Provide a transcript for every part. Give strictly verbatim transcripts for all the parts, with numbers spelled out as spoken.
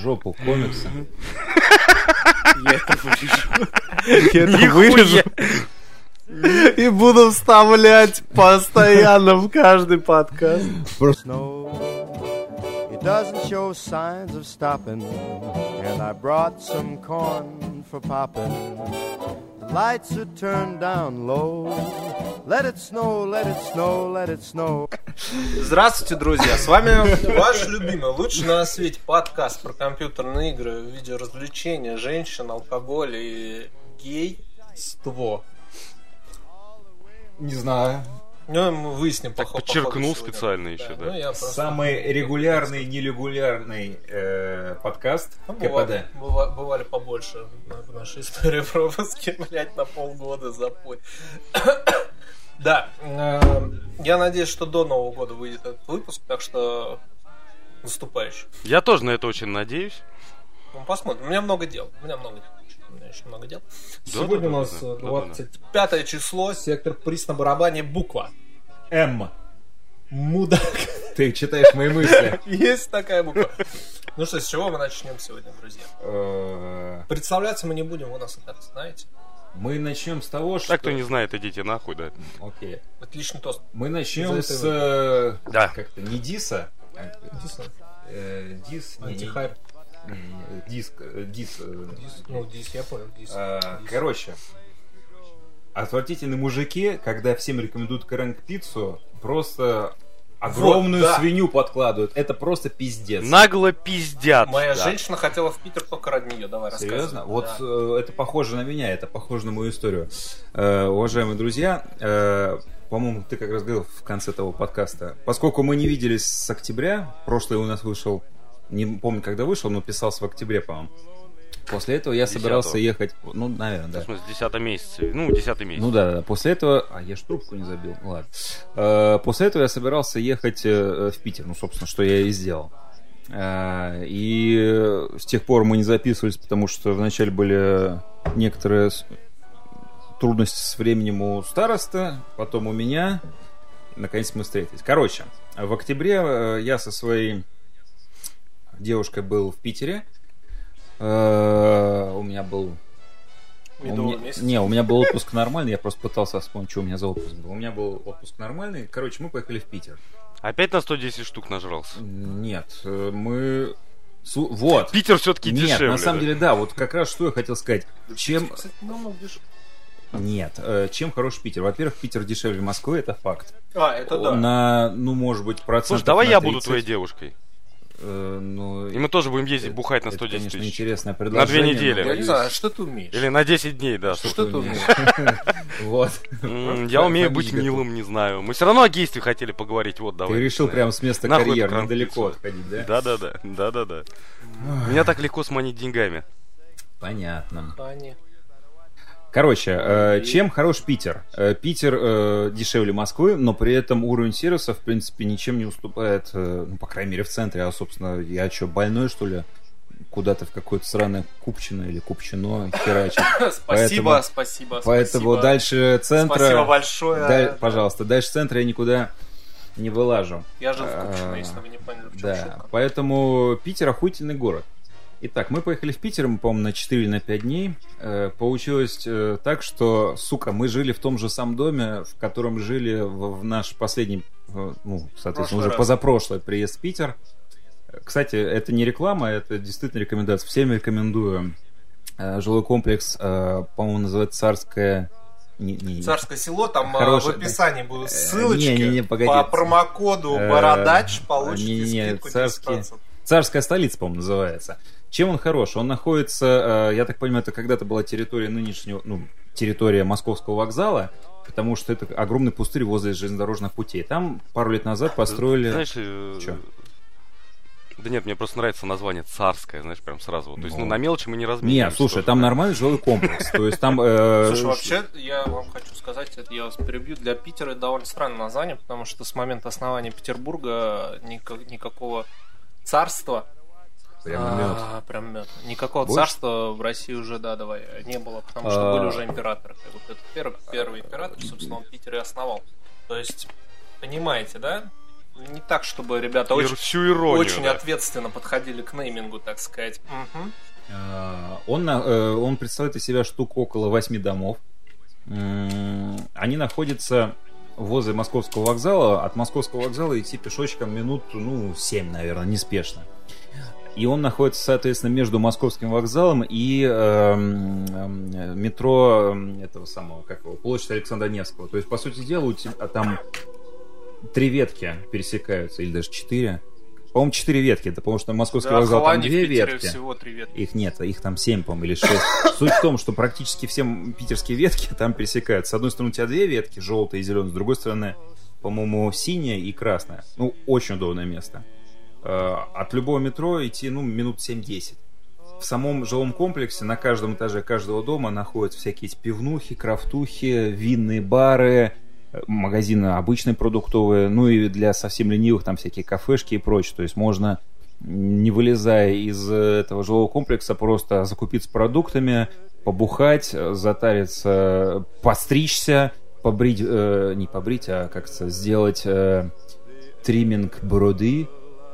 жопу комикса. Я это вырежу. Я это вырежу. И буду вставлять постоянно в каждый подкаст. It doesn't show signs of stopping, and I brought some corn for popping. The lights are turned down low. Let it snow, let it snow, let it snow. Здравствуйте, друзья! С вами ваш любимый, лучший на свете подкаст про компьютерные игры, видеоразвлечения, женщин, алкоголь и гейство. Не знаю. Ну, мы выясним, так по ходу. Подчеркнул специально еще, да. Ну, я просто... Самый регулярный, нерегулярный э, подкаст ну, КПД. Бывали, бывали, бывали побольше в нашей истории пропуски, блять, на полгода запой. Да, э, я надеюсь, что до Нового года выйдет этот выпуск, так что наступающий. Я тоже на это очень надеюсь. Ну, посмотрим. У меня много дел. У меня много дел. У меня еще много дел. Да, Сегодня да, у нас да, да, двадцать пятое да, да. число, сектор приз на барабане, буква М. Мудак. Ты читаешь мои мысли. Есть такая буква. Ну что, с чего мы начнем сегодня, друзья? Представляться мы не будем, вы нас и так знаете. Мы начнем с того, что... Так, кто не знает, идите нахуй, да. Окей. Отличный тост. Мы начнем с... Да. Как-то не диса. Диса. Э, дис... Антихайп. Диск, дис, дис, ну дис, я понял, дис. А, дис. Короче, отвратительные мужики, когда всем рекомендуют крэнк-пиццу, просто огромную вот, да. свинью подкладывают. Это просто пиздец. Нагло пиздят. Моя да. женщина хотела в Питер только ради нее. Давай, рассказывай. Серьезно? Вот да. э, это похоже на меня, это похоже на мою историю. Э, уважаемые друзья, э, по-моему, ты как раз говорил в конце того подкаста, поскольку мы не виделись с октября, прошлый у нас вышел, не помню, когда вышел, но писался в октябре, по-моему. После этого я десятого. собирался ехать... Ну, наверное, да. В смысле, десятом месяце. Ну, десятый месяц. Ну да, да. После этого... А, я ж трубку не забил. Ладно. Э, после этого я собирался ехать э, в Питер. Ну, собственно, что я и сделал. Э, и с тех пор мы не записывались, потому что вначале были некоторые трудности с временем у староста, потом у меня. Наконец мы встретились. Короче, в октябре я со своей девушкой был в Питере. Uh, у меня был... Медовый у меня... месяц? Не, у меня был отпуск нормальный. Я просто пытался вспомнить, что у меня за отпуск был. У меня был отпуск нормальный. Короче, мы поехали в Питер. Опять на сто десять штук нажрался? Нет, мы... Су... Вот. Питер все-таки Нет, дешевле. на самом деле, да. Вот как раз что я хотел сказать. Чем... Кстати, намного дешевле. Нет, чем хорош Питер? Во-первых, Питер дешевле Москвы, это факт. А, это да. На, ну, может быть, процентов Слушай, давай я тридцать. буду твоей девушкой. Э, ну, и мы тоже будем ездить это, бухать на сто это, десять конечно, тысяч. интересное На предложение. две недели. Я не знаю, что ты умеешь? Или на десять дней, да. Что, что ты умеешь? Вот. Я умею быть милым, не знаю. Мы все равно о гействе хотели поговорить. Вот, давай. Ты решил прямо с места карьеры недалеко отходить, да? Да-да-да. Да-да-да. Меня так легко сманить деньгами. Понятно. Понятно. Короче, э, чем хорош Питер? Э, Питер э, дешевле Москвы, но при этом уровень сервиса, в принципе, ничем не уступает, э, ну, по крайней мере, в центре. А, собственно, я что, больной, что ли? Куда-то в какое-то сраное Купчино или Купчино херачит. Спасибо, спасибо, Поэтому дальше центра... Спасибо большое. Даль, пожалуйста, дальше центра я никуда не вылажу. Я жил в Купчино, если вы не поняли, в чем да, шутка. Поэтому Питер охуительный город. Итак, мы поехали в Питер, мы, по-моему, на четыре или на пять дней. Э, получилось э, так, что, сука, мы жили в том же самом доме, в котором жили в, в наш последний, э, ну, соответственно, Прошлый уже раз. позапрошлый приезд в Питер. Кстати, это не реклама, это действительно рекомендация. Всем рекомендую. Э, жилой комплекс, э, по-моему, называется «Царское...» Не, не, Царское село, там Хороший, в описании будут да. ссылочки. Не, не, не, погоди. По промокоду Бородач получите не, не, скидку царский... десять процентов. Царская столица, по-моему, называется. Чем он хорош? Он находится, я так понимаю, это когда-то была территория нынешнего, ну, территория Московского вокзала, потому что это огромный пустырь возле железнодорожных путей. Там пару лет назад построили... Знаешь, Чё? Да нет, мне просто нравится название «Царское», знаешь, прям сразу. То есть, ну, Ну. на мелочи мы не размениваемся. Нет, слушай, тоже, там да. нормальный жилой комплекс. То есть там... э, Слушай, вообще, я вам хочу сказать, это я вас перебью, для Питера это довольно странное название, потому что с момента основания Петербурга никак- никакого царства... Прям а, мед. Прям мед. Никакого Будешь? царства в России уже, да, давай, не было, потому что А. были уже императоры. И вот этот первый, первый император, собственно, он Питер и основал. То есть, понимаете, да? не так, чтобы ребята очень, всю иронию, очень да. ответственно подходили к неймингу, так сказать. Угу. Он, он представляет из себя штук около восьми домов. Они находятся возле Московского вокзала. От Московского вокзала идти пешочком минут, ну, семь, наверное, неспешно. И он находится, соответственно, между Московским вокзалом и э, э, метро этого самого, как его, площадь Александра Невского. То есть, по сути дела, у тебя там три ветки пересекаются, или даже четыре. По-моему, четыре ветки, это потому что Московский да, вокзал там две ветки. Всего три ветки. Их нет, их там семь, по-моему, или шесть. Суть в том, что практически все питерские ветки там пересекаются. С одной стороны, у тебя две ветки, желтая и зеленая, с другой стороны, по-моему, синяя и красная. Ну, очень удобное место. От любого метро идти, ну, минут семь-десять. В самом жилом комплексе на каждом этаже каждого дома находятся всякие пивнухи, крафтухи, винные бары, магазины обычные продуктовые, ну и для совсем ленивых там всякие кафешки и прочее. То есть можно, не вылезая из этого жилого комплекса, просто закупиться продуктами, побухать, затариться, постричься, побрить, э, не побрить, а как-то сделать э, тримминг бороды,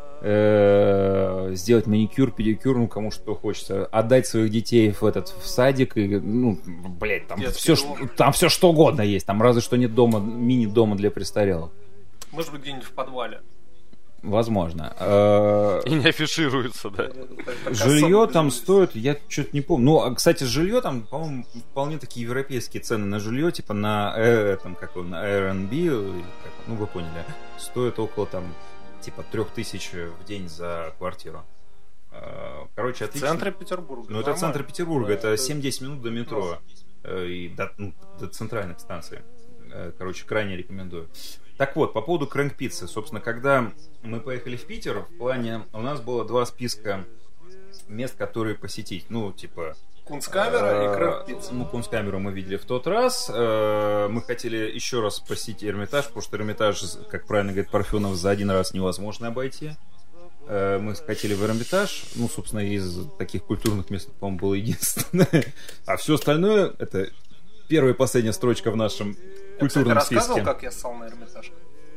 э, сделать маникюр, педикюр, ну кому что хочется, отдать своих детей в этот в садик и, ну, блядь, там все, там все что угодно есть, там разве что нет дома, мини-дома для престарелых. Может быть, где-нибудь в подвале. Возможно. И не афишируется, да. Жилье там стоит, я что-то не помню. Ну, кстати, жилье там, по-моему, вполне такие европейские цены на жилье, типа на, э, там, как он, на Airbnb, ну, вы поняли, стоит около там типа трех тысяч в день за квартиру. Короче, отлично. В центре Петербурга. Ну, это центр Петербурга, это семь-десять минут до метро и до, ну, до центральных станций. Короче, крайне рекомендую. Так вот, по поводу крэнк-пиццы. Собственно, когда мы поехали в Питер, в плане у нас было два списка мест, которые посетить. Ну, типа... Кунсткамера и крэнк-пицца. Ну, Кунсткамеру мы видели в тот раз. Мы хотели еще раз посетить Эрмитаж, потому что Эрмитаж, как правильно говорит Парфенов, за один раз невозможно обойти. Мы хотели в Эрмитаж. Ну, собственно, из таких культурных мест, по-моему, было единственное. А все остальное, это первая и последняя строчка в нашем культурном я, кстати, списке. рассказывал, как я ссал на Эрмитаж?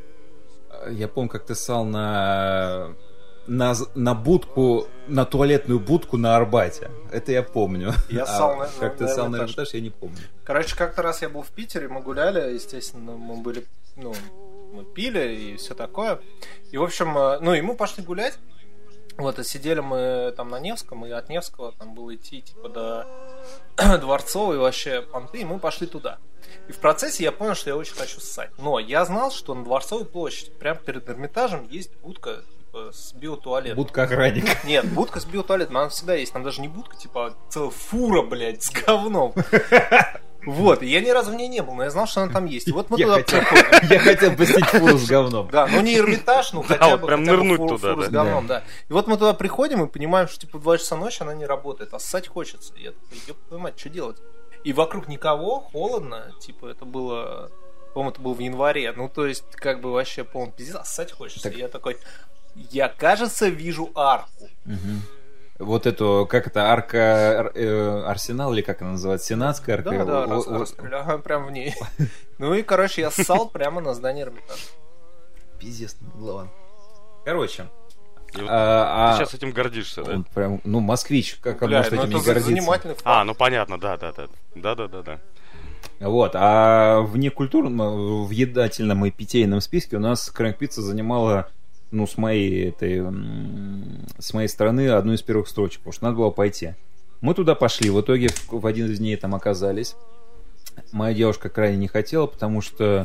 Я помню, как ты ссал на... На, на будку, на туалетную будку на Арбате. Это я помню. Я а ссал на, как ты на ссал на Эрмитаж. Эрмитаж, я не помню. Короче, как-то раз я был в Питере, мы гуляли, естественно, мы были, ну, мы пили и все такое. И, в общем, ну, и мы пошли гулять. Вот, и сидели мы там на Невском, и от Невского там было идти, типа, до Дворцовой, вообще понты, и мы пошли туда. И в процессе я понял, что я очень хочу ссать. Но я знал, что на Дворцовой площади, прямо перед Эрмитажем, есть будка с биотуалетом. Будка охранника. Нет, будка с биотуалетом, она всегда есть. Там даже не будка, типа, а целая фура, блядь, с говном. Вот, и я ни разу в ней не был, но я знал, что она там есть. И вот мы я туда хотел, приходим. Я хотел посетить фуру с говном. Да, ну не Эрмитаж, ну хотя да, бы, вот прям хотя бы нырнуть фуру, туда, фуру да. с говном, да. И вот мы туда приходим и понимаем, что типа в два часа ночи она не работает, а ссать хочется. И я такой, ёб твою мать, что делать? И вокруг никого, холодно, типа это было, по-моему, это было в январе, ну то есть как бы вообще полный пиздец, а ссать хочется. Так. И я такой, я, кажется, вижу арку. Угу. Вот эту, как это, арка э, Арсенал, или как она называется, Сенатская арка? Да, да, о, раз, о, расстреляю прям в ней. Ну и, короче, я ссал прямо на здании Эрмитажа. Пиздец, ладно. Короче. Вот а, ты сейчас этим гордишься, да? Прям, ну, москвич, как он Бля, может ну этим не это гордиться? занимательный факт. А, ну понятно, да, да, да. Да, да, да, да. Вот, а в некультурном, в едательном и питейном списке у нас крэнк-пицца занимала, ну, с моей этой, с моей стороны, одну из первых строчек, потому что надо было пойти. Мы туда пошли, в итоге в один из дней там оказались. Моя девушка крайне не хотела, потому что,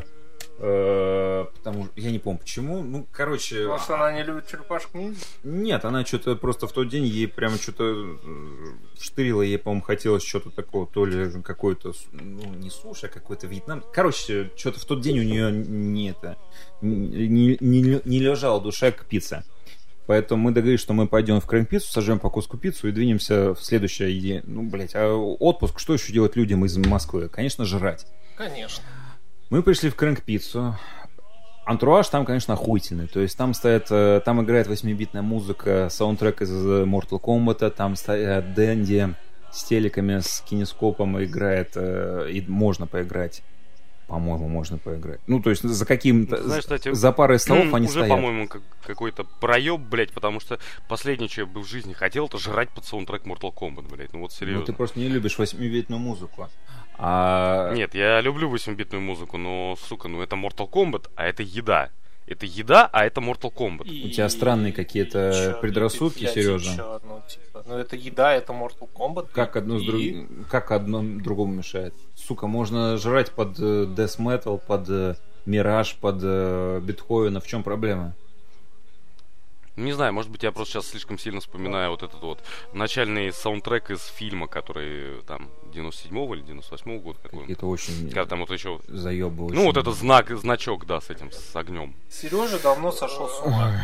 э, потому я не помню почему, ну, короче... Потому что она не любит черепашек-ниндзя? Нет, она что-то просто в тот день ей прямо что-то штырило, ей, по-моему, хотелось что-то такого, то ли какой-то, ну, не суши, а какой-то вьетнам. Короче, что-то в тот день у нее не это, не, не, не лежала душа к пицце. Поэтому мы договорились, что мы пойдем в крэнк-пиццу, сожжем по куску пиццу и двинемся в следующее идея. Ну, блять, а отпуск, что еще делать людям из Москвы? Конечно, жрать. Конечно. Мы пришли в крэнк-пиццу. Антураж там, конечно, охуительный. То есть там стоят, там играет восьмибитная музыка, саундтрек из Mortal Kombat, там стоят Дэнди с телеками, с кинескопом играет, и можно поиграть. по-моему, можно поиграть. Ну, то есть за каким-то... Знаешь, кстати, за парой столов они уже, стоят. по-моему, как, какой-то проеб, блядь, потому что последнее, что я бы в жизни хотел, это жрать под саундтрек Mortal Kombat, блядь. Ну вот серьезно. Ну, ты просто не любишь восьмибитную музыку. А... Нет, я люблю восьмибитную музыку, но, сука, ну это Mortal Kombat, а это еда. Это еда, а это Mortal Kombat. И... У тебя странные какие-то чё, предрассудки, блядь, Сережа. чё, ну, типа, ну, это еда, это Mortal Kombat. Как одно, и... с друг... как одно другому мешает? Сука, можно жрать под э, Death Metal, под э, Мираж, под э, Бетховена. В чем проблема? Не знаю, может быть, я просто сейчас слишком сильно вспоминаю вот этот вот начальный саундтрек из фильма, который там девяносто седьмого или девяносто восьмого года. Какой Это очень когда там вот еще... заебывающе. Ну, вот этот знак, значок, да, с этим, с огнем. Сережа давно сошел с ума.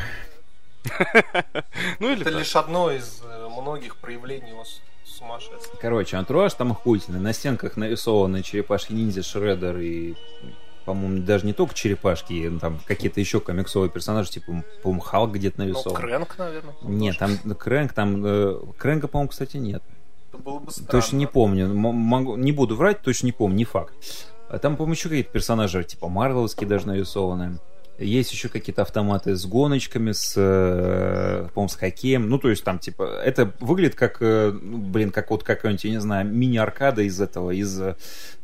Ну, или Это так. лишь одно из э, многих проявлений его с- сумасшествия. Короче, антураж там охуительный. На стенках нарисованы черепашки-ниндзя, Шреддер и, по-моему, даже не только черепашки, там какие-то еще комиксовые персонажи, типа, по-моему, Халк где-то Ну, нарисован. Крэнк, наверное. Нет, там Крэнк, там... Э, Крэнка, по-моему, кстати, нет. Это было бы странно. Точно не помню. М- могу, не буду врать, точно не помню, не факт. А там, по-моему, еще какие-то персонажи, типа марвеловские даже нарисованы. Есть еще какие-то автоматы с гоночками, с, э, по-моему, с хоккеем. Ну, то есть там, типа, это выглядит как, э, ну, блин, как вот какая-нибудь, я не знаю, мини-аркада из этого, из, э,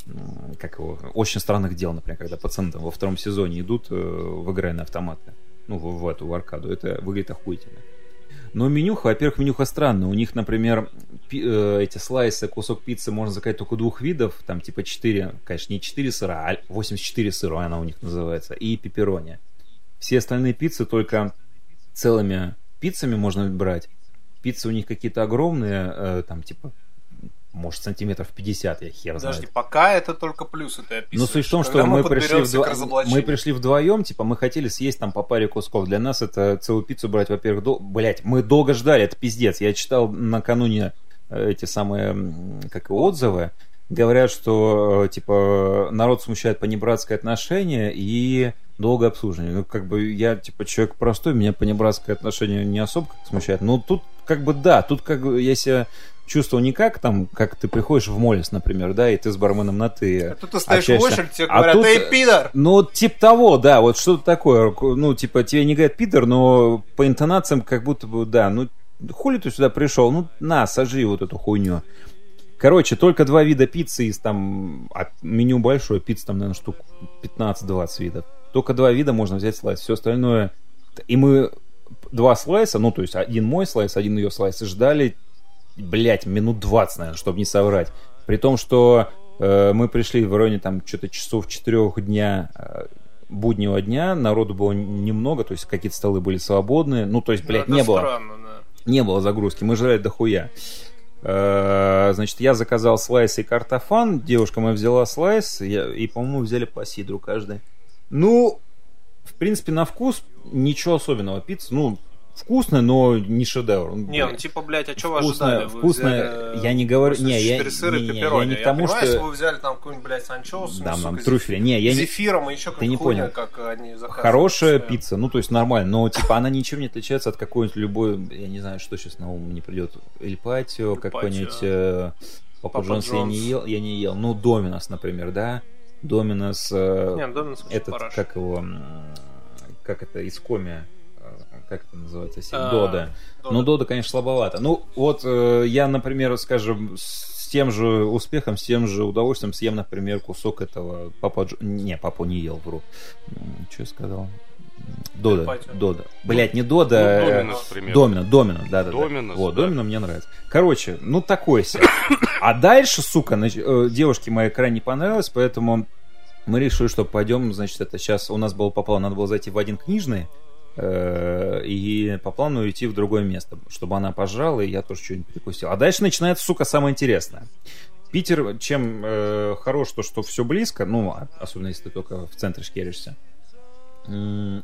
как его, очень странных дел, например, когда пацаны там во втором сезоне идут э, в игры на автоматы. Ну, в, в эту в аркаду. Это выглядит охуительно. Но менюха, во-первых, менюха странная. У них, например, пи- э, эти слайсы, кусок пиццы можно заказать только двух видов. Там типа четыре, конечно, не четыре сыра, а восемьдесят четыре сыра она у них называется. И пепперони. Все остальные пиццы только целыми пиццами можно брать. Пиццы у них какие-то огромные, э, там типа, может, сантиметров пятьдесят, я хер знаю. Подожди, пока это только плюсы ты описываешь. Но суть в том, что Когда мы пришли, подберемся вдво... к разоблачению. мы пришли вдвоем, типа, мы хотели съесть там по паре кусков. Для нас это целую пиццу брать, во-первых, дол... блять, мы долго ждали, это пиздец. Я читал накануне эти самые, как и отзывы, говорят, что, типа, народ смущает понебратское отношение и долгое обслуживание. Ну, как бы, я, типа, человек простой, меня понебратское отношение не особо смущает. Но тут, как бы, да, тут, как бы, я себя чувствовал не как там, как ты приходишь в Моллис, например, да, и ты с барменом на ты А тут ты стоишь в общаешься. очередь, тебе А говорят, тут, эй, пидор! ну, типа того, да, вот что-то такое. Ну, типа, тебе не говорят пидор, но по интонациям как будто бы, да, ну, хули ты сюда пришел? Ну, на, сожри вот эту хуйню. Короче, только два вида пиццы из там, а меню большое, пицца там, наверное, штук пятнадцать-двадцать видов. Только два вида можно взять слайс, все остальное... И мы два слайса, ну, то есть один мой слайс, один ее слайс, ждали, блять, минут двадцать, наверное, чтобы не соврать. При том, что э, мы пришли в районе там что-то часов четырех дня, э, буднего дня, народу было немного, то есть какие-то столы были свободные, ну, то есть, блядь, Ну, не это было, странно, да. не было загрузки, мы жрали дохуя. Э, значит, я заказал слайс и картофан, девушка моя взяла слайс, я, и, по-моему, взяли по сидру каждый. Ну, в принципе, на вкус ничего особенного. Пицца, ну, вкусная, но не шедевр. Не, ну типа, блядь, а что вы Вкусная, ожидали? Вы вкусная, взяли я не говорю, не, я, четыре сыра и не, не, я пепперони. не к тому, понимаю, что... если вы взяли там какой-нибудь, блядь, с анчоусами, Да, сука, там с трюфеля. Не, я не... зефиром и еще Ты не какой-то хуйня, понял. как они заказывают. Хорошая постоянно. пицца, ну, то есть нормально, но, типа, она ничем не отличается от какой-нибудь любой, я не знаю, что сейчас на ум не придет, Эль Патио, Эль какой-нибудь Патио. э, Папа Папа Джонс я не Джонс. ел, я не ел, ну, Доминос, например, да, Доминос, э, Не, Доминос очень этот, параш. как его, м, как это, из коми, э, как это называется, А, Дода. Дода. Ну, Дода, конечно, слабовато. Ну, вот э, я, например, скажем, с тем же успехом, с тем же удовольствием съем, например, кусок этого Папа Дж... Не, Папу не ел, вру. Что я сказал? Дода. Патио. Дода. Блять, не Дода. Ну, э, Доминос, например. Домино, Домино, да, да. Доминос, Вот, да. Домино мне нравится. Короче, ну такой себе. А дальше, сука, нач- э, девушке моей крайне понравилось, поэтому мы решили, что пойдем, значит, это сейчас у нас было по плану, надо было зайти в один книжный, э, и по плану идти в другое место, чтобы она пожрала, и я тоже что-нибудь перекусил. А дальше начинается, сука, самое интересное. Питер, чем э, хорош то, что все близко, ну, а- особенно если ты только в центре шкеришься. М,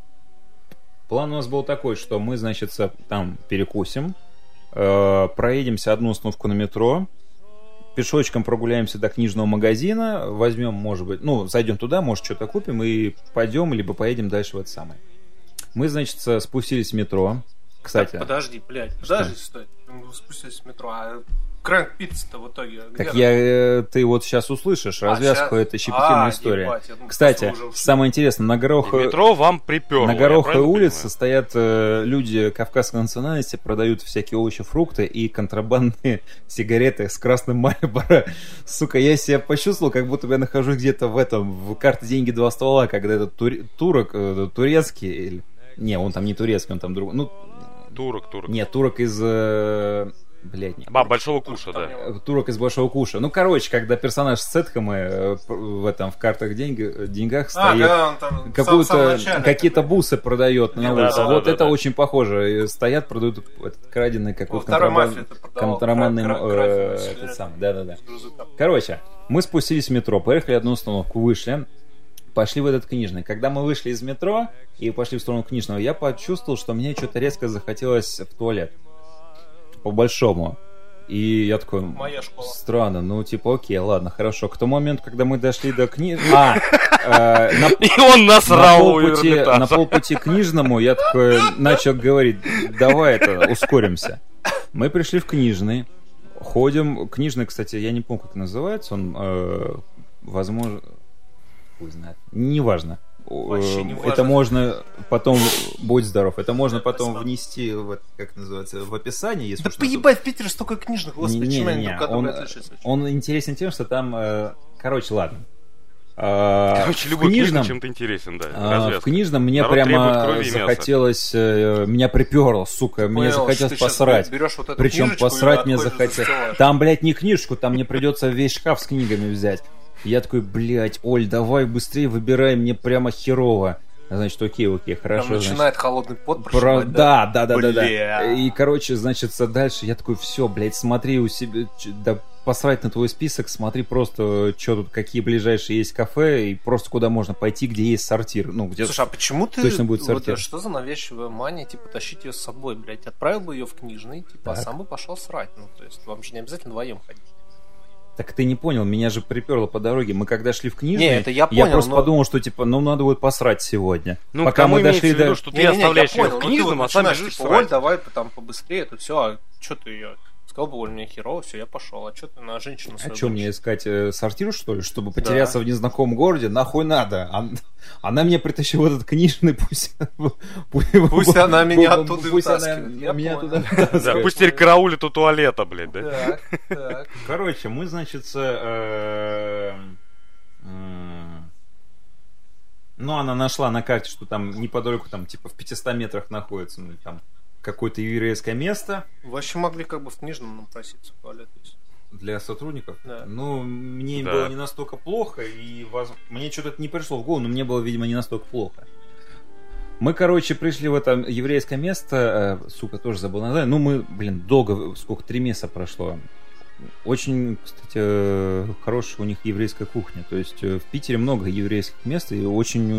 План у нас был такой, что мы, значит, со- там перекусим, э, проедемся одну остановку на метро, пешочком прогуляемся до книжного магазина, возьмем, может быть, ну, зайдем туда, может, что-то купим и пойдем, либо поедем дальше в это самое. Мы, значит, со- спустились в метро. Кстати, Так, подожди, блядь, подожди, стой. Мы спустились в метро, а Крэнк пицца-то в итоге? Так я, э, ты вот сейчас услышишь развязку, а, это щепетильная а, история. Ебать, думаю, Кстати, самое интересное, на Гороховой... Метро вам приперло. На Гороховой улице понимаю? стоят э, люди кавказской национальности, продают всякие овощи, фрукты и контрабандные сигареты с красным Мальборо. Сука, я себя почувствовал, как будто я нахожусь где-то в этом, в карте «Деньги, два ствола», когда этот тур... турок, э, турецкий... Или... Не, он там не турецкий, он там другой. Ну, турок, турок. Нет, турок из... Э... Блядь, нет. А, Большого Куша, да. Турок из Большого Куша. Ну, короче, когда персонаж с Сетхамы в этом, в картах деньги, деньгах стоит, а, какую-то, какие-то бусы продает на улице. Да, да, вот да, это да. очень похоже. Стоят, продают этот краденый какой-то контрабан... контрабандный... Э, этот самый, да-да-да. Короче, мы спустились в метро, поехали одну остановку, вышли. Пошли в этот книжный. Когда мы вышли из метро и пошли в сторону книжного, я почувствовал, что мне что-то резко захотелось в туалет. По-большому. И я такой, Моя школа. Странно, ну типа окей, ладно, хорошо. К тому моменту, когда мы дошли до книжки... А! Э, на... И он насрал на полпути, на полпути к книжному я такой начал говорить, давай это, ускоримся. Мы пришли в книжный, ходим... Книжный, кстати, я не помню, как называется, он, э, возможно... Хуй знает. Неважно. Вообще не это важно. Можно потом, будь здоров, это можно потом внести в, как называется, в описание, если да уж поебать, в Питере столько книжных, господи, не, не, почему не, они друг от он, друга отличаются? Он интересен тем, что там, э, короче, ладно. Э, короче, любой книжном, книжный чем-то интересен, да. Э, в книжном мне Народ прямо захотелось, э, меня приперло, сука, мне Понял, захотелось посрать. Вот Причем посрать мне захотелось. Там, блядь, не книжку, там мне придется весь шкаф с книгами взять. Я такой, блядь, Оль, давай быстрее выбирай, мне прямо херово. Значит, окей, окей, хорошо. Там начинает значит, холодный пот про... прошивать, да? Да, да, да, да, Бля. да. И, короче, значит, дальше я такой, все, блядь, смотри у себя, да посрать на твой список, смотри просто, что тут, какие ближайшие есть кафе, и просто куда можно пойти, где есть сортир. Ну, где Слушай, а почему ты... точно будет сортир. Вот, что за навязчивая мания, типа, тащить ее с собой, блядь? Отправил бы ее в книжный, типа, так. а сам бы пошел срать. Ну, то есть, вам же не обязательно вдвоем ходить. Так ты не понял, меня же приперло по дороге. Мы когда шли в книжный, не, это я, понял, я просто но... подумал, что типа, ну надо будет посрать сегодня. Ну, пока мы дошли до... до... что ты не, не, не, оставляешь ее понял, в книжном, ну, а сам бежишь бежишь типа, срать. Оль, давай там побыстрее, это все, а что ты ее... Сказал бы, Оль, мне херово, все, я пошел. А что ты на женщину свою... А что, мне искать э, сортир, что ли? Чтобы потеряться да. в незнакомом городе? Нахуй надо? А, она меня притащила в этот книжный, пусть... Пусть она меня оттуда Пусть она меня туда вытаскивает. Пусть теперь караулит у туалета, блядь, да? Так, так. Короче, мы, значит, ну, она нашла на карте, что там неподалеку, там, типа, в пятистах метрах находится, ну, там, какое-то еврейское место. Вообще могли как бы в книжном нам проситься в туалет. Для сотрудников? Да. Ну, мне да. было не настолько плохо, и воз... мне что-то не пришло в голову, но мне было, видимо, не настолько плохо. Мы, короче, пришли в это еврейское место, э, сука, тоже забыл название, ну, мы, блин, долго, сколько, три месяца прошло. Очень, кстати, хорошая у них еврейская кухня, то есть в Питере много еврейских мест, и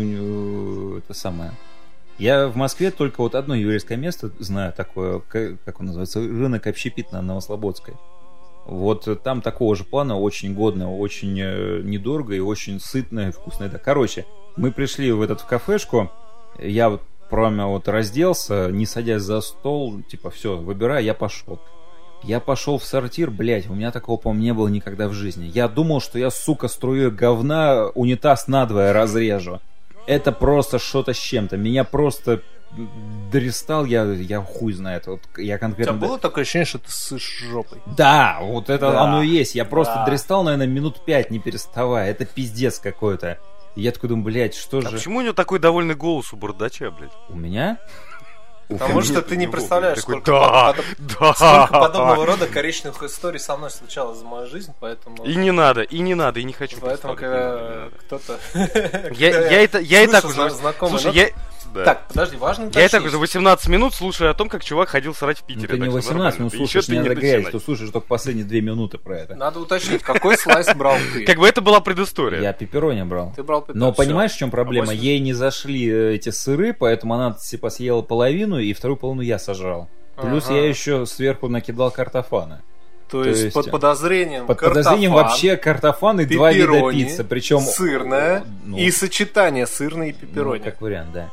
очень, это самое... Я в Москве только вот одно еврейское место знаю такое, как он называется, рынок общепит на Новослободской. Вот там такого же плана, очень годное, очень недорого и очень сытное и вкусное. Да. Короче, мы пришли в этот в кафешку, я вот прямо вот разделся, не садясь за стол, типа все, выбирай, я пошел. Я пошел в сортир, блять, у меня такого, по-моему, не было никогда в жизни. Я думал, что я, сука, струей говна унитаз надвое разрежу. Это просто что-то с чем-то. Меня просто дристал, я, я хуй знает. Вот я конкретно... У тебя было такое ощущение, что ты ссышь жопой? Да, вот это да. оно и есть. Я просто да. дристал, наверное, минут пять, не переставая. Это пиздец какой-то. И я такой думаю, блядь, что а же... почему у него такой довольный голос у бардача, блядь? У меня? Потому что ты не представляешь, такой, сколько, да, подоб... да. сколько подобного рода коричневых историй со мной случалось за мою жизнь, поэтому... И не надо, и не надо, и не хочу. Поэтому, когда кто-то... Я, я, это, я и так уже... Знакомый, Слушай, но... я... Да. Так, подожди, важно уточнить. Я и так уже восемнадцать минут слушаю о том, как чувак ходил срать в Питере. Ну, ты не восемнадцать минут слушаешь, не надо грязь, ты слушаешь только последние две минуты про это. Надо уточнить, какой слайс брал ты? Как бы это была предыстория. Я пепперони брал. Ты брал пепперони. Но понимаешь, в чем проблема? Ей не зашли эти сыры, поэтому она типа съела половину, и вторую половину я сожрал. Плюс я еще сверху накидал картофана. То, То есть, есть под подозрением под картофан, подозрением вообще картофан и два вида пиццы, причем сырная ну, и сочетание сырной и пепперони. Ну, как вариант, да.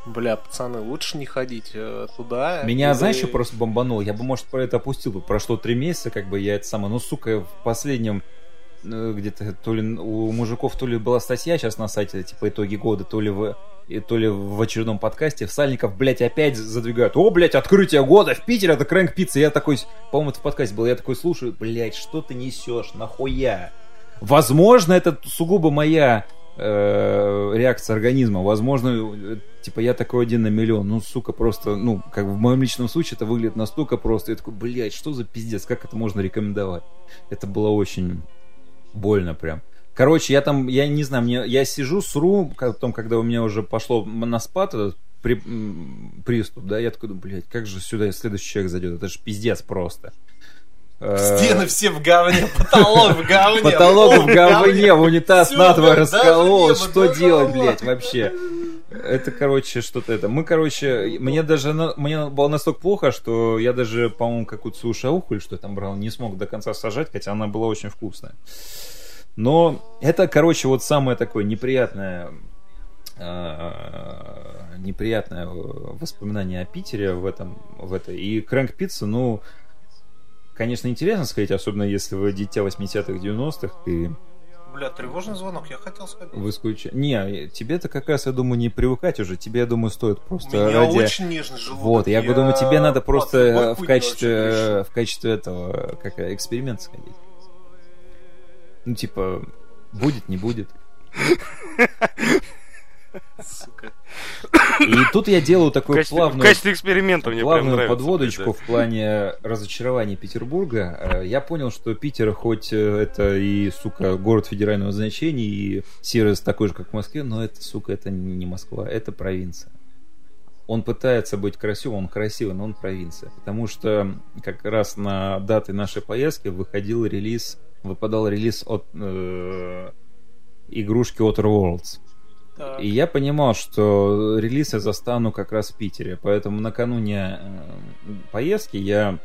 Бля, пацаны, лучше не ходить э, туда. Меня, или... знаешь, что просто бомбанул? Я бы, может, про это опустил бы. Прошло три месяца, как бы я это самое... Ну, сука, в последнем... Где-то то ли у мужиков то ли была статья сейчас на сайте, типа итоги года, то ли в, то ли в очередном подкасте. В Сальников, блядь, опять задвигают. О, блядь, открытие года в Питере, это Крэнк Пицца. Я такой, по-моему, это в подкасте был, я такой слушаю, блядь, что ты несешь, нахуя? Возможно, это сугубо моя э, реакция организма. Возможно, типа, я такой один на миллион. Ну, сука, просто, ну, как в моем личном случае это выглядит настолько просто. Я такой, блядь, что за пиздец, как это можно рекомендовать? Это было очень... больно прям. Короче, я там, я не знаю, мне, я сижу, сру, потом, когда у меня уже пошло на спад этот при, приступ, да, я такой, блядь, как же сюда следующий человек зайдет? Это же пиздец просто. Стены все в говне, потолок в говне. Потолок в говне, унитаз надвое раскололось. Что делать, блядь, вообще? Это, короче, что-то это. Мы, короче, мне даже, мне было настолько плохо, что я даже, по-моему, какую-то сушауху или что я там брал, не смог до конца сажать, хотя она была очень вкусная. Но это, короче, вот самое такое неприятное, э, неприятное воспоминание о Питере в этом, в этой. И Крэнк Пицца, ну, конечно, интересно сказать, особенно если вы дитя восьмидесятых, девяностых, и... Бля, тревожный звонок, я хотел сказать. Вы скучаете. Не, тебе-то как раз, я думаю, не привыкать уже. Тебе, я думаю, стоит просто У меня ради... очень нежный желудок. Вот, я, я думаю, тебе надо просто в качестве, в качестве этого, как эксперимент сходить. Ну, типа, будет, не будет. Сука. И тут я делаю такую в качестве, плавную, в качестве эксперимента мне плавную прям подводочку нравится, в плане разочарования Петербурга. Я понял, что Питер, хоть это и, сука, город федерального значения, и сервис такой же, как в Москве, но это, сука, это не Москва, это провинция. Он пытается быть красивым, он красивый, но он провинция. Потому что как раз на даты нашей поездки выходил релиз, выпадал релиз от э, игрушки Outer Worlds. Так. И я понимал, что релиз я застану как раз в Питере. Поэтому накануне э, поездки я,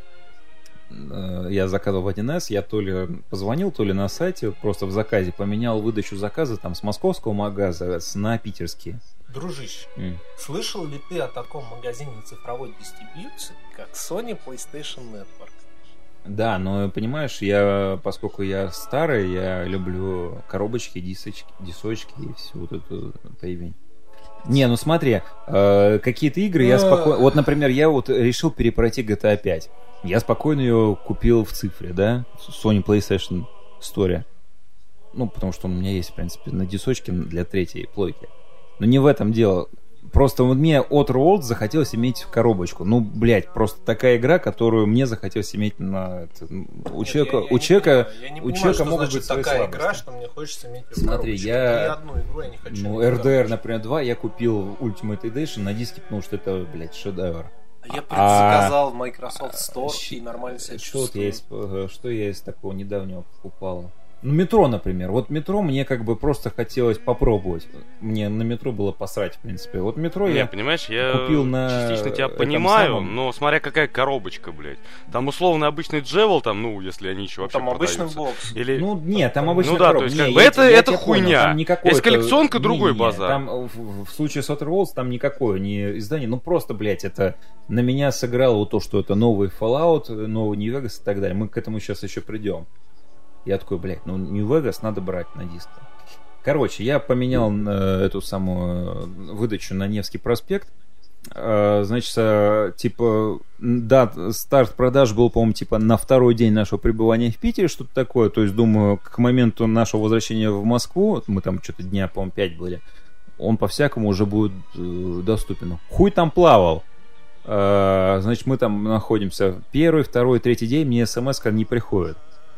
э, я заказывал в один эс, я то ли позвонил, то ли на сайте, просто в заказе поменял выдачу заказа там с московского магаза на питерский. Дружище, Mm. слышал ли ты о таком магазине цифровой дистрибьюции, как Sony PlayStation Network? Да, но понимаешь, я, поскольку я старый, я люблю коробочки, дисочки, дисочки и всю вот эту появень. Не, ну смотри, э, какие-то игры я спокойно... Вот, например, я вот решил перепройти джи ти эй пять. Я спокойно ее купил в цифре, да? Sony PlayStation Store. Ну, потому что он у меня есть, в принципе, на дисочке для третьей плойки. Но не в этом дело. Просто вот мне Outer Worlds захотелось иметь коробочку. Ну, блядь, просто такая игра, которую мне захотелось иметь на... Это, у Нет, человека, я, я у человека, я не у понимаю, человека что могут значит быть свои такая слабости. игра, что мне хочется иметь её в Смотри, коробочке. я... Ни одну игру я не хочу. Ну, эр ди ар, например, два я купил Ultimate Edition на диске, потому что это, блядь, шедевр. А я А- предзаказал в Microsoft Store Щ- и нормально себя Что вот чувствую. я из, э, что я из такого недавнего покупал? Ну, метро, например. Вот метро мне как бы просто хотелось попробовать. Мне на метро было посрать, в принципе. Вот метро Не, я понимаешь, я купил на частично тебя этом понимаю, самом- но смотря какая коробочка, блядь. Там условно обычный джевел, там, ну, если они еще вообще Там обычный продаются. бокс. Или... Ну, нет, там обычно Ну да, то есть, как бы это- это хуйня. Там никакой Есть коллекционка, другой базар. Там в, в случае с Outer Worlds там никакое не издание. Ну, просто, блядь, это на меня сыграло вот то, что это новый Fallout, новый New Vegas и так далее. Мы к этому сейчас еще придем. Я такой, блядь, ну New Vegas надо брать на диск. Короче, я поменял э, эту самую выдачу на Невский проспект. Э, значит, э, типа, да, старт продаж был, по-моему, типа на второй день нашего пребывания в Питере, что-то такое. То есть, думаю, к моменту нашего возвращения в Москву, мы там что-то дня, по-моему, пять были, он по-всякому уже будет э, доступен. Хуй там плавал. Э, значит, мы там находимся первый, второй, третий день, мне смс-ка не приходит.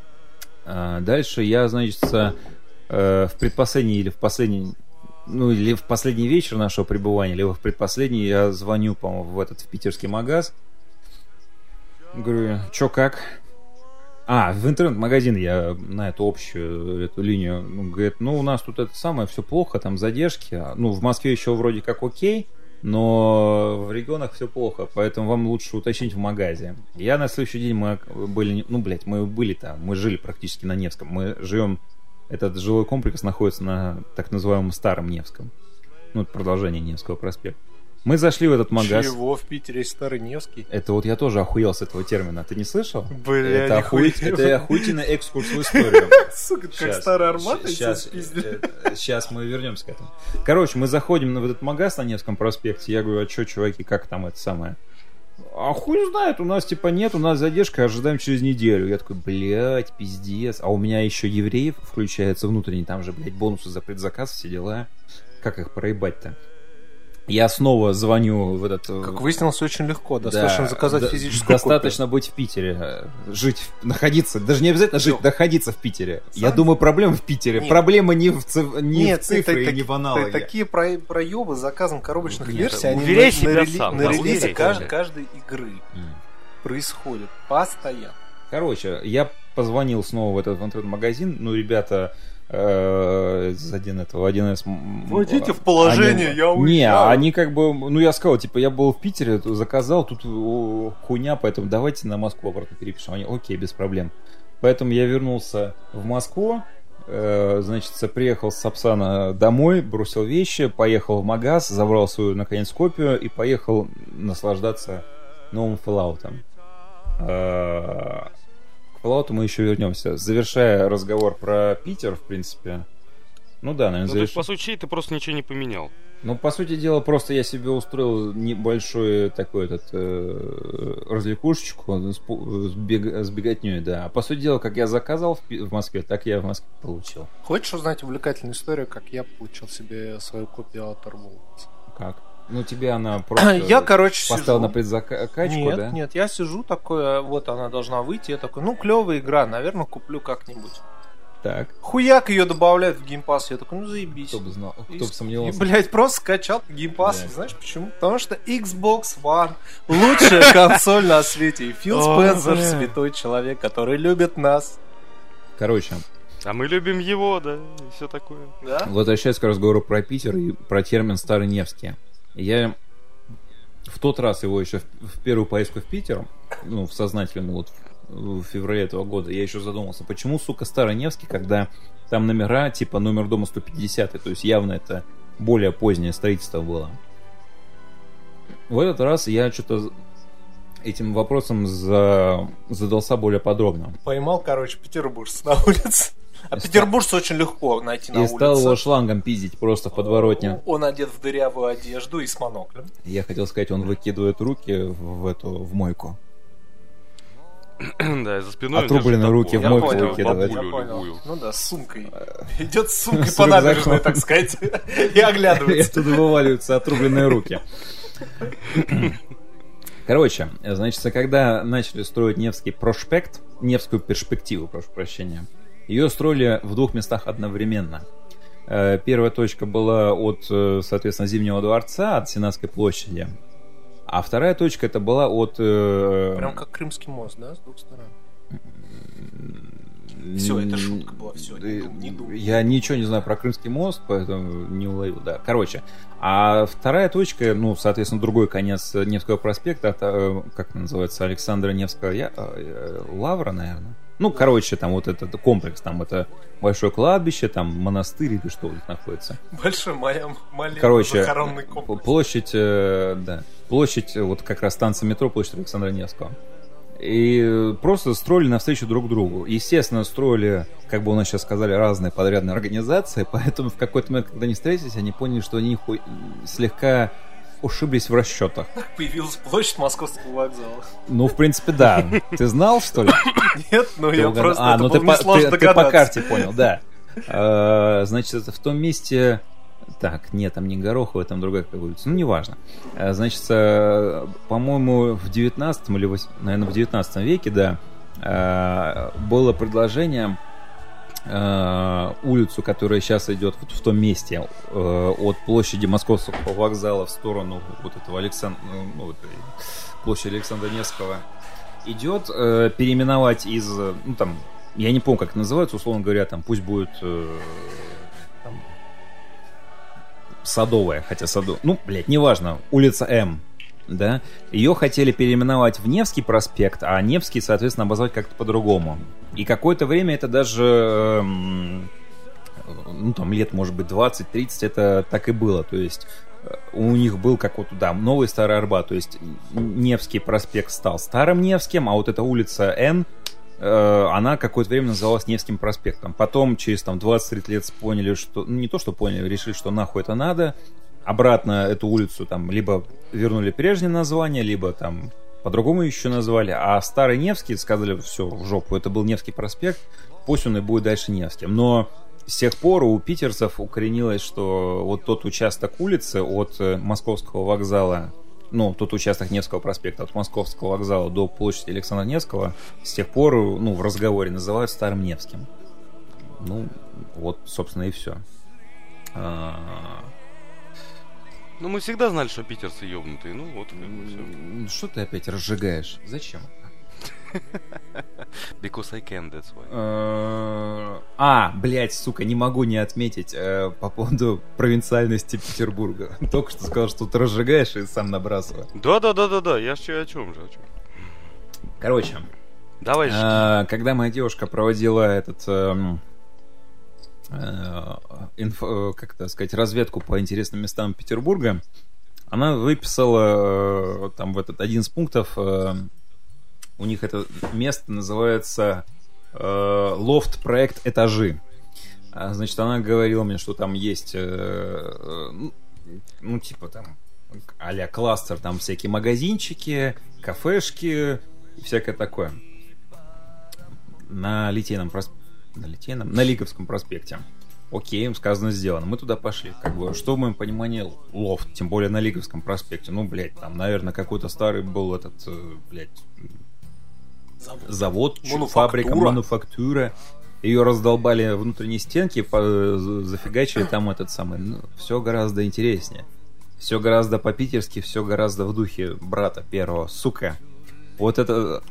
Дальше я, значит, в предпоследний или в последний, ну, или в последний вечер нашего пребывания, либо в предпоследний, я звоню, по-моему, в этот в питерский магаз. Говорю, чё, как? А, в интернет-магазин я на эту общую эту линию. Ну, говорит, ну, у нас тут это самое, все плохо, там задержки. Ну, в Москве еще вроде как окей, но в регионах все плохо, поэтому вам лучше уточнить в магазе. Я на следующий день мы были, ну, блядь, мы были там, мы жили практически на Невском. Мы живем, этот жилой комплекс находится на так называемом Старом Невском. Ну, это продолжение Невского проспекта. Мы зашли в этот магаз. Чего? В Питере есть Старый Невский? Это вот я тоже охуел с этого термина. Ты не слышал? Бля, это, охуеть... это охуительный экскурс в историю. Сука, как Старый Армат сейчас, сейчас мы вернемся к этому. Короче, мы заходим в этот магаз на Невском проспекте. Я говорю, а что, чуваки, как там это самое? А хуй знает, у нас типа нет, у нас задержка, ожидаем через неделю. Я такой, блядь, пиздец. А у меня еще евреев включается внутренний, там же, блядь, бонусы за предзаказ, все дела. Как их проебать-то? Я снова звоню в этот... Как выяснилось, очень легко. Достаточно да, заказать да, физическую Достаточно копию. быть в Питере. Жить, находиться. Даже не обязательно жить, Все. находиться в Питере. Сам... Я думаю, проблема в Питере. Нет. Проблема не в, циф... не Нет, в цифре ты, и не в аналоге. Ты, такие про... проебы с заказом коробочных Нет, версий, они уверяй на, себя на, рели... сам, на да, релизе уверяй кажд... себя. каждой игры Mm. происходит постоянно. Короче, я позвонил снова в этот в интернет-магазин. Ну, ребята... из один этого, один эс... Войдите в положение, они... я уезжаю. Не, они как бы, ну я сказал, типа, я был в Питере, заказал, тут о, хуйня, поэтому давайте на Москву обратно перепишем. Они, окей, без проблем. Поэтому я вернулся в Москву, э, значит, приехал с Сапсана домой, бросил вещи, поехал в магаз, забрал свою, наконец, копию и поехал наслаждаться новым Fallout'ом. Э, К Fallout'у мы еще вернемся. Завершая разговор про Питер, в принципе. Ну да, наверное, ну, заверш... то есть, по сути, ты просто ничего не поменял. Ну, по сути дела, просто я себе устроил небольшой такой этот э, развлекушечку с, с, бег... с беготней, да. А по сути дела, как я заказал в, в Москве, так я в Москве получил. Хочешь узнать увлекательную историю, как я получил себе свою копию Outer Worlds? Как? Ну, тебе она просто я, короче, поставила сижу. на предзакачку, нет, да? Нет, я сижу такой, вот она должна выйти, я такой, ну, клевая игра, наверное, куплю как-нибудь. Так. Хуяк ее добавляют в геймпасс, я такой, ну, заебись. Кто бы знал, кто и, бы сомневался. И, блядь, просто скачал геймпасс, Да. знаешь почему? Потому что Xbox One лучшая консоль на свете, и Фил Спенсер святой человек, который любит нас. Короче, А мы любим его, да, и все такое. Да? возвращаясь к разговору про Питер и про термин Старый Невский. Я в тот раз его еще в, в первую поездку в Питер, ну, в сознательную, вот в, в феврале этого года, я еще задумался, почему, сука, Старый Невский, когда там номера, типа номер дома сто пятьдесят, то есть явно это более позднее строительство было. В этот раз я что-то этим вопросом за... задался более подробно. Поймал, короче, петербуржца на улице. А петербуржца очень легко найти на И улице. стал его шлангом пиздить просто в подворотне. Он одет в дырявую одежду и с моноклем. Я хотел сказать, он выкидывает руки в эту, в мойку. Да, за спиной Отрубленные руки в Я мойку понял, выкидывает. я Бабулю понял. любую. Ну да, с сумкой. Идет с сумкой С по набережной, рюкзаком. так сказать, и И оглядывается. оттуда вываливаются отрубленные руки. Короче, значит, когда начали строить Невский проспект, Невскую перспективу, прошу прощения, ее строили в двух местах одновременно. Э, Первая точка была от, э, соответственно, Зимнего дворца, от Сенатской площади. А вторая точка это была от... э, Прям как Крымский мост, да, с двух сторон? Всё, это шутка была, всё, не дум- не думай. Я ничего не знаю про Крымский мост, поэтому не уловил, да. Короче, а вторая точка, ну, соответственно, другой конец Невского проспекта, это, э, как это называется, Александра Невского я... э, Лавра, наверное. Ну, короче, там вот этот комплекс, там это большое кладбище, там монастырь или что у них находится. Большой моя маленький Короче, захоронный комплекс. площадь, э, да, площадь, вот как раз станция метро, площадь Александра Невского. И просто строили навстречу друг другу. Естественно, строили, как бы у нас сейчас сказали, разные подрядные организации, поэтому в какой-то момент, когда они встретились, они поняли, что они хуй... слегка ушиблись в расчетах. Появилась площадь Московского вокзала. Ну, в принципе, да. Ты знал, что ли? Нет, но Ты я угадал? просто, А, это ну было ты по, несложно ты- ты догадаться. по карте понял, да. А, значит, это в том месте... Так, нет, там не Горохово, там другая какая улица. Ну, неважно. А, значит, а, по-моему, в девятнадцатом или, вось- наверное, в девятнадцатом веке, да, а, было предложение а, улицу, которая сейчас идет вот в том месте, а, от площади Московского вокзала в сторону вот этого Александра, ну, вот, площади Александра Невского, идет, э, переименовать из, э, ну там, я не помню, как это называется, условно говоря, там пусть будет э, там, Садовая, хотя Садовая, ну, блядь, неважно, улица М, да, ее хотели переименовать в Невский проспект, а Невский, соответственно, обозвать как-то по-другому. И какое-то время это даже, э, ну, там, лет, может быть, двадцать-тридцать, это так и было, то есть у них был как вот, да, новый Старый Арбат, то есть Невский проспект стал Старым Невским, а вот эта улица Н, э, она какое-то время называлась Невским проспектом. Потом через там двадцать тридцать лет поняли, что, ну не то что поняли, решили, что нахуй это надо, обратно эту улицу там либо вернули прежнее название, либо там по-другому еще назвали, а Старый Невский сказали, все, в жопу, это был Невский проспект, пусть он и будет дальше Невским. Но с тех пор у питерцев укоренилось, что вот тот участок улицы от Московского вокзала, ну, тот участок Невского проспекта от Московского вокзала до площади Александра Невского с тех пор, ну, в разговоре называют Старым Невским. Ну, вот, собственно, и все. Ну, мы всегда знали, что питерцы ёбнутые. Ну, вот, как бы всё. Что ты опять разжигаешь? Зачем? Because I can, that's why. А, блядь, сука, не могу не отметить э, по поводу провинциальности Петербурга. Только что сказал, что ты разжигаешь и сам набрасывай. Да-да-да-да-да, я ж о чем же, о чем. Короче, давай же. Э, когда моя девушка проводила этот... Э, Инфо, как это сказать, разведку по интересным местам Петербурга, она выписала там в этот один из пунктов, у них это место называется лофт-проект «Этажи». Значит, она говорила мне, что там есть, ну, типа там а-ля кластер, там всякие магазинчики, кафешки и всякое такое. На Литейном проспекте. На Литейном, на Лиговском проспекте. Окей, сказано, сделано. Мы туда пошли. Как бы, что в моем понимании лофт, тем более на Лиговском проспекте. Ну, блядь, там, наверное, какой-то старый был этот, блядь, завод, завод мануфактура. Фабрика, мануфактура. Ее раздолбали внутренние стенки, зафигачили там этот самый. Ну, все гораздо интереснее. Все гораздо по-питерски, все гораздо в духе брата первого. Сука. Вот это...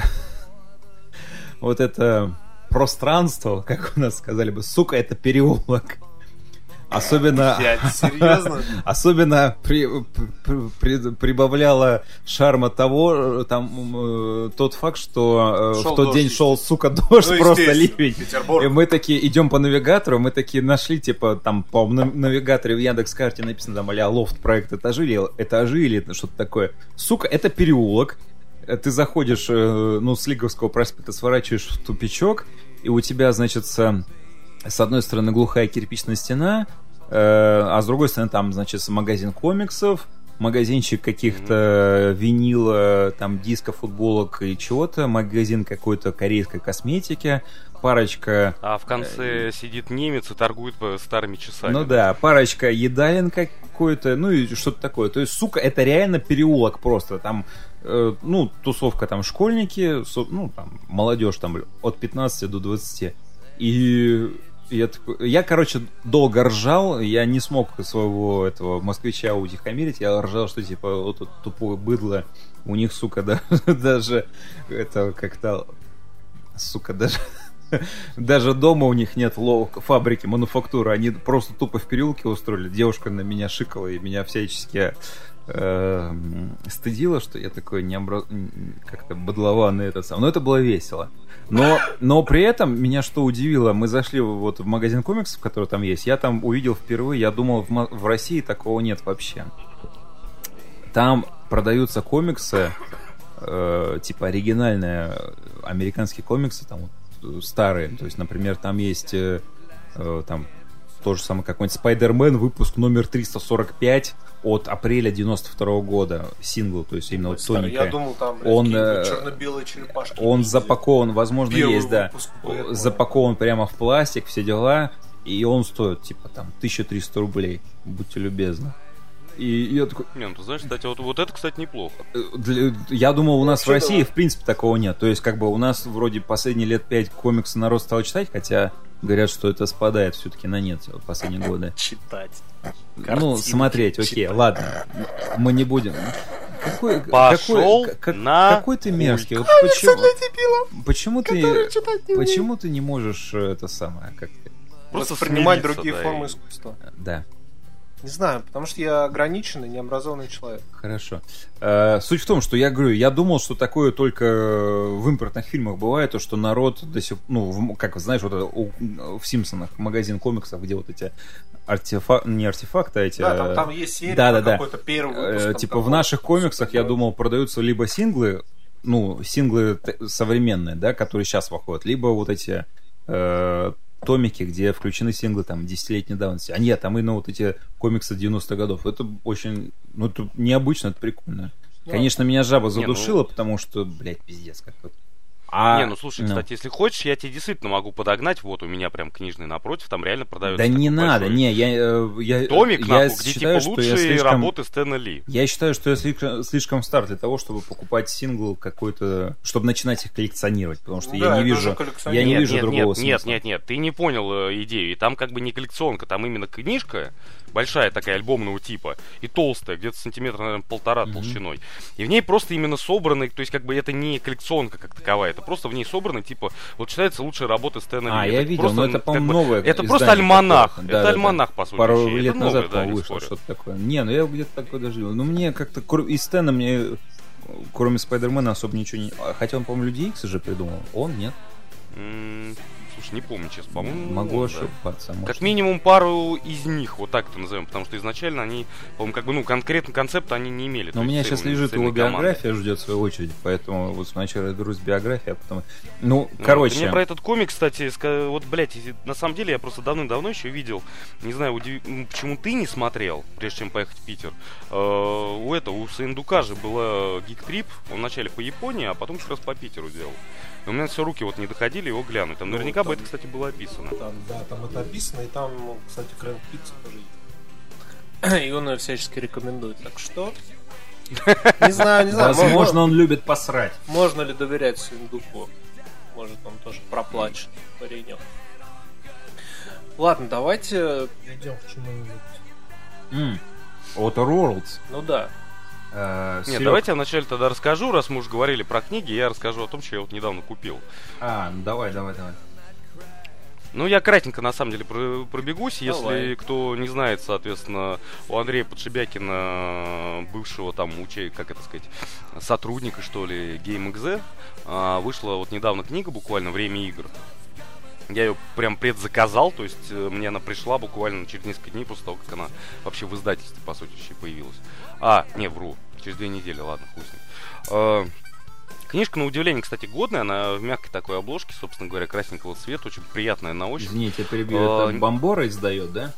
Вот это... пространство, как у нас сказали бы, сука, это переулок. Особенно... Блядь, серьезно? Особенно при, при, при, прибавляло шарма того, там, тот факт, что шел в тот дождь, день шел, сука, дождь, ну, просто ливень. И мы такие идем по навигатору, мы такие нашли, типа, там, по навигаторе в Яндекс.Карте написано, там, а-ля лофт проект этажи, или этажи, или что-то такое. Сука, это переулок. Ты заходишь, ну, с Лиговского проспекта сворачиваешь в тупичок, и у тебя, значит, с, с одной стороны глухая кирпичная стена, э, а с другой стороны там, значит, магазин комиксов, магазинчик каких-то mm-hmm. винила, там, дисков, футболок и чего-то, магазин какой-то корейской косметики, парочка... А в конце э, сидит немец и торгует старыми часами. Ну да, парочка едалин какой-то, ну и что-то такое. То есть, сука, это реально переулок просто, там... Ну, тусовка там школьники, ну, там, молодежь там от пятнадцати до двадцати. И я, такой, я, короче, долго ржал, я не смог своего этого москвича утихомирить, я ржал, что типа вот это тупое быдло, у них, сука, да, даже это как-то, сука, даже... Даже дома у них нет фабрики, мануфактуры, они просто тупо в переулке устроили. Девушка на меня шикала и меня всячески э, стыдила, что я такой необраз... как-то быдлованный этот сам. Но это было весело. Но, но при этом меня что удивило, мы зашли вот в магазин комиксов, который там есть, я там увидел впервые, я думал, в, в России такого нет вообще. Там продаются комиксы, э, типа оригинальные американские комиксы, там вот старые, то есть, например, там есть э, э, там то же самое какой-нибудь Spider-Man, выпуск номер триста сорок пять от апреля девяносто второго года, сингл, то есть именно вот тоненькая. Я думал, там он, э, черно-белые черепашки. Он запакован, возможно, Первый есть, да, запакован прямо в пластик, все дела, и он стоит, типа, там, тысяча триста рублей, будьте любезны. И я такой... Не, ну ты знаешь, кстати, вот, вот это, кстати, неплохо. Для, я думал, у нас ну, в России, давай. в принципе, такого нет. То есть, как бы, у нас вроде последние лет пять комиксы народ стал читать, хотя говорят, что это спадает все-таки на нет в последние годы. Читать. Ну, смотреть, окей, ладно. Мы не будем... Какой, Пошел какой, как, на... Какой ты мерзкий. Вот почему, почему, ты, почему ты не можешь это самое... Как, просто принимать другие да, формы и... искусства. Да. Не знаю, потому что я ограниченный, необразованный человек. Хорошо. Э, суть в том, что я говорю, я думал, что такое только в импортных фильмах бывает, то, что народ до сих ну, в, как знаешь, вот это, у, в Симпсонах магазин комиксов, где вот эти артефакты, не артефакты, а эти... Да, там, там есть серия, да, да, да. какой-то первый выпуск. Э, типа в наших комиксах, я думал, продаются либо синглы, ну, синглы современные, да, которые сейчас выходят, либо вот эти... Э, томики, где включены синглы там десятилетней давности. А нет, там именно вот эти комиксы девяностых годов. Это очень, ну, это необычно, это прикольно. Ну, конечно, меня жаба задушила, не, ну... потому что, блядь, пиздец какой-то. А, не, ну слушай, ну. кстати, если хочешь, я тебе действительно могу подогнать. Вот у меня прям книжный напротив, там реально продается. Да не надо, не, я, я томик, я нахуй, где считаю, типа лучшие слишком, работы Стэна Ли. Я считаю, что я слишком, слишком стар для того, чтобы покупать сингл какой-то, чтобы начинать их коллекционировать, потому что да, я не вижу, я не нет, вижу нет, другого нет, смысла. Нет, нет, нет, ты не понял э, идею. И там как бы не коллекционка, там именно книжка, большая такая альбомного типа, и толстая, где-то сантиметра, наверное, полтора mm-hmm. толщиной. И в ней просто именно собраны, то есть как бы это не коллекционка как таковая, это просто в ней собраны, типа, вот считается лучшие работы Стэна Ли. А, это я видел, просто, но это, по-моему, новое Это просто альманах, да, это да, альманах, да. по сути. Пару вещей. лет это назад, новое, по-моему, да, вышло что-то такое. Не, ну я где-то такое даже видел. Но мне как-то, из Стэна, мне, кроме Спайдермена, особо ничего не... Хотя он, по-моему, Люди Икс же придумал. Он, нет? Mm, слушай, не помню, честно, по-моему. Могу он, ошибаться. Да. Как минимум пару из них, вот так это назовем, потому что изначально они, по-моему, как бы, ну, конкретно концепта они не имели. Но у меня сейчас лежит его биография, ждет свою очередь, поэтому вот сначала я берусь биографию, а потом... Ну, ну короче... Мне про этот комик, кстати, вот, блядь, на самом деле я просто давным-давно еще видел, не знаю, удив... почему ты не смотрел, прежде чем поехать в Питер. Uh, у этого, у Саиндука же была гик-трип, он вначале по Японии, а потом как раз по Питеру делал. И у меня все руки вот не доходили его глянуть. Там ну, наверняка там, бы это, кстати, было описано. Там, да, там это описано, и там, кстати, Крэнк Пицца тоже есть. И он ее всячески рекомендует. Так что... Не знаю, не знаю. Возможно, он любит посрать. Можно ли доверять Саиндуку? Может, он тоже проплачет паренек. Ладно, давайте перейдем к чему-нибудь. Outer Worlds. Ну да. Uh, Нет, Серег... давайте я вначале тогда расскажу, раз мы уже говорили про книги, я расскажу о том, что я вот недавно купил. А, ну давай, давай, давай. Ну, я кратенько, на самом деле, пробегусь. Давай. Если кто не знает, соответственно, у Андрея Подшибякина, бывшего там, учей, как это сказать, сотрудника, что ли, GameXZ, вышла вот недавно книга, буквально «Время игр». Я ее прям предзаказал, то есть мне она пришла буквально через несколько дней после того, как она вообще в издательстве, по сути, еще появилась. А, не, вру, через две недели, ладно, хуй с ним. А, книжка, на удивление, кстати, годная, она в мягкой такой обложке, собственно говоря, красненького цвета, очень приятная на ощупь. Извините, я перебью, а, это Бомбора издает, да?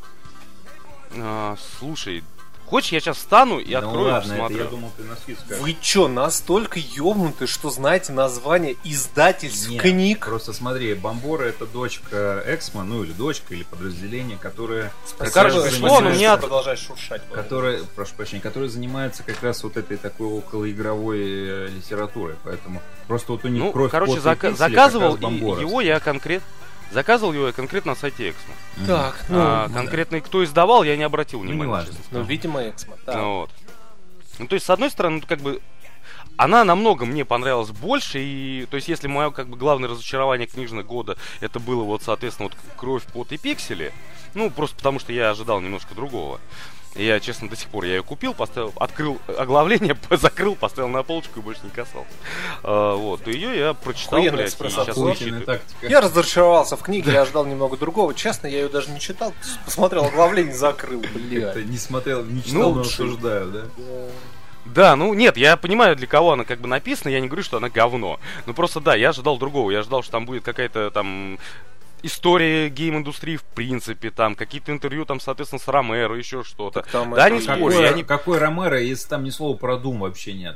А, слушай... Хочешь, я сейчас встану и ну открою, ладно, посмотрю. Это я думал, ты на свит скажешь. Вы чё, настолько ёбнуты, что знаете название издательств Нет, книг? Просто смотри, Бомбора — это дочка Эксмо, ну или дочка, или подразделение, которое... Короче, пришло, но мне продолжает шуршать. Которое, прошу прощения, которое занимается как раз вот этой такой околоигровой э, литературой, поэтому просто вот у них ну, кровь, короче, пот, зака- пиксели, заказывал его я конкретно. Заказывал его я конкретно на сайте Эксмо. Mm-hmm. Так, ну... А, конкретно кто издавал, я не обратил ну, внимания. Не важно. Ну, видимо, Эксмо, да. Ну, вот. Ну, то есть, с одной стороны, ну, как бы... Она намного мне понравилась больше, и... То есть, если мое, как бы, главное разочарование книжного года, это было, вот, соответственно, вот кровь, пот и пиксели, ну, просто потому, что я ожидал немножко другого. И я, честно, до сих пор я ее купил, поставил, открыл оглавление, закрыл, поставил на полочку и больше не касался. А, вот, и ее я прочитал, Охуенная блядь, и сейчас зачитываю. Я разочаровался в книге, я ожидал немного другого. Честно, я ее даже не читал, посмотрел оглавление, закрыл, блядь. Ты не смотрел, не читал, ну, но осуждаю, да? Да, ну нет, я понимаю, для кого она как бы написана, я не говорю, что она говно. Ну просто да, я ожидал другого, я ожидал, что там будет какая-то там... история гейм-индустрии в принципе, там, какие-то интервью, там, соответственно, с Ромеро, еще что-то. Да, не спорю. Какой, не... какой Ромеро, если там ни слова про Doom вообще нет?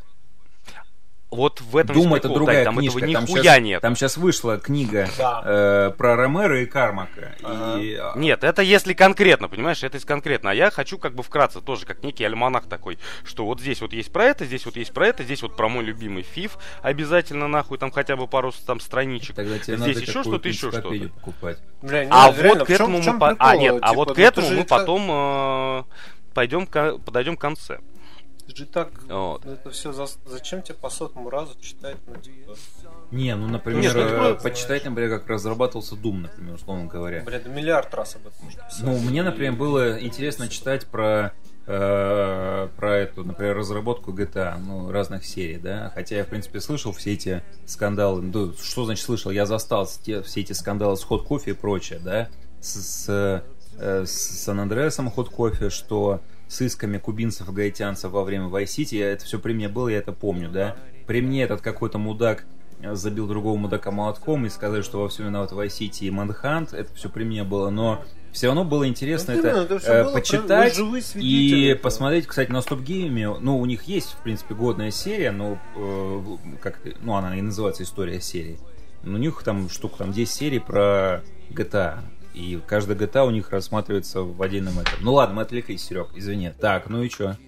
Вот в этом Doom — это другая там книжка. Этого там нихуя сейчас, нет. Там сейчас вышла книга да. э, про Ромеро и Кармака. Ага. И... Нет, это если конкретно, понимаешь, это если конкретно. А я хочу как бы вкратце тоже, как некий альманах такой, что вот здесь вот есть про это, здесь вот есть про это, здесь вот про мой любимый фиф обязательно нахуй, там хотя бы пару там страничек. Тогда тебе здесь надо еще что-то, еще что-то. Покупать. Бля, не, а реально, вот к этому чем, мы... По... Прикол, А, нет, типа, а вот ну, к этому мы же... потом э, пойдем, подойдем к конце. Ты же так, Вот. это все, за... зачем тебе по сотому разу читать, ну, типа... Не, ну, например, Нет, ну, э, почитать, например, как разрабатывался Doom, например, условно говоря. Бля, да миллиард раз об этом можно писать. Ну, мне, например, было интересно читать про, э, про эту, например, разработку джи ти эй, ну, разных серий, да. Хотя я, в принципе, слышал все эти скандалы. Ну, что значит слышал? Я застал те, все эти скандалы с Hot Coffee и прочее, да. С, с, э, с Сан-Андреасом Hot Coffee, что с исками кубинцев и гаитянцев во время Vice City. Это все при мне было, я это помню, да. При мне этот какой-то мудак забил другого мудака молотком и сказали, что во всем виноват Vice City и Manhunt. Это все при мне было, но все равно было интересно ну, это, именно, это э, было почитать и этого. посмотреть. Кстати, на Stop Game, ну, у них есть, в принципе, годная серия, но э, как ну, она и называется «История серии». У них там штука, там десять серий про джи ти эй. И каждая джи ти эй у них рассматривается в отдельном этом. Ну ладно, мы отвлеклись, Серег, извини. Так, ну и что?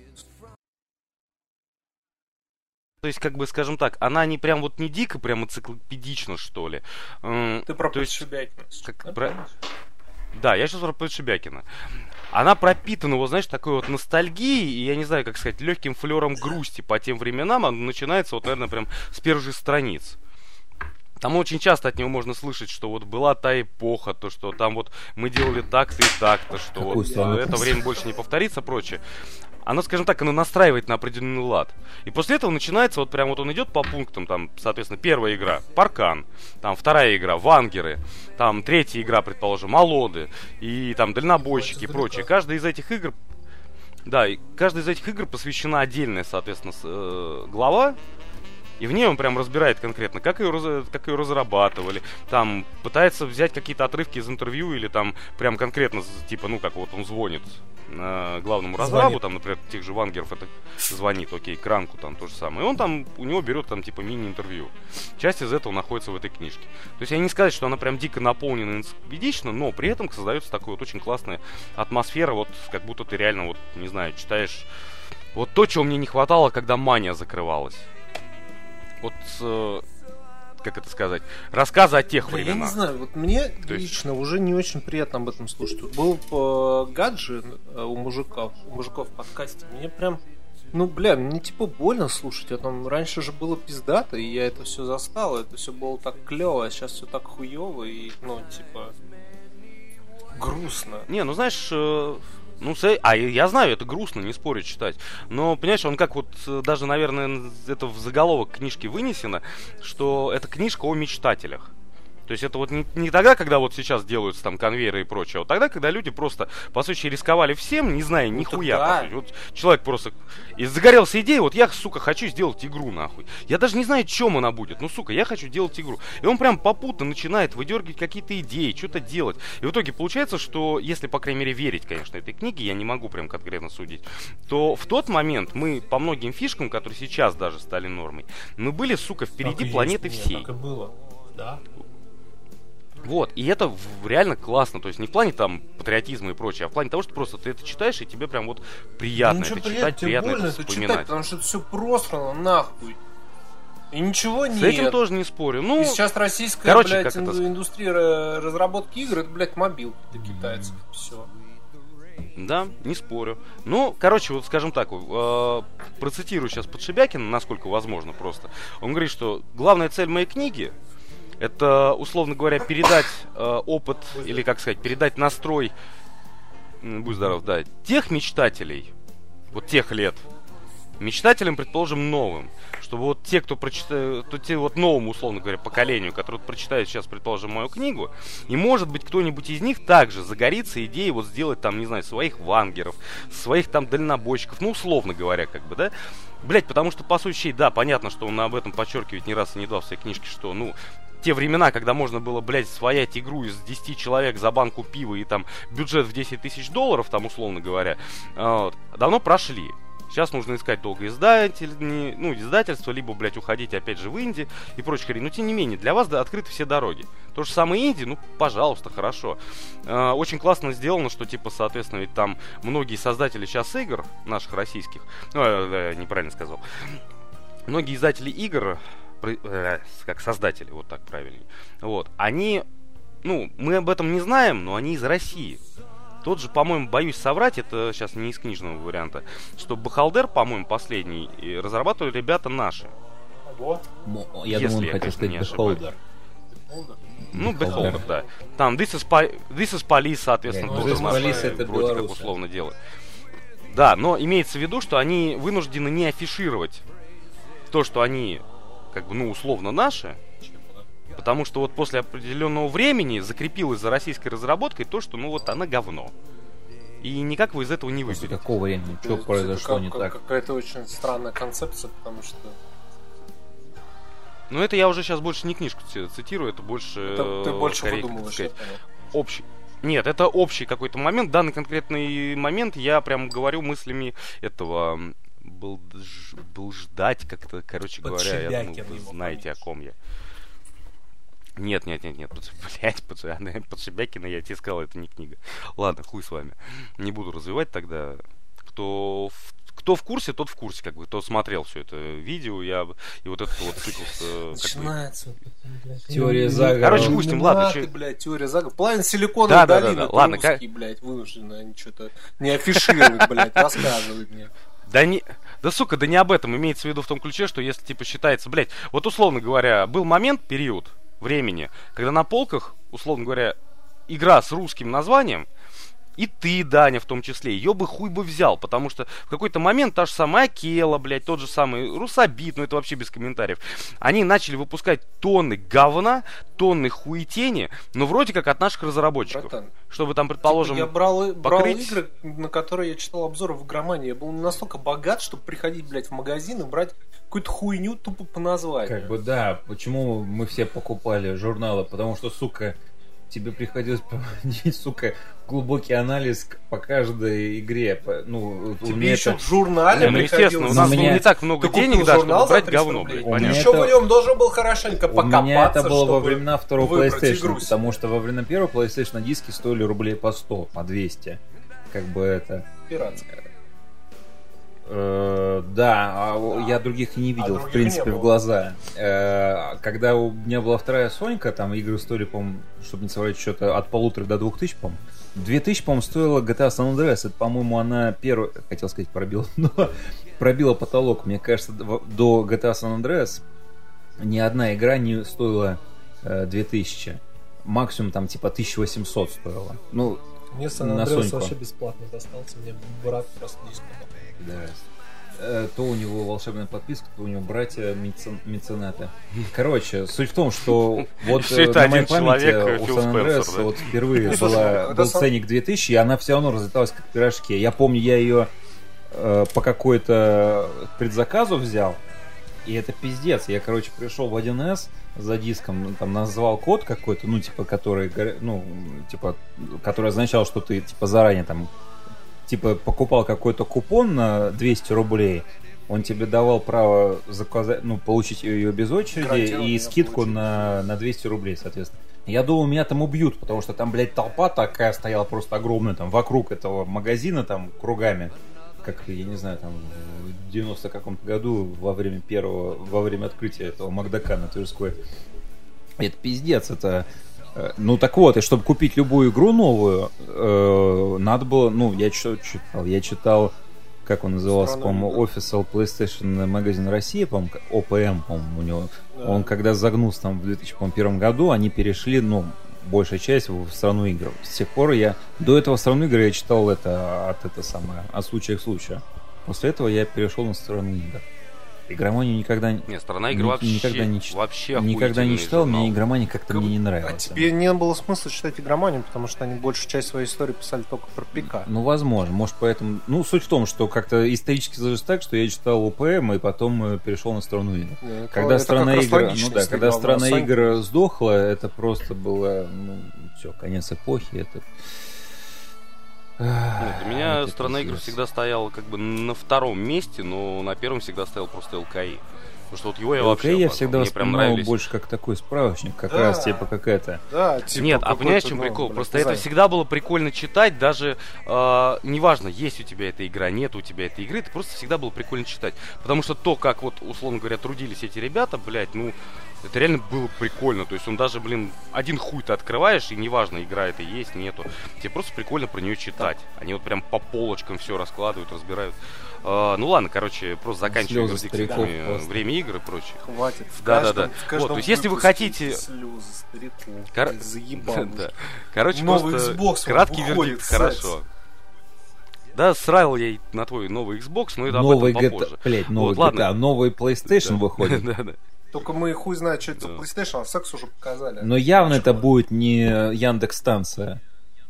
То есть, как бы, скажем так, она не прям вот не дико, прям энциклопедична, что ли. Ты про То есть, Подшибякина. как, про... Да, я сейчас про Подшибякина. Она пропитана, вот, знаешь, такой вот ностальгией, и, я не знаю, как сказать, легким флером грусти по тем временам. Она начинается, вот, наверное, прям с первых же страниц. Там очень часто от него можно слышать, что вот была та эпоха, то, что там вот мы делали так-то и так-то, что Какую вот страну? это время больше не повторится, прочее. Оно, скажем так, оно настраивает на определенный лад. И после этого начинается, вот прям вот он идет по пунктам, там, соответственно, первая игра Паркан, там, вторая игра Вангеры, там, третья игра, предположим, Алоды, и там, дальнобойщики и прочее. Каждая из этих игр, да, и каждая из этих игр посвящена отдельная, соответственно, с, э, глава. И в ней он прям разбирает конкретно, как ее, раз, как ее разрабатывали. Там пытается взять какие-то отрывки из интервью или там прям конкретно, типа, ну, как вот он звонит э, главному разрабу, там, например, тех же Вангеров это звонит, окей, Кранку там то же самое. И он там, у него берет там, типа, мини-интервью. Часть из этого находится в этой книжке. То есть я не сказать, что она прям дико наполнена энциклопедично, но при этом создается такая вот очень классная атмосфера, вот как будто ты реально, вот, не знаю, читаешь вот то, чего мне не хватало, когда Мания закрывалась. Вот, э, как это сказать, рассказы о тех временах. Я не знаю, вот мне То лично есть... уже не очень приятно об этом слушать. Тут был по гаджи у мужиков, у мужиков в подкасте. Мне прям, ну, бля, мне типа больно слушать. А там раньше же было пиздато, и я это все застал, это все было так клево, а сейчас все так хуево, и, ну, типа, грустно. Не, ну, знаешь... Э... Ну, а я знаю, это грустно, не спорю, читать. Но, понимаешь, он как вот, даже, наверное, это в заголовок книжки вынесено, что это книжка о мечтателях. То есть это вот не, не тогда, когда вот сейчас делаются там конвейеры и прочее, а вот тогда, когда люди просто, по сути, рисковали всем, не зная ни хуя. Да. По сути. Вот человек просто... И загорелся идеей, вот я, сука, хочу сделать игру, нахуй. Я даже не знаю, чем она будет, ну, сука, я хочу делать игру. И он прям попутно начинает выдергивать какие-то идеи, что-то делать. И в итоге получается, что, если, по крайней мере, верить, конечно, этой книге, я не могу прям конкретно судить, то в тот момент мы по многим фишкам, которые сейчас даже стали нормой, мы были, сука, впереди так планеты есть, всей. Нет, так и было, да. Вот, и это реально классно, то есть не в плане там патриотизма и прочее, а в плане того, что просто ты это читаешь, и тебе прям вот приятно ну, это ничего, читать, тебе приятно больно это это вспоминать. читать, потому что это все просрано нахуй. И ничего С нет. этим тоже не спорю. Ну, и сейчас российская, короче, блядь, как это... индустрия разработки игр, это, блядь, мобилки для китайцев. Все. Да, не спорю. Ну, короче, вот скажем так, э, процитирую сейчас Подшибякина, насколько возможно просто. Он говорит, что главная цель моей книги — это, условно говоря, передать э, опыт, или, как сказать, передать настрой, будь здоров, да, тех мечтателей, вот тех лет, мечтателям, предположим, новым, чтобы вот те, кто прочитает, то те вот новому, условно говоря, поколению, которое прочитает сейчас, предположим, мою книгу, и, может быть, кто-нибудь из них также загорится идеей вот сделать там, не знаю, своих вангеров, своих там дальнобойщиков, ну, условно говоря, как бы, да, блять, потому что, по сути, да, понятно, что он об этом подчеркивает не раз и не два в своей книжке, что, ну, те времена, когда можно было, блядь, своять игру из десяти человек за банку пива и там бюджет в десять тысяч долларов, там, условно говоря, вот, давно прошли. Сейчас нужно искать долго издатель, ну, издательство, либо, блядь, уходить опять же в инди и прочее хрень. Но, тем не менее, для вас да, открыты все дороги. То же самое инди, ну, пожалуйста, хорошо. Э, очень классно сделано, что, типа, соответственно, ведь там многие создатели сейчас игр, наших российских, ну, э, э, неправильно сказал, многие издатели игр, э, как создатели, вот так правильнее, вот, они, ну, мы об этом не знаем, но они из России. Тот же, по-моему, боюсь соврать, это сейчас не из книжного варианта, что Beholder, по-моему, последний, разрабатывали ребята наши. Вот. Я Если думаю, он я, хотел конечно, сказать не Beholder. Ну, Beholder. Beholder, да. Там This is, Po- This is Police, соответственно, Yeah, тоже This is наши, Police это вроде как белорусы. условно делают. Да, но имеется в виду, что они вынуждены не афишировать то, что они, как бы, ну, условно наши, потому что вот после определенного времени закрепилось за российской разработкой то, что, ну, вот она говно. И никак вы из этого не После выберете. какого времени? Что Это произошло как- не как- так? Какая-то очень странная концепция, потому что... Но это я уже сейчас больше не книжку ц- цитирую, это больше... Это ты э, больше скорее, как выдумываешь, сказать, я понял. общий. Нет, это общий какой-то момент. Данный конкретный момент я прям говорю мыслями этого... м, Был, ж- был ждать как-то, короче говоря, я думаю, Подшибякин вы его знаете, о ком я. Нет, нет, нет, нет, под, блядь, под, Подшибякина, я тебе сказал, это не книга. Ладно, хуй с вами. Не буду развивать тогда. Кто в, кто в курсе, тот в курсе, как бы, кто смотрел все это видео, я и вот этот вот цикл с, э, как бы, Начинается. Теория заговора. Короче, пустим, ладно, Иллюминаты, чё- блядь, теория заговора. Половина силиконовой Да, да, да, долины. да, ладно, русские, блядь, вынуждены они что-то не афишировать, блядь, рассказывать мне. Да не, да сука, да не об этом. Имеется в виду в том ключе, что если типа считается, блядь, вот условно говоря, был момент, период времени, когда на полках, условно говоря, игра с русским названием, и ты, Даня, в том числе, ее бы хуй бы взял, потому что в какой-то момент та же самая Акела, блядь, тот же самый Русабит, ну это вообще без комментариев, они начали выпускать тонны говна, тонны хуетени, но вроде как от наших разработчиков. Братан, Чтобы там, предположим, Типа я брал, брал покрыть- игры, на которые я читал обзоры в игромании. Я был не настолько богат, чтобы приходить, блядь, в магазин и брать какую-то хуйню тупо по названию. Как бы да, почему мы все покупали журналы? Потому что, сука, тебе приходилось проводить, сука, глубокий анализ к- по каждой игре. По- Ну, у Тебе меня еще это- в журнале Не, ну, естественно, у приходилось. нас У было меня- не так много Ты купил денег, да, журнал чтобы за брать триста говно, рублей. блядь, У меня понятно. Еще это- в нем должен был хорошенько У покопаться, меня это было во чтобы времена второго выбрать PlayStation, игру потому что во времена первого PlayStation диски стоили рублей по сто, по двести. Как бы это... пиратская. Э, да, а я других и не видел, А в других принципе, не в было. глаза. Э, когда у меня была вторая Сонька, там игры стоили, по-моему, чтобы не соврать, что-то от полутора до двух тысяч, по-моему. Две тысячи, по-моему, стоила джи ти эй San Andreas. Это, по-моему, она первая, хотел сказать, пробила, но пробила потолок. Мне кажется, в- до джи ти эй San Andreas ни одна игра не стоила э, две тысячи. Максимум там типа тысяча восемьсот стоила. Ну, Мне Сан на Андреас Соньку. вообще бесплатно достался. Мне брат просто диск подал. Да. Э, То у него волшебная подписка, то у него братья мецен- меценаты. Короче, суть в том, что вот Всё э, это на один моей памяти человек, у Фил Сан Андреас Спенсер, да? вот впервые Слушай, была, когда был Сан- ценник две тысячи, и она все равно разлеталась как пирожки. Я помню, я ее э, по какой-то предзаказу взял, и это пиздец. Я, короче, пришел в один эс за диском, ну, там назвал код какой-то, ну, типа, который, горя- ну, типа, который означал, что ты, типа, заранее там, типа, покупал какой-то купон на двести рублей, он тебе давал право заказать, ну, получить ее без очереди Гарантированно и я скидку получу. на, на двести рублей, соответственно. Я думал, меня там убьют, потому что там, блядь, толпа такая стояла просто огромная, там, вокруг этого магазина, там, кругами. Как, я не знаю, там, в девяностом каком-то году, во время первого, во время открытия этого Макдака на Тверской. Это пиздец, это... э, Ну, так вот, и чтобы купить любую игру новую, э, надо было, ну, я что читал? Я читал, как он назывался, Страна по-моему, игр. Official PlayStation Magazine Россия, по-моему, о пэ эм, по-моему, у него. Да. Он когда загнулся там в две тысячи первом году, они перешли, ну, большая часть в страну игр. С тех пор я... До этого страну игр я читал это от это самое, от случая к случаю. После этого я перешел на страну игр. Игроманию никогда... Не, страна игр ни- вообще, никогда не чит- вообще никогда не охуительный читал, журнал. мне игромания как-то мне не А нравился. тебе не было смысла читать игроманию, потому что они большую часть своей истории писали только про ПК. Ну, возможно, может, поэтому... Ну, суть в том, что как-то исторически сложилось так, что я читал о пэ эм и потом э, перешел на страну игр. Это- Когда это страна как раз игр, логично, ну да, если когда играл на страна Sony. игр сдохла, это просто было, ну, все, конец эпохи, это... Нет, для меня Это страна игр пиздец. всегда стояла как бы на втором месте, но на первом всегда стоял просто эл ка и. Потому что вот его я эл кей вообще я обожал. всегда Мне прям воспринимал нравились. больше как такой справочник, как Да. раз типа как это. Да, типа Нет, а понимаешь, в какой-то, чем ну, прикол? блин, Просто дизайн. это всегда было прикольно читать, даже э, неважно, есть у тебя эта игра, нет у тебя этой игры, это просто всегда было прикольно читать. Потому что то, как вот, условно говоря, трудились эти ребята, блядь, ну, это реально было прикольно. То есть он даже, блин, один хуй ты открываешь, и неважно, игра это есть, нету. Тебе просто прикольно про нее читать. Они вот прям по полочкам все раскладывают, разбирают. Э, ну ладно, короче, просто заканчиваем Слезы стариков вердиктами, просто. время игр и прочее. Хватит. В Да, да, каждом- да. в каждом Вот, то есть, если вы выпуске хотите- слезы стариков. Кор- Ты заебал. Да. Короче, Новый просто Xbox краткий выходит, вердикт, секс. хорошо. Да, срал я и на твой новый Xbox, но это Новый об этом джи ти попозже. эй, блять, новый Вот, ладно. джи ти эй, новый PlayStation выходит. Да, да. Только мы хуй знает, что это за Да. PlayStation, а секс уже показали. Но явно Чего? это будет не Яндекс-станция.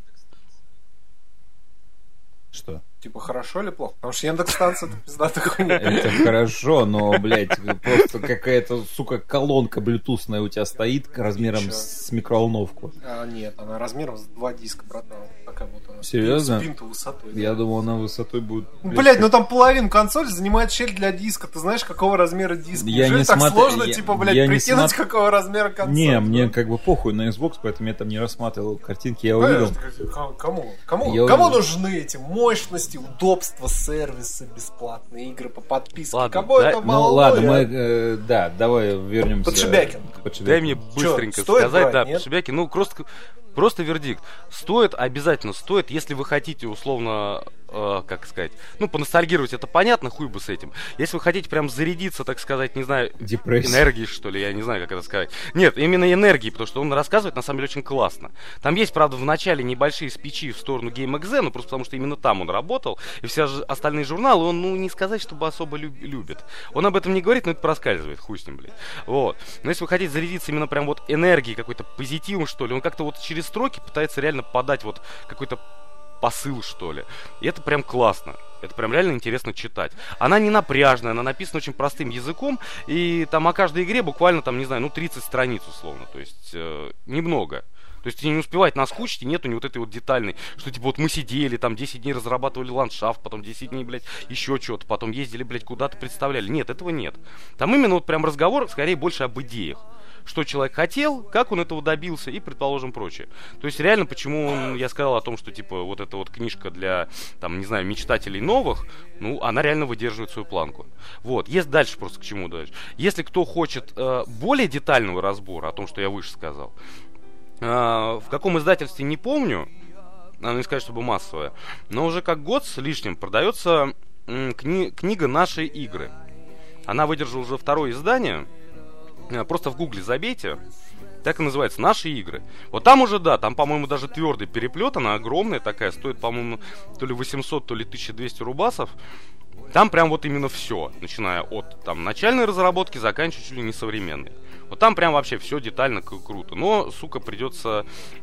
Что? Типа, хорошо или плохо? Потому что Яндекс-станция это пиздатая хуйня. Это хорошо, но, блядь, просто какая-то, сука, колонка блютусная у тебя стоит размером Чё? с микроволновку. А, нет, она размером с два диска, братан. Такая вот она. Серьезно? Спинту высотой. Я думал, она высотой будет... Ну, блядь, ну там половину консоли занимает щель для диска. Ты знаешь, какого размера диск? Я Неужели не так смотр- сложно, я- типа, блядь, я не прикинуть, смотр- какого размера консоль? Не, мне да? как бы похуй на Xbox, поэтому я там не рассматривал картинки, я Знаешь, увидел. ты как- Кому? Кому, Я кому увидел. нужны эти мощности, удобства, сервисы, бесплатные игры по подписке? Ладно, Кому дай- это Ну мало? ладно, я- мы, э, да, давай вернемся. Подшибякин. к Подшибякину. Дай мне быстренько стоит сказать, брать, да, нет? Подшибяки, ну просто, просто вердикт. Стоит, обязательно стоит, если вы хотите условно, э, как сказать, ну, поностальгировать, это понятно, хуй бы с этим. Если вы хотите прям зарядиться, так сказать, не знаю, Депрессия. энергией, что ли, я не знаю, как это сказать. Нет, именно энергией, потому что он рассказывает, на самом деле, очень классно. Там есть, правда, в начале небольшие спичи в сторону GameXZ, ну, просто потому что именно там он работал, и все же остальные журналы он, ну, не сказать, чтобы особо люб- любит. Он об этом не говорит, но это проскальзывает, хуй с ним, блядь. Вот. Но если вы хотите зарядиться именно прям вот энергией, какой-то позитивом, что ли, он как-то вот через строки пытается реально подать вот какой-то посыл, что ли. И это прям классно. Это прям реально интересно читать. Она не напряжная, она написана очень простым языком, и там о каждой игре буквально, там, не знаю, ну, тридцать страниц условно, то есть э, немного. То есть тебе не успевает наскучить, и нету ни вот этой вот детальной, что типа вот мы сидели, там десять дней разрабатывали ландшафт, потом десять дней, блядь, еще что-то, потом ездили, блядь, куда-то представляли. Нет, этого нет. Там именно вот прям разговор, скорее, больше об идеях. Что человек хотел, как он этого добился и, предположим, прочее. То есть реально, почему он, я сказал о том, что типа вот эта вот книжка для, там, не знаю, мечтателей новых, ну, она реально выдерживает свою планку. Вот, есть дальше просто к чему дальше. Если кто хочет э, более детального разбора о том, что я выше сказал, э, в каком издательстве не помню, надо не сказать, чтобы массовое, но уже как год с лишним продается м, кни- книга «Наши игры». Она выдержала уже второе издание. Просто в гугле забейте. Так и называется, «Наши игры». Вот там уже, да, там, по-моему, даже твердый переплет, она огромная такая, стоит, по-моему, то ли восемьсот, то ли тысяча двести рубасов. Там прям вот именно все, начиная от там начальной разработки, заканчивая чуть ли не современной. Вот там прям вообще все детально к- круто. Но, сука, придется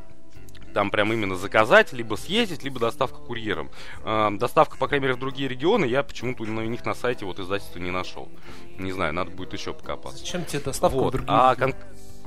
там прям именно заказать, либо съездить, либо доставка курьером. Э, доставка, по крайней мере, в другие регионы, я почему-то у них на сайте вот издательства не нашел. Не знаю, надо будет еще покопаться. Зачем тебе доставка Вот. в другие? А кон-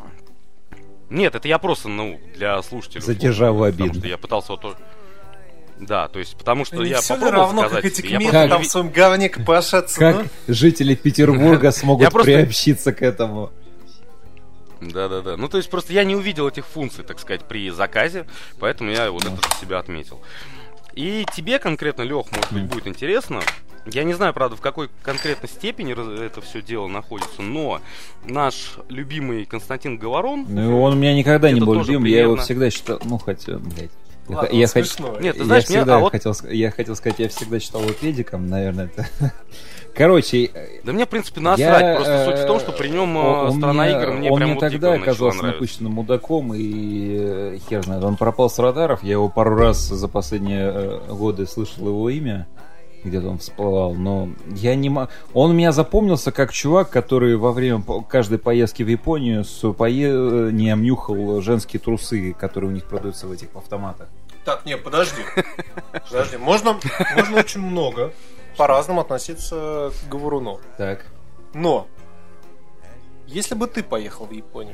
Нет, это я просто, ну, для слушателей. За державу Потому обидно. что я пытался вот тоже... Да, то есть, потому что Не я все ли попробовал равно, сказать как эти себе, я кметы просто там не в своем говне копошатся, Как ну? жители Петербурга смогут Я просто- приобщиться к этому? Да-да-да. Ну, то есть, просто я не увидел этих функций, так сказать, при заказе, поэтому я вот это для себя отметил. И тебе конкретно, Лех, может быть, будет интересно. Я не знаю, правда, в какой конкретной степени раз- это все дело находится, но наш любимый Константин Говорон... Ну, он у меня никогда не Это был тоже любим, я его примерно. всегда считал, ну, хотя, блядь. Я, Ладно, х- я, он хот- смешной. Нет, ты я знаешь, меня... всегда А вот... хотел, sk- я хотел сказать, я всегда читал его педиком, наверное, это... Короче, э, Да мне, в принципе, насрать. я, Просто суть в том, э, что при нем он- он страна мне- игр мне он прям мне вот тогда дико начала оказался нравиться. напыщенным мудаком, и э, хер знает, он пропал с радаров, я его пару раз за последние э, годы слышал его имя, где-то он всплывал, но я не могу... Он у меня запомнился как чувак, который во время по- каждой поездки в Японию с упоением нюхал женские трусы, которые у них продаются в этих автоматах. Так, не, подожди. Подожди, можно, можно очень много по-разному относиться к Говоруну. Так. Но, если бы ты поехал в Японию,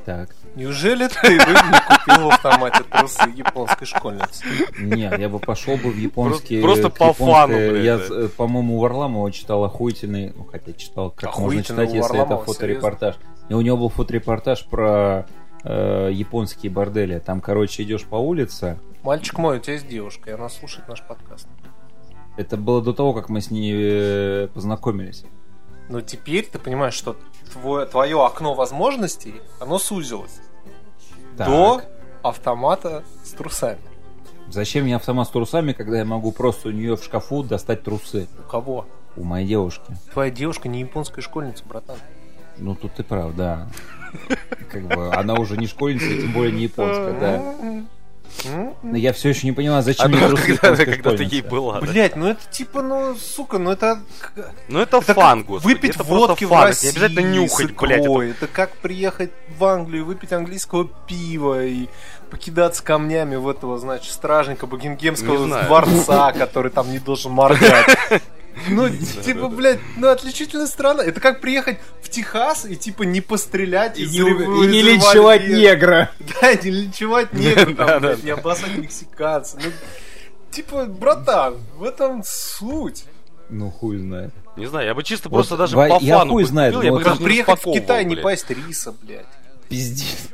Так. Неужели ты бы не купил в автомате трусы японской школьницы? Нет, я бы пошел бы в японский... Просто к по японской- фану, блядь, Я, да. э, по-моему, у Варламова читал охуительный... Ну, хотя читал, как можно Охуительный читать, у если это Варламова, фоторепортаж. И у него был фоторепортаж про э, японские бордели. Там, короче, идешь по улице. Мальчик мой, у тебя есть девушка, и она слушает наш подкаст. Это было до того, как мы с ней э, познакомились. Но теперь ты понимаешь, что твое, твое окно возможностей, оно сузилось. Так. До автомата с трусами. Зачем мне автомат с трусами, когда я могу просто у нее в шкафу достать трусы? У кого? У моей девушки. Твоя девушка не японская школьница, братан. Ну, тут ты прав, да. Как бы она уже не школьница, и тем более не японская, да. Но я все еще не понимаю, зачем А мне ну, трусы когда, японской когда ты школьницы. ей была. да. Блять, ну это типа, ну, сука, ну это... Ну это, Это фан, как господи. выпить это просто водки в фан. России Это не обязательно нюхать, с блядь. икрой. Это как приехать в Англию, выпить английского пива и покидаться камнями в этого, значит, стражника Не Букингемского знаю. дворца, который там не должен моргать. Ну, типа, блядь, ну отличительная страна. Это как приехать в Техас и, типа, не пострелять И из не, рев- и не из линчевать револьвера. негра. Да, не линчевать негров, Да, там, да. блядь, не обоссать мексиканца. Ну, типа, братан, в этом суть. Ну, хуй знает. это. Не знаю, я бы чисто Вот просто даже во- по я фану хуй бы знает, купил, я но бы вот даже Как не приехать в распаковывал, Китай, не блядь. пасть риса, блядь. Пиздец.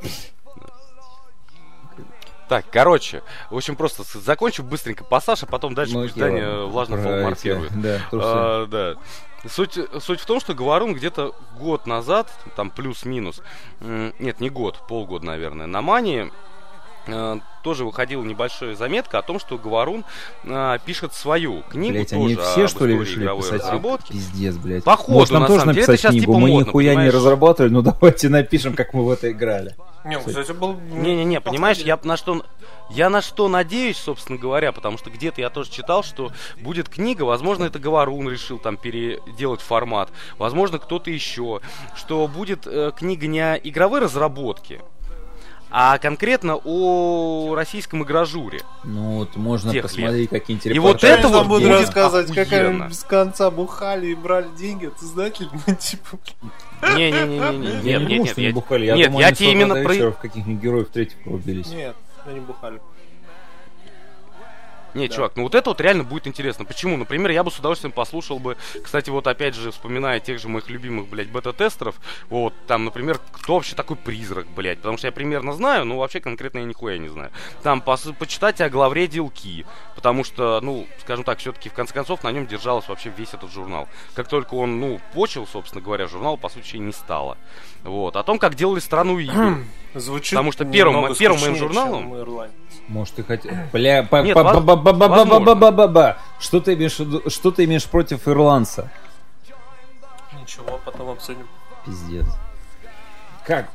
Так, короче, в общем, просто с- закончу быстренько пассаж, а потом дальше Ну, пусть окей, Даня ладно. влажно Про фол эти, морфирует. Да, трусы. А, да. Суть, суть в том, что Говорун где-то год назад, там плюс-минус, м, нет, не год, полгода, наверное, на Мании э, тоже выходила небольшая заметка о том, что Говорун э, пишет свою книгу Блять, тоже они все, об что ли, истории решили игровой писать? разработки. Пиздец, блядь. Походу, Может, нам на тоже самом деле, написать это щас книгу? типа Мы модно, нихуя не понимаешь? разрабатывали, ну давайте напишем, как мы в это играли. Не, кстати, был... Не-не-не, понимаешь, я на что... Я на что надеюсь, собственно говоря, потому что где-то я тоже читал, что будет книга, возможно, это Говорун решил там переделать формат, возможно, кто-то еще, что будет э, книга не о игровой разработке, а конкретно о российском игражуре. Ну вот можно Тех посмотреть какие-нибудь И вот репортажи. это вот буду будет рассказывать, как охуенно. они без конца бухали и брали деньги от издателей. Ну, типа, Не-не-не-не-не, Я нет, не нет, думаю, нет, что они я- бухали. Я нет, думаю, я они тебе с утра именно до про- вечера в каких-нибудь героев третьих рубились. нет, они бухали. Не, Да. чувак, ну вот это вот реально будет интересно. Почему? Например, я бы с удовольствием послушал бы, кстати, вот опять же, вспоминая тех же моих любимых, блядь, бета-тестеров, вот, там, например, кто вообще такой призрак, блядь, потому что я примерно знаю, но вообще конкретно я нихуя не знаю. Там, пос- почитать о главре Дилки, потому что, ну, скажем так, все-таки, в конце концов, на нем держалась вообще весь этот журнал. Как только он, ну, почил, собственно говоря, журнал, по сути, не стало. Вот, о том, как делали страну игр. Звучит Потому что первым- немного первым моим скучнее, журналом- чем Ирландец. Может, ты хотел... Бля, па- Нет, па- воз- ба- ба- ба- ба- возможно. ба- ба- ба- ба. Что ты имеешь в виду- что ты имеешь против ирландца? Ничего, потом обсудим. Пиздец. Как?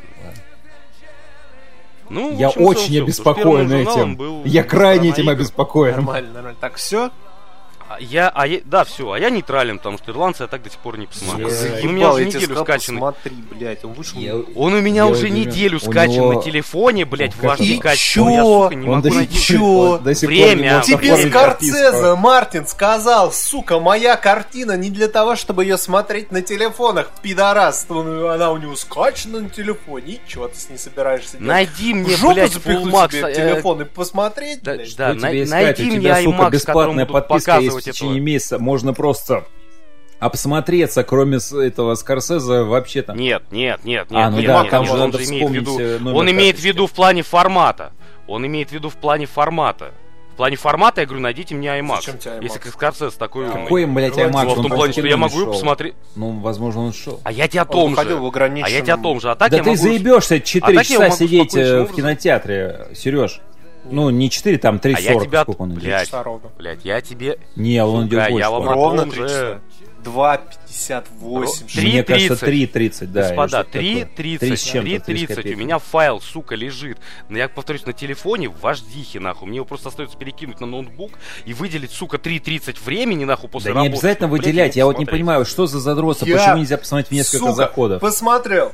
Ну, в Я общем, в целом очень всё, потому что обеспокоен первым журналом этим. был Я крайне «Страна этим игр». обеспокоен. Нормально, нормально. Так, все? А Я, а я, да, все, а я нейтрален, потому что ирландцы я так до сих пор не посмотрел. Бля, Он у меня уже неделю скачанный. Смотри, блядь, он вышел. Я- Он у меня Я уже уверен, неделю у скачан него- на телефоне, блядь, в как аш ди это? качестве. И Я, чё? сука, не Он могу до найти. сих Чё? пор до сих пор не Время. может Тебе оформить Скорсезе, подписку. Мартин, сказал, сука, моя картина не для того, чтобы ее смотреть на телефонах, пидорас. Он- Она у него скачана на телефоне, и чё ты с ней собираешься делать? Найди мне, В жопу блядь, запихнуть Full себе Max, э, телефон и посмотреть, Да, блядь? да, Что най- тебе искать? найди У мне тебя, сука, IMAX, которому бесплатная будут подписка есть в показывать течение этого. месяца. Можно просто обсмотреться, кроме с- этого Скорсезе, вообще там. Нет, нет, нет, А, нет, ну нет, да, нет, там нет, же он надо же имеет в вспомнить, виду, э, номер он имеет в карточки. виду в плане формата. Он имеет в виду в плане формата. В плане формата, я говорю, найдите мне IMAX. Зачем тебе IMAX? Если как Скорсесе такой умный. Какой им, блядь, Ну, IMAX? Ну, а в Он том просто плане, что кино я не могу его шел. посмотреть. Ну, возможно, он шел. А я тебе о Он том выходил же. в ограниченном- А я тебе о том же. А так Да я ты могу... заебешься четыре А так я часа могу сидеть спокойнейшим э, в образом. кинотеатре, Сереж. Ну, не четыре, там три А я сорок, тебя... сколько он идет. Блядь, Часа ровно. блядь, я тебе... Не, он Сука, идет больше. я вам по-моему. о Ровно том три же. часа. два пятьдесят восемь. Три Мне кажется, тридцать. три тридцать, да. Господа, или что-то три такое. тридцать, Три с чем-то, три три с тридцать, у копейками. меня файл, сука, лежит. Но я повторюсь, на телефоне в вождихе, нахуй. Мне его просто остается перекинуть на ноутбук и выделить, сука, три тридцать времени, нахуй, после Да не работы. обязательно чтобы, блядь, выделять, я его вот не посмотреть. понимаю, что за задротство, Я, почему нельзя посмотреть в несколько Сука, заходов? посмотрел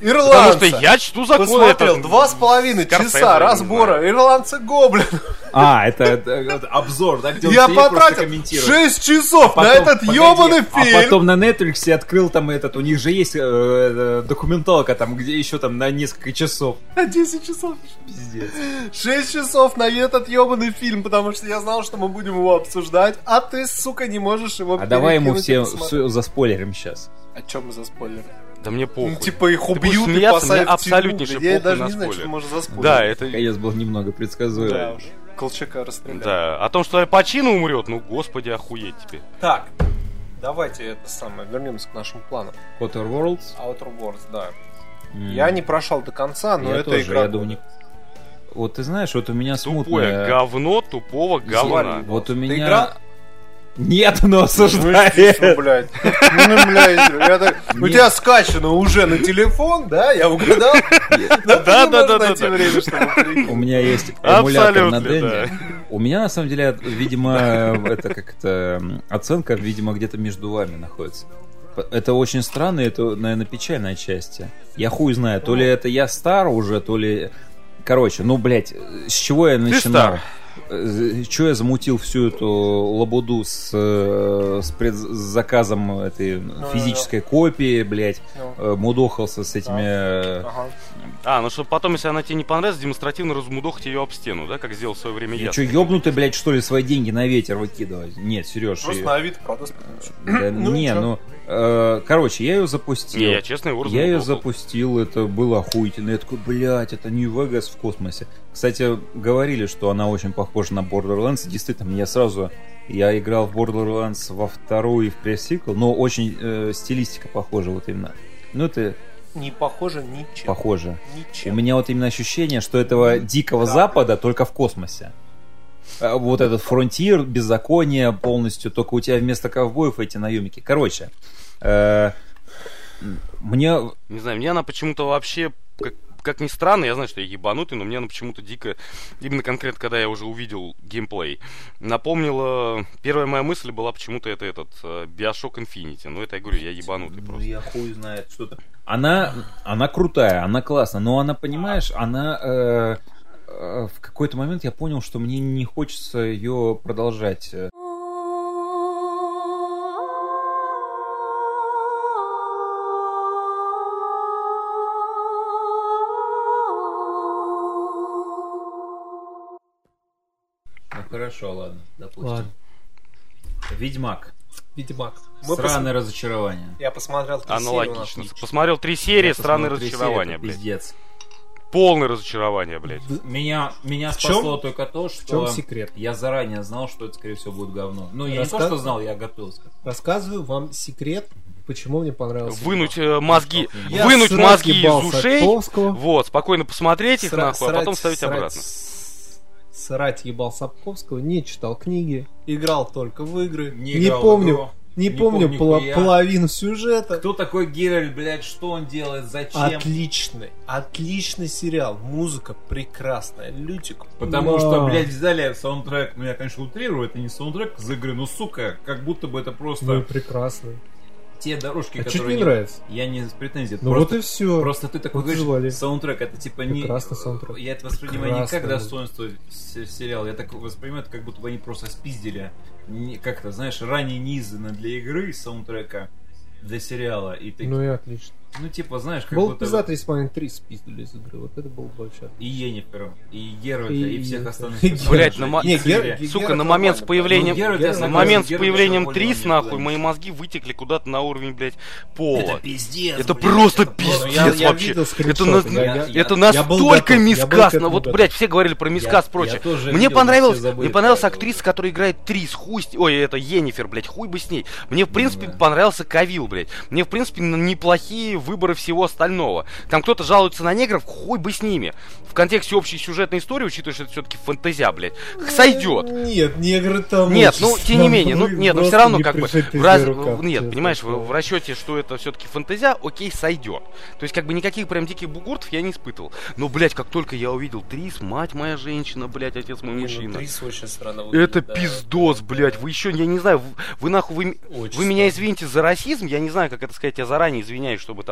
Ирландца. Потому что я чту закон. Посмотрел два с половиной часа разбора ирландца-гоблина. А, это, это, это обзор, да, где он Я сидит, просто потратил комментирует. шесть часов Потом, на этот погоди, ёбаный А фильм. потом на Netflix открыл там этот, у них же есть э, э, документалка там, где еще там на несколько часов. На десять часов. Пиздец. шесть часов на этот ёбаный фильм, потому что я знал, что мы будем его обсуждать, а ты, сука, не можешь его А давай ему перекинуть и все, посмотреть. все заспойлерим сейчас. А чё мы за спойлеры? Да мне похуй. Ну, типа их Ты будешь убьют и смеяться, посадят мне в тюрьму. абсолютнейший Я похуй даже на не знаю, что спойлер. можно за спойлер. Да, это... Конец был немного предсказуем. Да уж. Колчака расстреляли. Да, о том, что Аль Пачино умрет, ну, господи, охуеть тебе. Так, давайте это самое, вернемся к нашим планам. Outer Worlds. Outer Worlds, да. М. Я не прошел до конца, но Я это тоже, игра. я думаю, не... Вот ты знаешь, вот у меня Тупое смутное... говно тупого говна. Вот у Ты меня... играл? Нет, но Ну, осуждает. естественно, блядь. Ну, блядь, я так- У тебя скачано уже на телефон, да? Я угадал? Да, да, да, да, найти да. время, чтобы У прийти. меня есть эмулятор на Абсолютно, Денде. да. У меня, на самом деле, видимо, это как-то оценка, видимо, где-то между вами находится. Это очень странно, это, наверное, печальная часть. Я хуй знаю, то ли это я стар уже, то ли... Короче, ну, блядь, с чего я начинал? Чего я замутил всю эту лабуду с, э, с предзаказом этой физической копии, блядь, э, мудохался с этими... э, Ага. А, ну чтобы потом, если она тебе не понравится, демонстративно размудохать ее об стену, да, как сделал в свое время я. Я что, ёбнутый, блядь, что ли, свои деньги на ветер выкидывать? Нет, Сереж. Просто на Авито продаст. Да, Ну, не, ничего. ну, э, короче, я ее запустил. Не, я честно его Я ее размудохал. запустил, это было охуительно. Я такой, блядь, это Нью-Вегас в космосе. Кстати, говорили, что она очень похожа на Borderlands. Действительно, мне сразу... Я играл в Borderlands во вторую и в пресс-сиквел, но очень э, стилистика похожа вот именно. Ну, это Не похоже ничем. похоже. У Ничем. меня вот именно ощущение, что этого дикого запада только в космосе. А Вот этот фронтир, беззаконие полностью, только у тебя вместо ковбоев эти наемники. Короче, э, мне... Не знаю, мне она почему-то вообще, как, как ни странно, я знаю, что я ебанутый, но мне она почему-то дико, именно конкретно, когда я уже увидел геймплей, напомнила, первая моя мысль была почему-то это этот, э, Bioshock Infinity, ну это я говорю, я ебанутый Ну, просто. я хуй знает, что-то. Она, она крутая, она классная, но она, понимаешь, она... э, э, в какой-то момент я понял, что мне не хочется ее продолжать. Ну хорошо, ладно, допустим. Ладно. Ведьмак. Ведьмак. Мы Странное разочарование. пос- Я посмотрел три серии, у нас Аналогично. тут- Посмотрел три серии, Я странное посмотрел три разочарование, серии, это блядь. Пиздец. Полное разочарование, блядь. Меня, меня В чем- спасло только то, что В чем секрет? я заранее знал, что это, скорее всего, будет говно. Ну, я не Рассказ- то, что знал, я готовился. Рассказываю вам секрет, почему мне понравился. Вынуть э, мозги, Я вынуть срать мозги из ебал ушей, Сапковского. вот, спокойно посмотреть их Сра- нахуй, а срать- потом ставить срать- обратно. с- Срать ебал Сапковского, не читал книги, играл только в игры, Не не, играл в помню, игру. не, Не помню, помню поло- нихуя. половину сюжета. Кто такой Геральт, блядь, что он делает, зачем? Отличный, отличный сериал, музыка прекрасная, Лютик. Потому Да. что, блядь, взяли саундтрек, ну я, конечно, утрирую, это не саундтрек из игры, ну, сука, как будто бы это просто Ну и прекрасный. те дорожки, А чуть которые... не нравится. Я не с претензией. Ну просто, вот и все. просто ты такой Вот говоришь, звали. саундтрек, это типа не... Прекрасный саундтрек. Я это воспринимаю не Прекрасный. как достоинство с- сериала, я так воспринимаю это, как будто бы они просто спиздили, не- как-то, знаешь, ранее неиздано для игры саундтрека для сериала. И ты, Ну ну, и отлично. типа, знаешь, как Был бы будто... пиздато, если бы они три спиздили из игры. Вот это было бы вообще. И Йеннифер, и Геральта, и, И- всех и- остальных. и- персонажей. Блядь, на ма- И Не, Цири. Гер- Гер- Сука, Геральт на момент с нормально, появлением, Ну, Геральт, я на согласен, момент с Геральт появлением еще Трис, более нахуй, никуда мои не- мозги вытекли куда-то на уровень, блядь, пола. Это пиздец, Это блядь, просто это пиздец Я- я вообще. видел Это, скриншоты, на- я- я- это я- я был настолько готов, я был к мискасно. этому Вот, готов. блядь, все говорили про мискас Я- и прочее. я тоже Мне видел, понравилось, все забыли мне понравилась про это. актриса, которая играет Трис, хуй с... Ой, это Йеннифер, блядь, хуй бы с ней. Мне, в принципе, да. понравился Кавилл, блядь. Мне, в принципе, н- неплохие выборы всего остального. Там кто-то жалуется на негров, хуй бы с ними. В контексте общей сюжетной истории, учитывая, что это все-таки фэнтезия, блядь, сойдет. Нет, негры там. Нет, очень ну, тем не менее, ну, слабые, нет, ну, просто все равно, не как бы, пришитые в раз- за рукав, нет, честно понимаешь, в, слово. в расчете, что это все-таки фэнтезия, окей, сойдет. То есть, как бы, никаких прям диких бугуртов я не испытывал. Но, блядь, как только я увидел Трис, мать моя женщина, блядь, отец мой Не, ну, мужчина. Трис очень странно выглядит, Это да. пиздос, блядь, вы еще, я не знаю, вы, вы нахуй, вы, Очень вы меня странно. извините за расизм, я не знаю, как это сказать, я заранее извиняюсь, чтобы там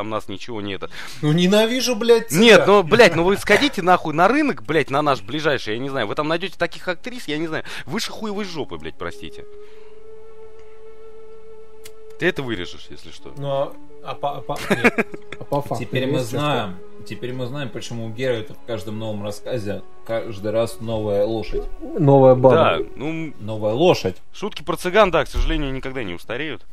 там нас ничего нет. Ну ненавижу, блядь, тебя. Нет, ну, блядь, ну вы сходите нахуй на рынок, блядь, на наш ближайший, я не знаю, вы там найдете таких актрис, я не знаю, выше хуевой жопы, блядь, простите. Ты это вырежешь, если что. Ну, а, а, по, а, по, нет, а по факту. Теперь мы есть знаем, теперь мы знаем, почему у Геральта в каждом новом рассказе каждый раз новая лошадь. что- Новая баба. Да, ну, Новая лошадь. шутки про цыган, да, к сожалению, никогда не устареют.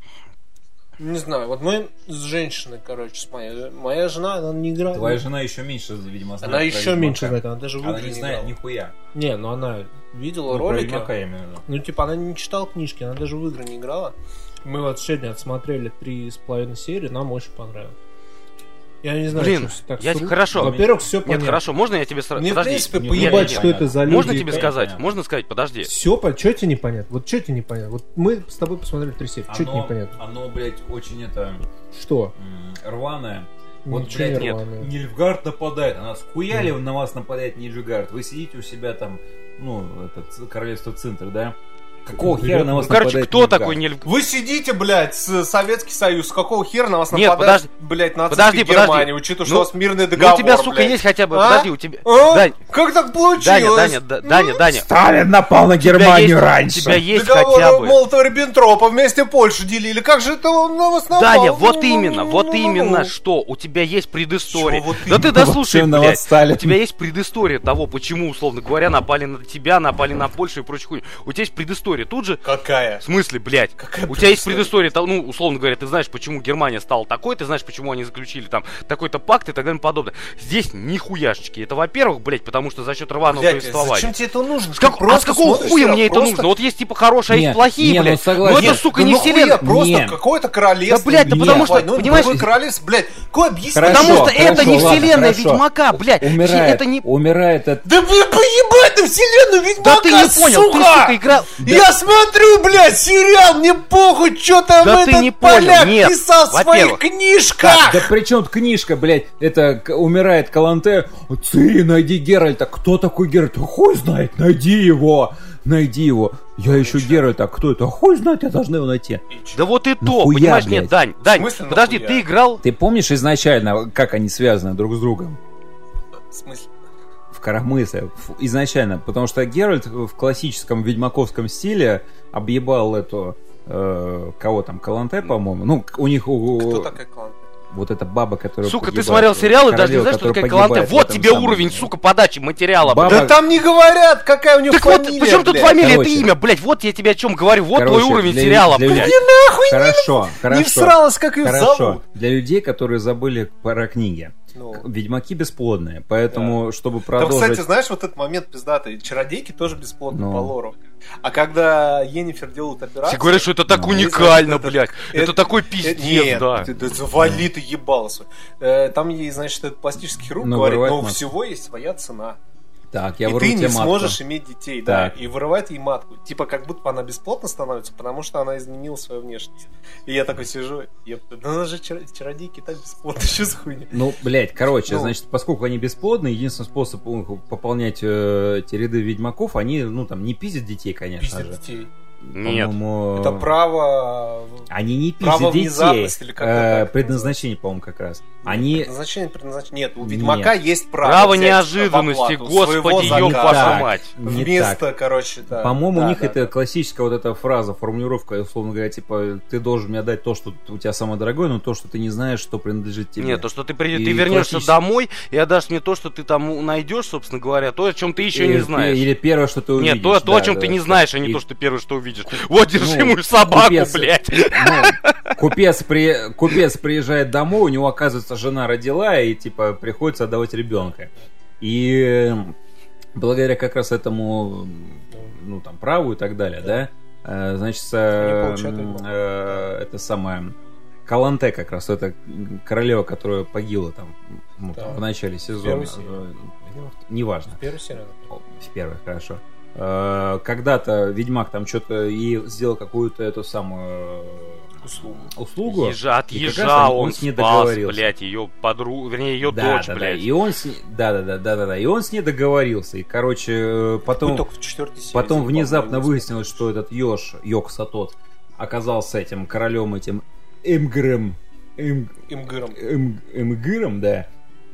Не знаю, вот мы с женщиной, короче, с моей. Моя жена, она не играет. Твоя жена еще меньше, видимо, знает. Она про еще Ведьмака. меньше знает, она даже в Она игры не не знает играла. нихуя. Не, ну она видела Ну, про ролики. Ведьмака я имею в виду. Ну, типа, она не читала книжки, она даже в игры не играла. Мы вот сегодня отсмотрели три с половиной серии, нам очень понравилось. Я не знаю, Блин, что так я сру. хорошо. Во-первых, все Нет, понятно. хорошо, можно я тебе сразу... Мне, в Подожди. принципе, Нет, поебать, нет, что понятно. это за люди. Можно тебе сказать? понятно. Можно сказать? Подожди. Все, по... что тебе непонятно? Вот что тебе непонятно? Вот мы с тобой посмотрели три серии, что тебе Оно, непонятно? оно, блядь, очень это Что? м, рваное. Вот, Ничего блядь, не нет. рваное. Нильфгард нападает, а нас хуяли, на вас нападает Нильфгард. Вы сидите у себя там, ну, это ц- королевство Цинтр, да? Какого хера на вас Ну, короче, нападает кто Нильфгард? такой Нильф... Вы сидите, блядь, с Советский Союз. С какого хера на вас Нет, нападает, подожди. блядь, нацистская Подожди, подожди. Германия, учитывая, что Ну, у вас мирный Ну, договор, у тебя, сука, блядь. есть хотя бы... А? Подожди, у тебя... А? Дань, Как так получилось? Даня, Даня, да- Даня, Даня. Сталин напал на У тебя Германию есть- раньше. У тебя есть Договор хотя бы... Молотова-Риббентропа вместе Польшу делили. Как же это он на вас напал? Даня, вот Ну, именно, ну, вот ну, именно ну. что. У тебя есть предыстория. Чё вот Да ты именно? дослушай, Вообще на блядь. вас Сталин. У тебя есть предыстория того, почему, условно говоря, напали на тебя, напали на Польшу и прочую хуйню. У тебя есть предыстория. Тут же... Какая? В смысле, блядь? Какая У тебя есть предыстория? предыстория, того, ну, условно говоря, ты знаешь, почему Германия стала такой, ты знаешь, почему они заключили там такой-то пакт и так далее и подобное. Здесь нихуяшечки. Это, во-первых, блядь, потому что за счет рваного Блядь, повествования. зачем тебе это нужно? С как- Ты а просто с какого смотришь хуя сериал, мне это просто- нужно? Вот есть типа хорошие, а Не, есть плохие, не, ну, блядь. согласен. Ну это, Нет, сука, Да не нахуя? вселенная. Просто Не. какое-то королевство. Да, блядь, да Нет, потому что, войну, понимаешь, другое королевство, блядь, какое объяснение? Хорошо, Потому что это хорошо, не ладно, вселенная хорошо. Ведьмака, блядь. Умирает, Это не... умирает от... Да вы поебать на вселенную Ведьмака, Да ты не понял, ты, сука! сука, играл... Я смотрю, блядь, сериал, мне похуй, что там Да ты этот не понял, поляк нет. писал в своих Во-первых. книжках. Да при чем тут книжка, блядь? Это к- умирает Каланте. Цири, найди Геральта. Кто такой Геральт? Хуй знает, найди его. Найди его. Я ищу Геральта. А кто это? Хуй знает, я должна его найти. Да вот и то, Нахуя, понимаешь, блядь? нет, Дань, Дань, В смысле подожди, нахуя? ты играл... Ты помнишь изначально, как они связаны друг с другом? В смысле? В коромысле. Ф- Изначально. Потому что Геральт в классическом ведьмаковском стиле объебал эту... э, кого там? Каланте, по-моему? Ну, у них... у- Кто такая клан? Вот эта баба, которая Сука, ты погибает, смотрел сериал и даже не королева, знаешь, что такое которая Каланте. погибает в Вот этом тебе самом- уровень, сука, подачи материала, Баба- блядь. Да там не говорят, какая у него Так вот, фамилия, причем тут блядь. фамилия, Короче. это имя, блядь, вот я тебе о чем говорю, вот Короче, твой уровень для- сериала, для блядь. людей- Хорошо, хорошо. Не всралась, как ее Хорошо. зовут. Для людей, которые забыли про книги. Ну. Ведьмаки бесплодные, поэтому, чтобы Там, продолжить... кстати, знаешь, вот этот момент пиздатый. Чародейки тоже бесплодны Ну. по лору. А когда Йеннифер делают операцию... Все говорят, что это так Ну, уникально, это- блядь. Это, это- такой э, пиздец, Нет, да. ты, да завали ты ебало свой. Э, Там ей, значит, этот пластический хирург Ну, говорит, вырывает но у матку. всего есть своя цена. Так, я и вырву ты тебе не матку. сможешь иметь детей, да. Так. И вырывает ей матку. Типа, как будто бы она бесплотно становится, потому что она изменила свою внешность. И я такой сижу, епта, да она же чар- чародейки так бесплотно, что за хуйня? Ну, блядь, короче, Ну. значит, поскольку они бесплодны, единственный способ у них пополнять э, эти ряды ведьмаков, они, ну, там, не пиздят детей, конечно Пиздят же. детей. Нет. По-моему, Это право... Они не право пиздят детей. внезапности или как Э, это так предназначение, по-моему, как раз. Они... Предназначение, предназначение. Нет, у Ведьмака Нет. есть право Право взять неожиданности, в оплату своего господи, ёб заказа. вашу так. мать. Не Вместо, так. короче, да. По-моему, Да, у них да, это да. классическая вот эта фраза, формулировка, условно говоря, типа, ты должен мне дать то, что у тебя самое дорогое, но то, что ты не знаешь, что принадлежит тебе. Нет, то, что ты, при... И ты вернешься классически- домой и отдашь мне то, что ты там найдешь, собственно говоря, то, о чем ты еще Или- не знаешь. Или первое, что ты увидишь. Нет, то, то да, о чем да, ты не да. знаешь, а не И- то, что ты первое, что увидишь. Вот, держи Ну, мою собаку, купец- блядь. Ну, купец, при... купец приезжает домой, у него, оказывается, жена родила, и, типа, приходится отдавать ребенка. И благодаря как раз этому, ну, там, праву и так далее, да, э, значит, э, получают ребенка. э, это самое... Каланте как раз, это королева, которая погибла там, ну, там, Да. в начале сезона. первой серии. Э, Неважно. Первый сериал. О, в первой, хорошо. Э, Когда-то Ведьмак там что-то и сделал какую-то эту самую Услугу. услугу. Ежа, от и как ежа раз он, с ней спас, договорился. блядь, ее подругу, вернее, ее Да, дочь, да, да. блядь. И он с ней, да, да, да, да, да, да. И он с ней договорился. И, короче, э, Ну, потом, только в четвертой серии. потом типа, внезапно по-моему, выяснилось, что этот Ёж, Йог Сатот, оказался этим королем, этим Эмгрем Им... Имгыром. Им... Имгыром, да,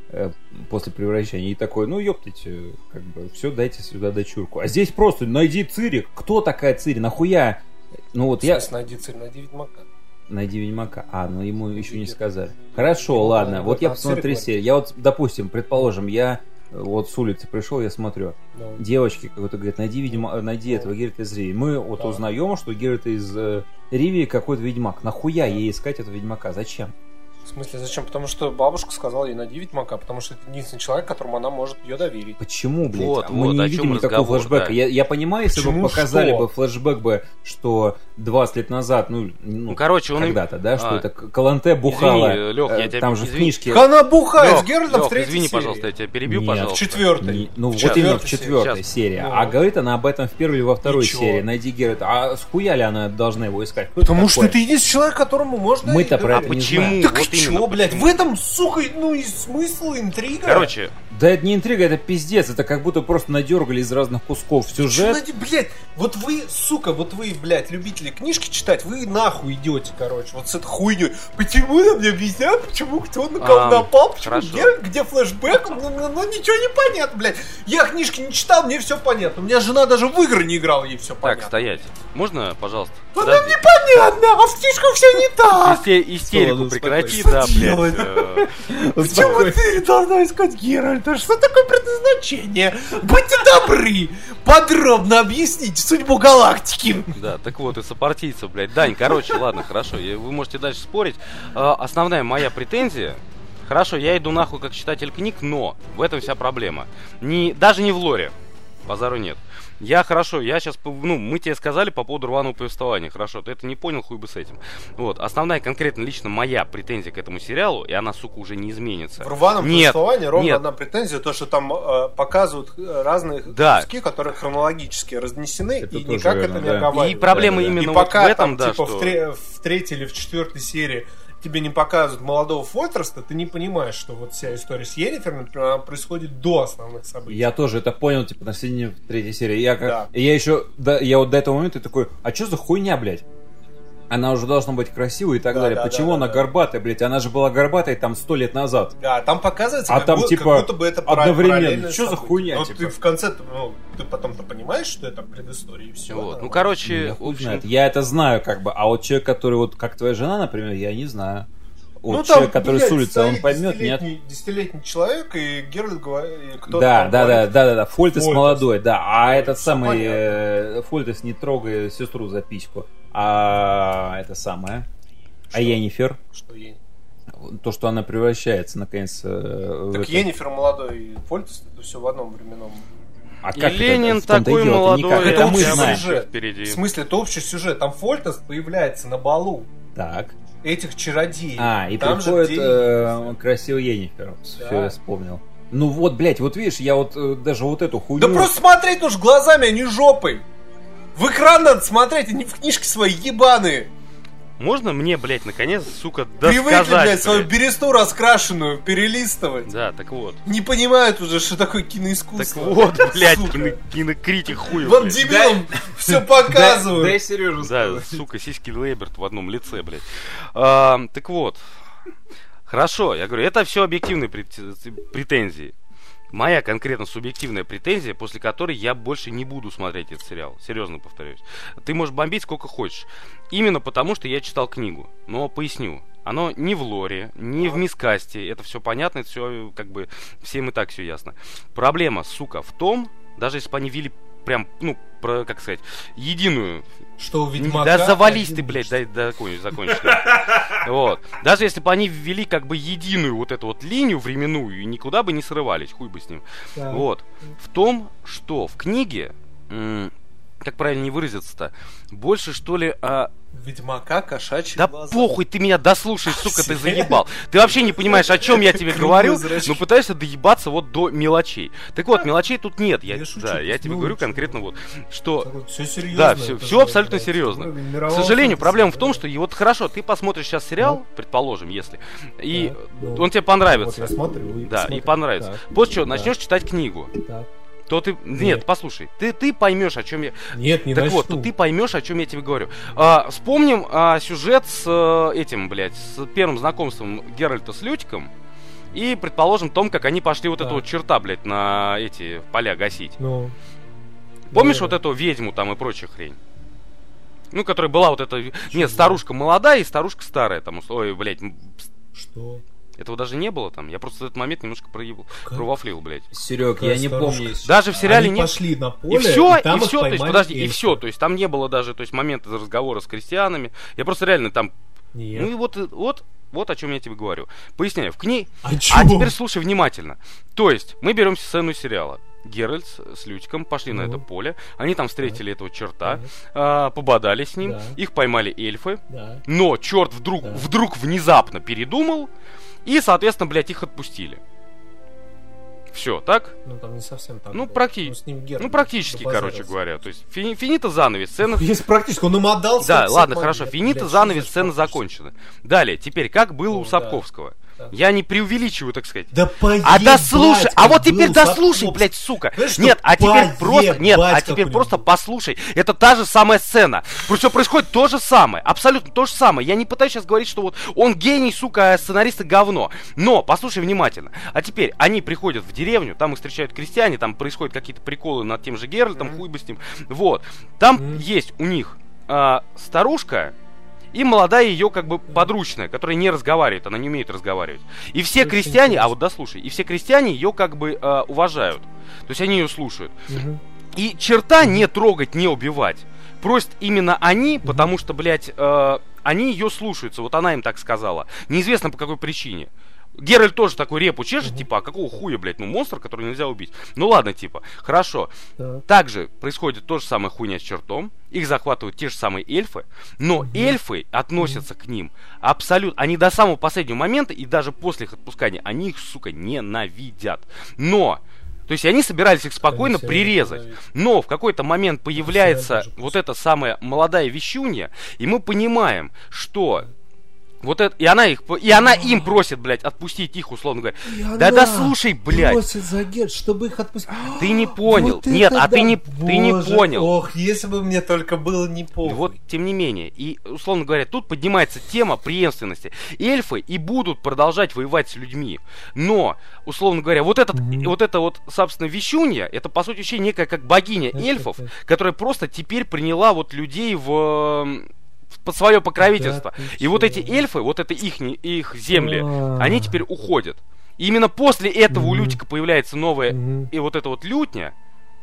после превращения. И такой, ну, ёптать, как бы, все, дайте сюда дочурку. А здесь просто найди Цири. Кто такая Цири? Нахуя? Ну, вот я... Найди Цири, найди Ведьмака. Найди Ведьмака. А, ну ему еще не сказали. Хорошо, ну, ладно. Вот я посмотрю серии. Я вот, допустим, предположим, я вот с улицы пришел, я смотрю. Да. Девочки какой-то говорят, найди Ведьма... найди да. этого Геральта из Ривии. Мы вот да. узнаем, что Геральт из э, Ривии какой-то Ведьмак. Нахуя ей искать этого Ведьмака? Зачем? В смысле, зачем? Потому что бабушка сказала ей найди Ведьмака, потому что это единственный человек, которому она может ее доверить. Почему, блядь? Вот, мы вот, не видим никакого флешбека. Да. Я, я понимаю, если Почему бы показали что? бы флешбэк бы, что двадцать лет назад, ну, ну, ну короче, он когда-то, да, а, что это Каланте бухала. Извини, Лёх, я тебя... Там же извини. в книжке... Она бухает с Геральтом в третьей извини, серии. пожалуйста, я тебя перебью, Нет, пожалуйста. В четвертой. Не, ну, в вот четвертой именно в четвертой серии. Ну. А говорит она об этом в первой или во второй серии. Найди Геральта. А схуя ли она должна его искать? Кто Потому что это единственный человек, которому можно... Мы-то про это не знаем. Так чё, блядь, в этом, сука, ну и смысл, интрига. Короче... Да это не интрига, это пиздец. Это как будто просто надергали из разных кусков сюжет. Чё, блядь, вот вы, сука, вот вы, блядь, любители книжки читать, вы нахуй идете, короче, вот с этой хуйней. Почему нам не объясняют, почему кто на кого а, напал, почему Геральт, где флешбэк, ну, ну, ну ничего не понятно, блядь. Я книжки не читал, мне все понятно. У меня жена даже в игры не играла, ей все понятно. Так, стоять. Можно, пожалуйста? Ну нам непонятно, а в книжках все не так. Истерику прекрати, да, блядь. Почему ты должна искать Геральта? Что такое предназначение? Будьте добры, подробно объясните судьбу галактики. Да, так вот, и сопартийцев, блядь. Дань, короче, ладно, хорошо, вы можете дальше спорить. Основная моя претензия... Хорошо, я иду нахуй как читатель книг, но в этом вся проблема. Не, даже не в лоре. Базару нет. Я хорошо, я сейчас, ну, мы тебе сказали по поводу рваного повествования, хорошо, ты это не понял, хуй бы с этим. Вот, основная конкретно лично моя претензия к этому сериалу, и она, сука, уже не изменится. В рваном нет, повествовании ровно нет. одна претензия, то, что там э, показывают разные да. куски, которые хронологически разнесены, это и никак верно, это да. не оговаривают. И проблема да, да, именно и вот пока, в этом, там, да, типа, что... в, тре- в третьей или в четвертой серии тебе не показывают молодого Фольтерста, ты не понимаешь, что вот вся история с Йеннифер, например, она происходит до основных событий. Я тоже это понял, типа, на середине третьей серии. Я, как... да. я еще, да, я вот до этого момента такой, а что за хуйня, блядь? Она уже должна быть красивой и так да, далее. Да, Почему да, она да, горбатая, блядь? Она же была горбатой там сто лет назад. Да, там показывается, а как, там, будто, типа, как будто бы это одновременно. Что за хуйня? Но типа? ты в конце, ну, ты потом-то понимаешь, что это предыстория и все. Вот. Да, ну, короче, в общем... я это знаю, как бы. А вот человек, который вот как твоя жена, например, я не знаю. Вот ну, человек, там, который блядь, с улицы, он поймет, нет? Десятилетний человек, и Геральт говорит, кто-то да, там да, говорит, да, да, да, да, Фольтес молодой, да, а Фольтес, этот самый э, Фольтес не трогай сестру за письку, а это самое, что? А Йеннифер? Что Йеннифер? То, что она превращается, наконец, э, так в Йеннифер молодой и Фольтес, это все в одном временном. А и как Ленин это, такой молодой, это, это общий знаем. сюжет. Впереди. В смысле, это общий сюжет. Там Фольтес появляется на балу. Так. Этих чародеев. А, и там приходит э, красивый Йеннифер. Да. Все, я вспомнил. Ну вот, блядь, вот видишь, я вот э, даже вот эту хуйню... Да просто смотреть нужно глазами, а не жопой. В экран надо смотреть, а не в книжки свои ебаные. Можно мне, блядь, наконец, сука, досказать? Привыкли, блядь, свою бересту раскрашенную перелистывать. Да, так вот. Не понимают уже, что такое киноискусство. Так вот, блядь, кино, кинокритик хуй. Вам дебилам все показывают. Дай Сережу Да, сука, сиськи Лейберт в одном лице, блядь. А, так вот. Хорошо, я говорю, это все объективные претензии. Моя конкретно субъективная претензия, после которой я больше не буду смотреть этот сериал. Серьезно повторюсь. Ты можешь бомбить сколько хочешь. Именно потому, что я читал книгу. Но поясню. Оно не в лоре, не в мискасте. Это все понятно, это все как бы всем и так все ясно. Проблема, сука, в том, даже если бы они ввели прям, ну, про, как сказать, единую... Что у Ведьмака... Да завались ты, блядь, дай закончишь. закончишь вот. Даже если бы они ввели как бы единую вот эту вот линию временную и никуда бы не срывались, хуй бы с ним. Да. Вот. В том, что в книге, м- как правильно не выразиться-то, больше что ли... А... Ведьмака кошачьи Да глаза. Похуй, ты меня дослушай, сука, ты заебал. Ты вообще не понимаешь, о чем я тебе говорю, но пытаешься доебаться вот до мелочей. Так вот, мелочей тут нет. Я, да, я тебе говорю конкретно вот, что... Все серьезно. Да, все, все абсолютно серьезно. К сожалению, проблема в том, что и вот хорошо, ты посмотришь сейчас сериал, предположим, если, и он тебе понравится. Вот я смотрю. Да, и понравится. После чего начнешь читать книгу. то ты... Нет, Нет послушай, ты, ты поймешь, о чем я... Нет, не Так начну. вот, то ты поймешь, о чем я тебе говорю. А, вспомним а, сюжет с а, этим, блядь, с первым знакомством Геральта с Лютиком. И, предположим, том, как они пошли вот да. эту вот черта, блядь, на эти поля гасить. Ну... Помнишь да, вот да. эту ведьму там и прочую хрень? Ну, которая была вот эта... Что Нет, старушка молодая и старушка старая там. Ой, блядь. Что? Этого даже не было там. Я просто в этот момент немножко проебал. Провафлил, блядь. Серег, я не старушка? помню. Даже в сериале Они не... пошли на поле, и все, и, там и все, то есть, подожди, эльфы. и все. То есть там не было даже, то есть, момента разговора с крестьянами. Я просто реально там... Нет. Ну и вот, вот, вот о чем я тебе говорю. Поясняю, в книге... А, а теперь слушай внимательно. То есть, мы берем сцену сериала. Геральт с Лютиком пошли ну. на это поле. Они там встретили да. этого черта, да. э, пободали с ним. Да. Их поймали эльфы. Да. Но черт вдруг, да. вдруг внезапно передумал. И, соответственно, блядь, их отпустили. Все, так? Ну, там не совсем так. Ну, практи... ну, с ним ну практически, короче говоря. То есть, фини... финита занавес, сцена... Есть практически, он им отдался. Да, ладно, хорошо. Финита занавес, сцена закончена. Далее, теперь, как было ну, у Сапковского? Да. Я не преувеличиваю, так сказать. Да поебать, а дослушай, а вот теперь дослушай, блядь, сука. Знаешь, нет, а теперь просто, нет, а теперь просто послушай. Это та же самая сцена. Все происходит то же самое, абсолютно то же самое. Я не пытаюсь сейчас говорить, что вот он гений, сука, а сценаристы говно. Но, послушай внимательно. А теперь они приходят в деревню, там их встречают крестьяне, там происходят какие-то приколы над тем же Геральтом, mm-hmm. хуй бы с ним. Вот. Там mm-hmm. есть у них э, старушка, и молодая ее как бы подручная, которая не разговаривает, она не умеет разговаривать. И все Очень крестьяне, интересно. а вот дослушай, и все крестьяне ее как бы э, уважают. То есть они ее слушают. Угу. И черта не трогать, не убивать. Просят именно они, угу. потому что, блядь, э, они ее слушаются. Вот она им так сказала. Неизвестно по какой причине. Геральт тоже такой репу чешет, uh-huh. типа, а какого хуя, блядь, ну монстр, который нельзя убить. Ну ладно, типа, хорошо. Uh-huh. Также происходит то же самое хуйня с чертом. Их захватывают те же самые эльфы. Но uh-huh. эльфы относятся uh-huh. к ним абсолютно... Они до самого последнего момента, и даже после их отпускания, они их, сука, ненавидят. Но... То есть они собирались их спокойно они прирезать. Но в какой-то момент появляется вот эта самая молодая вещунья, и мы понимаем, что... Вот это, и она их, и она им просит, блядь, отпустить их, условно говоря. И да да слушай, блядь. Просит за Геральт, чтобы их отпустить. Ты не понял. Вот Нет, а да. ты не, ты не понял. Ох, если бы мне только было не похуй. Вот, тем не менее, и, условно говоря, тут поднимается тема преемственности. Эльфы и будут продолжать воевать с людьми. Но, условно говоря, вот, этот, mm-hmm. вот это вот, собственно, вещунья, это, по сути, вообще некая как богиня это эльфов, это. которая просто теперь приняла вот людей в... под свое покровительство. Да, и вот эти эльфы, вот это их, их земли, А-а-а. они теперь уходят. И именно после этого mm-hmm. у Лютика появляется новая, mm-hmm. и вот эта вот лютня,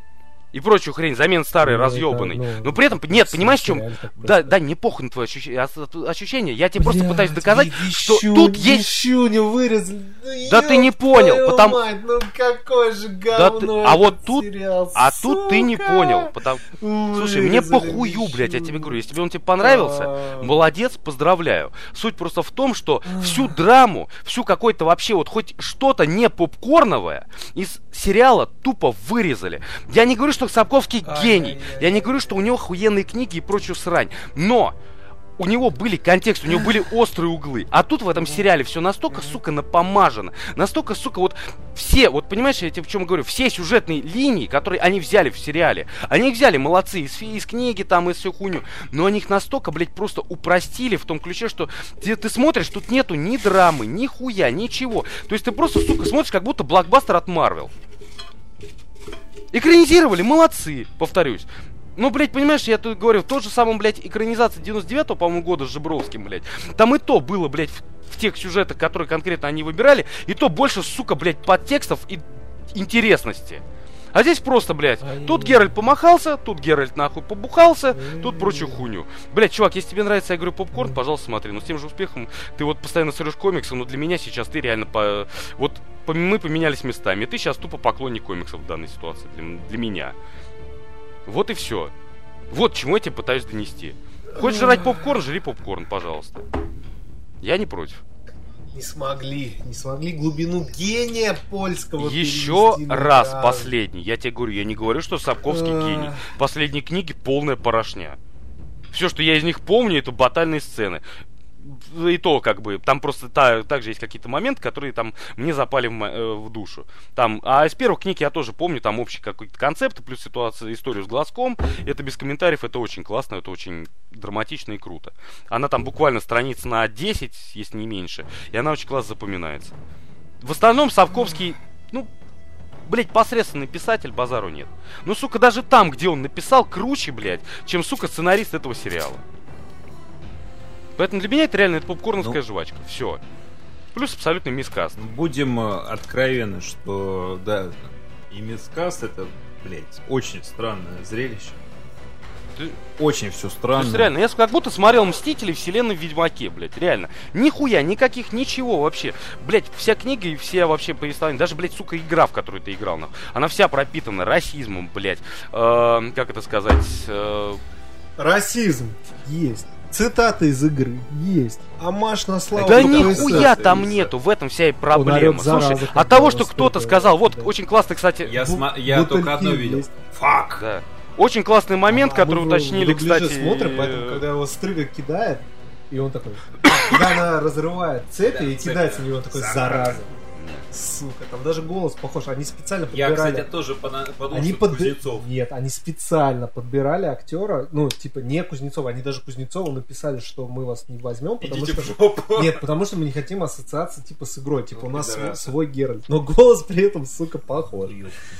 и прочую хрень, замен старой, ну, разъебанной. Ну, но при этом, нет, понимаешь, в чем? Да, да, не похуй на твои ощущения. ощущения. Я тебе Блядь, просто пытаюсь доказать, что вещу, тут есть... не вырезали. Да ты не понял, потому... Мать, ну какой же говно да ты... А вот тут... сериал, а тут ты не понял. Потому... Слушай, мне похую, блядь, я тебе говорю. Если тебе он тебе понравился, А-а-а. молодец, поздравляю. Суть просто в том, что всю драму, всю какой-то вообще вот хоть что-то не попкорновое из сериала тупо вырезали. Я не говорю, что Сапковский гений. Я не говорю, что у него охуенные книги и прочую срань. Но у него были контексты, у него были острые углы. А тут в этом сериале все настолько, сука, напомажено. Настолько, сука, вот все, вот понимаешь, я тебе в чем говорю, все сюжетные линии, которые они взяли в сериале, они их взяли, молодцы, из, из книги, там, из всю хуйню, но они их настолько, блядь, просто упростили в том ключе, что ты, ты смотришь, тут нету ни драмы, ни хуя, ничего. То есть ты просто, сука, смотришь, как будто блокбастер от Марвел. Экранизировали, молодцы, повторюсь. Ну, блядь, понимаешь, я тут говорю, в тот же самом, блядь, экранизации девяносто девятого, по-моему, года с Жебровским, блядь. Там и то было, блядь, в, в тех сюжетах, которые конкретно они выбирали, и то больше, сука, блядь, подтекстов и интересности. А здесь просто, блядь, тут Геральт помахался, тут Геральт нахуй побухался, тут прочую хуйню. Блядь, чувак, если тебе нравится, я говорю, попкорн, пожалуйста, смотри. Но с тем же успехом ты вот постоянно смотришь комиксы, но для меня сейчас ты реально по... Вот по... мы поменялись местами, и ты сейчас тупо поклонник комиксов в данной ситуации для, для меня. Вот и все. Вот чему я тебе пытаюсь донести. Хочешь жрать попкорн, жри попкорн, пожалуйста. Я не против. Не смогли, не смогли глубину гения польского. Еще раз град. Последний. Я тебе говорю, я не говорю, что Сапковский гений. Последние книги полная порошня. Все, что я из них помню, это батальные сцены. и то, как бы, там просто та, также есть какие-то моменты, которые там мне запали в, э, в душу. Там, а из первых книг я тоже помню, там общий какой-то концепт, плюс ситуация, историю с глазком. Это без комментариев, это очень классно, это очень драматично и круто. Она там буквально страниц на десять, если не меньше, и она очень классно запоминается. В остальном Сапковский, ну, блять, посредственный писатель, базару нет. Ну, сука, даже там, где он написал, круче, блять, чем, сука, сценарист этого сериала. Поэтому для меня это реально это попкорновская ну, жвачка. Все. Плюс абсолютный мискаст. Будем откровенны, что да, и мискаст это, блять, очень странное зрелище. Ты... Очень все странно. То есть реально, я как будто смотрел Мстителей вселенной в Ведьмаке, блять, реально. Нихуя, никаких, ничего вообще. Блять, вся книга и все вообще повествования, даже, блять, сука, игра, в которую ты играл, нахуй, она вся пропитана расизмом, блять. Э, как это сказать? Э... Расизм есть. Цитаты из игры есть. Амаш на славу. Да нихуя там нету, в этом вся и проблема. Слушай, от того, что кто-то сказал, вот, да. Очень классно, кстати... Я, см... я только одно видел. Фак! Да. Очень классный момент, а, который а уточнили, кстати... Мы смотрим, поэтому, когда его стрыга кидает, и он такой... Когда она разрывает цепи и кидается в него, он такой, зараза. Сука, там даже голос похож. Они специально подбирали... Я, кстати, тоже подумал, они что под... Кузнецов. Нет, они специально подбирали актера, ну, типа, не Кузнецова. Они даже Кузнецову написали, что мы вас не возьмем, потому Идите что... Нет, потому что мы не хотим ассоциации, типа, с игрой. Типа, ну, у нас свой, свой Геральт. Но голос при этом, сука, похож.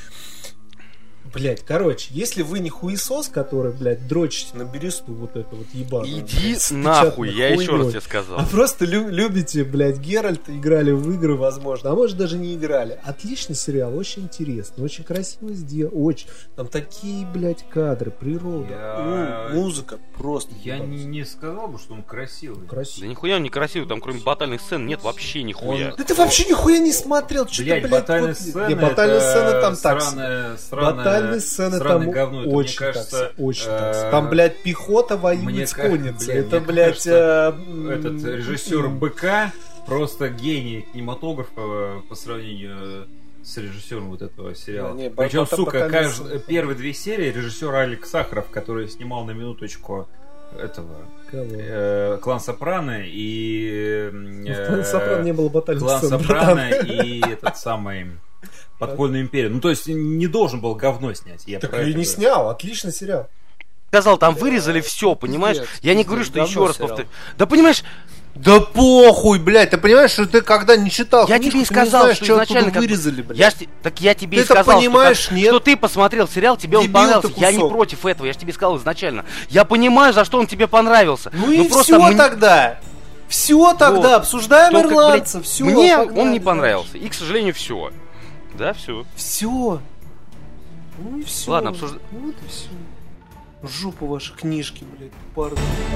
Блять, короче, если вы не хуесос, который, блядь, дрочите на бересту вот это вот ебаное. Иди нахуй, я еще раз тебе сказал. А просто лю- любите, блядь, Геральта, играли в игры, возможно, а может даже не играли. Отличный сериал, очень интересный, очень красиво сделан, очень. Там такие, блядь, кадры, природа, я... ну, музыка просто. Я не, не сказал бы, что он красивый. Красивый. Да нихуя он не красивый, там кроме батальных сцен нет вообще нихуя. Он... Да ты вообще нихуя не смотрел, что блядь, ты, блядь, батальные вот... сцены, не, батальные сцены там так. Сраная, сраная... Сцены там говно. очень, кажется, такс, очень такс. Там, блядь, пехота воюет с конницей. Это, блядь... Кажется, э... этот режиссер БК просто гений кинематографа по сравнению с режиссером вот этого сериала. Не, причем, сука, кажд... первые две серии режиссер Алик Сахаров, который снимал на минуточку этого э, Клан Сопрано и... Э, Клан Сопрано не было батальных Клан Сопрано и этот самый... Подпольная империя. Ну, то есть, не должен был говно снять. Я так и не снял. Отличный сериал. Сказал, там вырезали все, понимаешь? Пиздец, я не говорю, что еще раз повторю. Да понимаешь... Да похуй, блядь, ты понимаешь, что ты когда не читал я книжку, тебе и сказал, знаешь, что изначально как вырезали, блядь. Я ж, так я тебе ты и сказал, понимаешь, что, нет? что ты посмотрел сериал, тебе Дебил он понравился. Я не против этого, я же тебе сказал изначально. Я понимаю, за что он тебе понравился. Ну но и все мне... тогда. Все тогда, вот. Обсуждаем Только, ирландцев, все. Мне погнали, он не понравился. И, к сожалению, все. Да, все. Все. Ну и все. Ладно, обсуждаем. Вот и все. Жопу ваши книжки, блядь, пардон.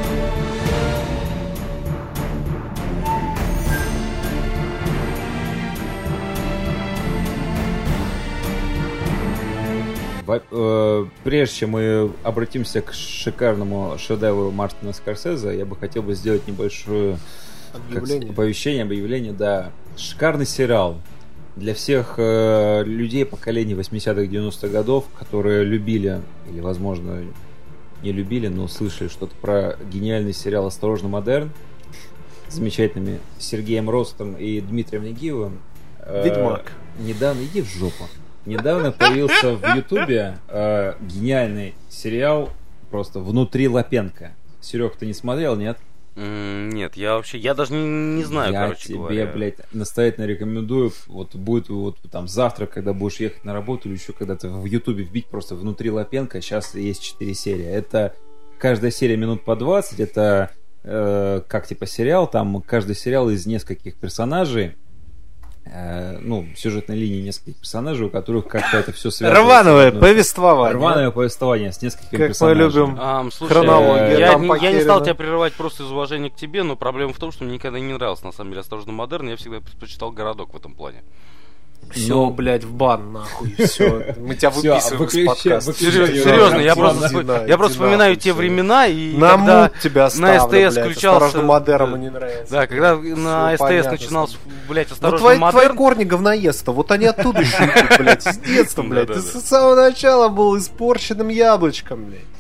Прежде чем мы обратимся к шикарному шедевру Мартина Скорсезе, я бы хотел бы сделать небольшое объявление. Как, оповещение, объявление, да. Шикарный сериал для всех э, людей поколения восьмидесятых-девяностых годов, которые любили, или, возможно, не любили, но слышали что-то про гениальный сериал «Осторожно, Модерн» с замечательными Сергеем Ростом и Дмитрием Нагиевым. Ведьмак. Э, недавно, иди в жопу. Недавно появился в Ютубе э, гениальный сериал просто «Внутри Лапенко». Серег, ты не смотрел, нет? Mm, нет, я вообще, я даже не, не знаю, я короче тебе, говоря. блядь, настоятельно рекомендую. Вот будет вот там завтра, когда будешь ехать на работу, или еще когда-то в Ютубе вбить просто «Внутри Лапенко». Сейчас есть четыре серии. Это каждая серия минут по двадцать. Это э, как типа сериал. Там каждый сериал из нескольких персонажей. Ну, сюжетной линии нескольких персонажей, у которых как-то это все связано. Рваное ну, повествование. Рваное повествование с несколькими как персонажами. Мы любим а, слушай, хронологию. Я, я, я не стал тебя прерывать просто из уважения к тебе, но проблема в том, что мне никогда не нравился, на самом деле, «Осторожно, Модерн». Я всегда предпочитал «Городок» в этом плане. Все, ну, блядь, в бан, нахуй, все. Мы тебя выписываем из подкаста. Серьезно, я просто, я просто вспоминаю те времена, и на когда тебя на СТС включался... «Осторожно, Модерн» ему не нравится. Да, когда на СТС начинался, блядь, «Осторожно, Модерн». Вот твои корни говноедства, вот они оттуда шутят, блядь, с детства, блядь. Ты с самого начала был испорченным яблочком, блядь.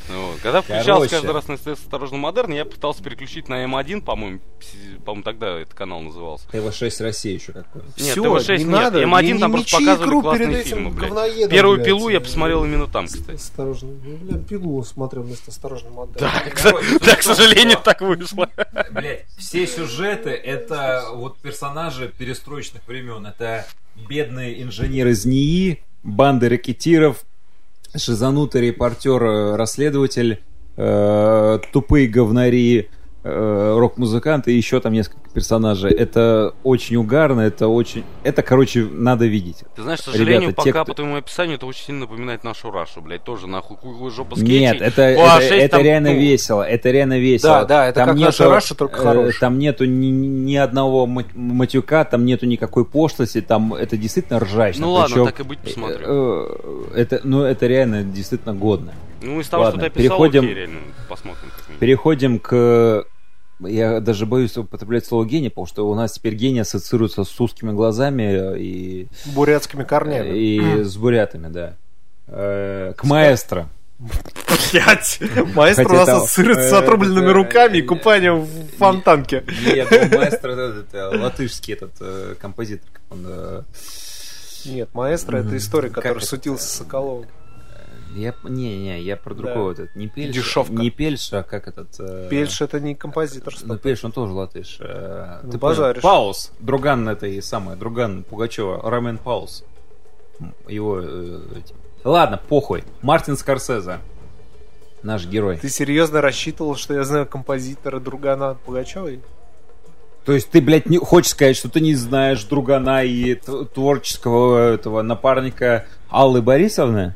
Вот. Когда включался Короче. каждый раз на СТС «Осторожно, модерн», я пытался переключить на эм один, по-моему, с- по-моему, тогда этот канал назывался. тэ вэ шесть Россия еще какой. Нет, Всё, тэ вэ шесть не нет, надо, эм один не- там не просто мечи показывали игру классные перед этим фильмы, блядь. говноедом, Первую блядь. «Пилу» я посмотрел именно там, кстати. Осторожно. Я, бля, «Пилу» смотрел вместо «Осторожно, модерн». Да, да, к сожалению, так вышло. Блять, все сюжеты это вот персонажи перестроечных времен. Это бедный инженер из НИИ, банды ракетиров, шизанутый репортер-расследователь, э, тупые говнари, э, рок-музыканты и еще там несколько персонажей. Это очень угарно, это очень... Это, короче, надо видеть. Ты знаешь, к сожалению, Ребята, те, пока кто- по твоему описанию это очень сильно напоминает нашу Рашу, блядь, тоже нахуй хуй жопа скетчей. Нет, это, О, это, шесть это там, реально ну, весело, это реально весело. Да, да, это как наша Раша, только э, хорошая. Там нету ни, ни одного мат- матюка, там нету никакой пошлости, там это действительно ржачно. Ну ладно, Причем, так и быть, посмотрю. э, э, это, ну, это реально действительно годно. Ну, из того, ладно, что ты описал, переходим- окей, реально, посмотрим. Как минимум. Переходим к... Я даже боюсь употреблять слово гений, потому что у нас теперь гений ассоциируется с узкими глазами и, Бурятскими корнями. и с бурятами, да. Э, К маэстро. Блять, маэстро у Хотя нас там, ассоциируется с э, отрубленными это, руками и э, купанием в фонтанке. Нет, ну, маэстро это, это латышский этот э, композитор. Как он, э, Нет, маэстро это историк, Как который это? сутился с Соколовым. я, не, не, я про другого. Этот, не Пельш, Дешевка. не Пельш, а как этот... э, Пельш это не композитор. Ну, Пельш, он тоже латыш. э, Ну, ты понял? базаришь. Паус. Друган это и самое. Друган Пугачева. Ромен Паус. Его... э, эти- Ладно, похуй. Мартин Скорсезе. Наш герой. Ты серьезно рассчитывал, что я знаю композитора Другана Пугачевой? То есть ты, блядь, не хочешь сказать, что ты не знаешь Другана и т- творческого этого напарника Аллы Борисовны?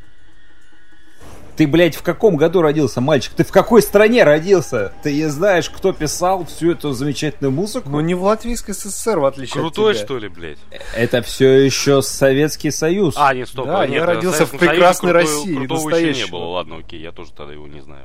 Ты, блядь, в каком году родился, мальчик? Ты в какой стране родился? Ты не знаешь, кто писал всю эту замечательную музыку? Ну не в Латвийской СССР, в отличие Крутой, от тебя. что ли, блядь? Это все еще Советский Союз. А, нет, стоп. Да, нет, я в родился в Советском Союзе прекрасной крутого- России, Крутого еще настоящего. не было. Ладно, окей, я тоже тогда его не знаю.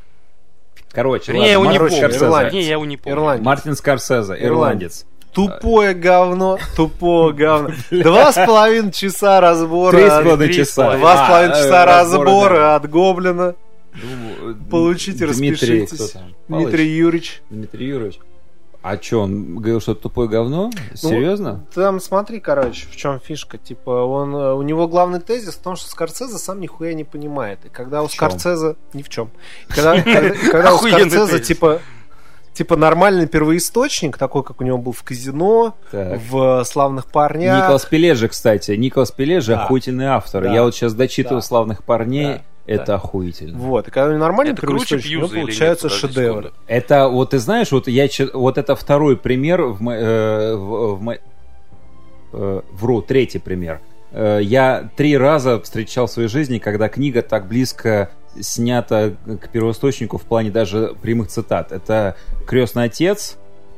Короче, Не, я его ладно, не Мартин помню. Скорсезе. Ирландец. Не, я его не помню. Ирландец. Мартин Скорсезе, ирландец. Тупое говно, тупое говно. Два с половиной часа разбора. Три с от- половиной три с часа. половиной. Два с А, половиной э, часа разбора, разбора да. от Гоблина. Ну, Получите, Дмитрий, распишитесь. кто там? Дмитрий Юрьевич. Дмитрий Юрьевич. А что, он говорил, что это тупое говно? Серьезно? Там смотри, короче, в чем фишка. Типа, он, э, у него главный тезис в том, что Скорсезе сам нихуя не понимает. И когда у В чём? Скорсезе... Ни в чем. Когда, когда- когда у Охуенный Скорсезе, тезис. типа, типа нормальный первоисточник, такой, как у него был в «Казино», Так. в «Славных парнях». Николас Пележи, кстати. Николас Пележи Да. охуительный автор. Да. Я вот сейчас дочитываю Да. «Славных парней». Да. Это Да. охуительно. Вот, и когда у него нормальный Это круче первоисточник, у него Пьюза или нет? получаются Подожди шедевры. секунду. Это, вот ты знаешь, вот я чи- вот это второй пример в, мо- э, в, в мо- э, вру, третий пример. Э, я три раза встречал в своей жизни, когда книга так близко снята к первоисточнику в плане даже прямых цитат. Это «Крестный отец»,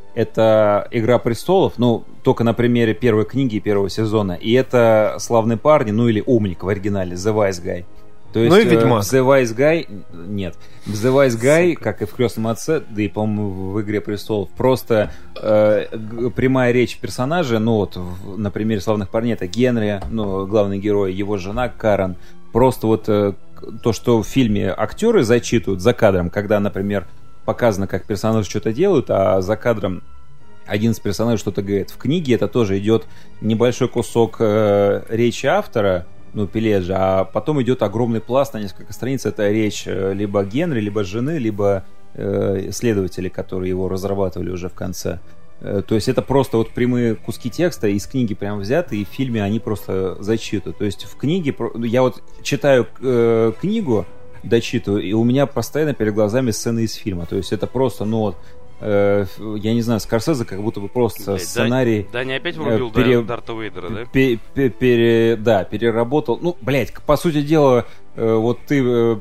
это «Игра престолов», ну, только на примере первой книги первого сезона, и это «Славные парни», ну, или «Умник» в оригинале, «The Wise Guy». То есть, Ну и э, «Ведьмак». в The Wise Guy... Нет. В The Wise Guy, как и в «Крестном отце», да и, по-моему, в «Игре престолов», просто э, г- прямая речь персонажа, ну, вот, в- на примере «Славных парней» это Генри, ну, главный герой, его жена Карен. Просто вот э, то, что в фильме актеры зачитывают за кадром, когда, например, показано, как персонажи что-то делают, а за кадром один из персонажей что-то говорит. В книге это тоже идет небольшой кусок э, речи автора, ну, Пележа, а потом идет огромный пласт на несколько страниц. Это речь э, либо Генри, либо жены, либо э, следователей, которые его разрабатывали уже в конце. Э, то есть это просто вот прямые куски текста из книги прям взяты, и в фильме они просто зачитывают. То есть в книге... про- Я вот читаю э, книгу, дочитываю, и у меня постоянно перед глазами сцены из фильма. То есть это просто, ну вот, э, я не знаю, Скорсезе как будто бы просто Блядь, сценарий... Да, да, не опять врубил э, пере- Дар- Дарта Вейдера, да? пе- пе- пере- да, переработал. Ну, блядь, по сути дела, э, вот ты... э,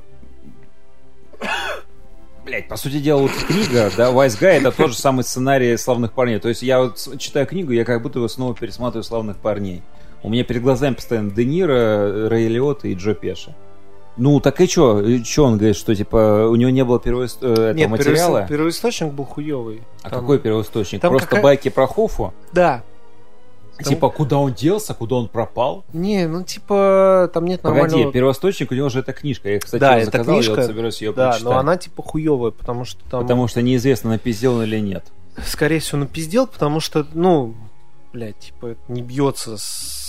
Блять, по сути дела, вот книга, да, Wise Guy, это тот же самый сценарий «Славных парней». То есть я вот с- читаю книгу, я как будто бы снова пересматриваю «Славных парней». У меня перед глазами постоянно Де Ниро, Рэй Лиотта и Джо Пеши. Ну, так и чё? И чё он говорит, что, типа, у него не было первоист... э, этого Нет, материала? первоис- первоисточник был хуёвый. А Там- какой первоисточник? там Просто какая- байки про Хофу? Да. Типа, куда он делся, куда он пропал? Не, ну типа, там нет Погоди, нормального... первоисточник у него же это книжка. Я, кстати, Да, ее это заказал, книжка, я вот собираюсь ее да, прочитать. но она типа хуевая, потому что там... Потому что неизвестно, напиздел он или нет. Скорее всего, напиздел, потому что, ну, блядь, типа, это не бьется с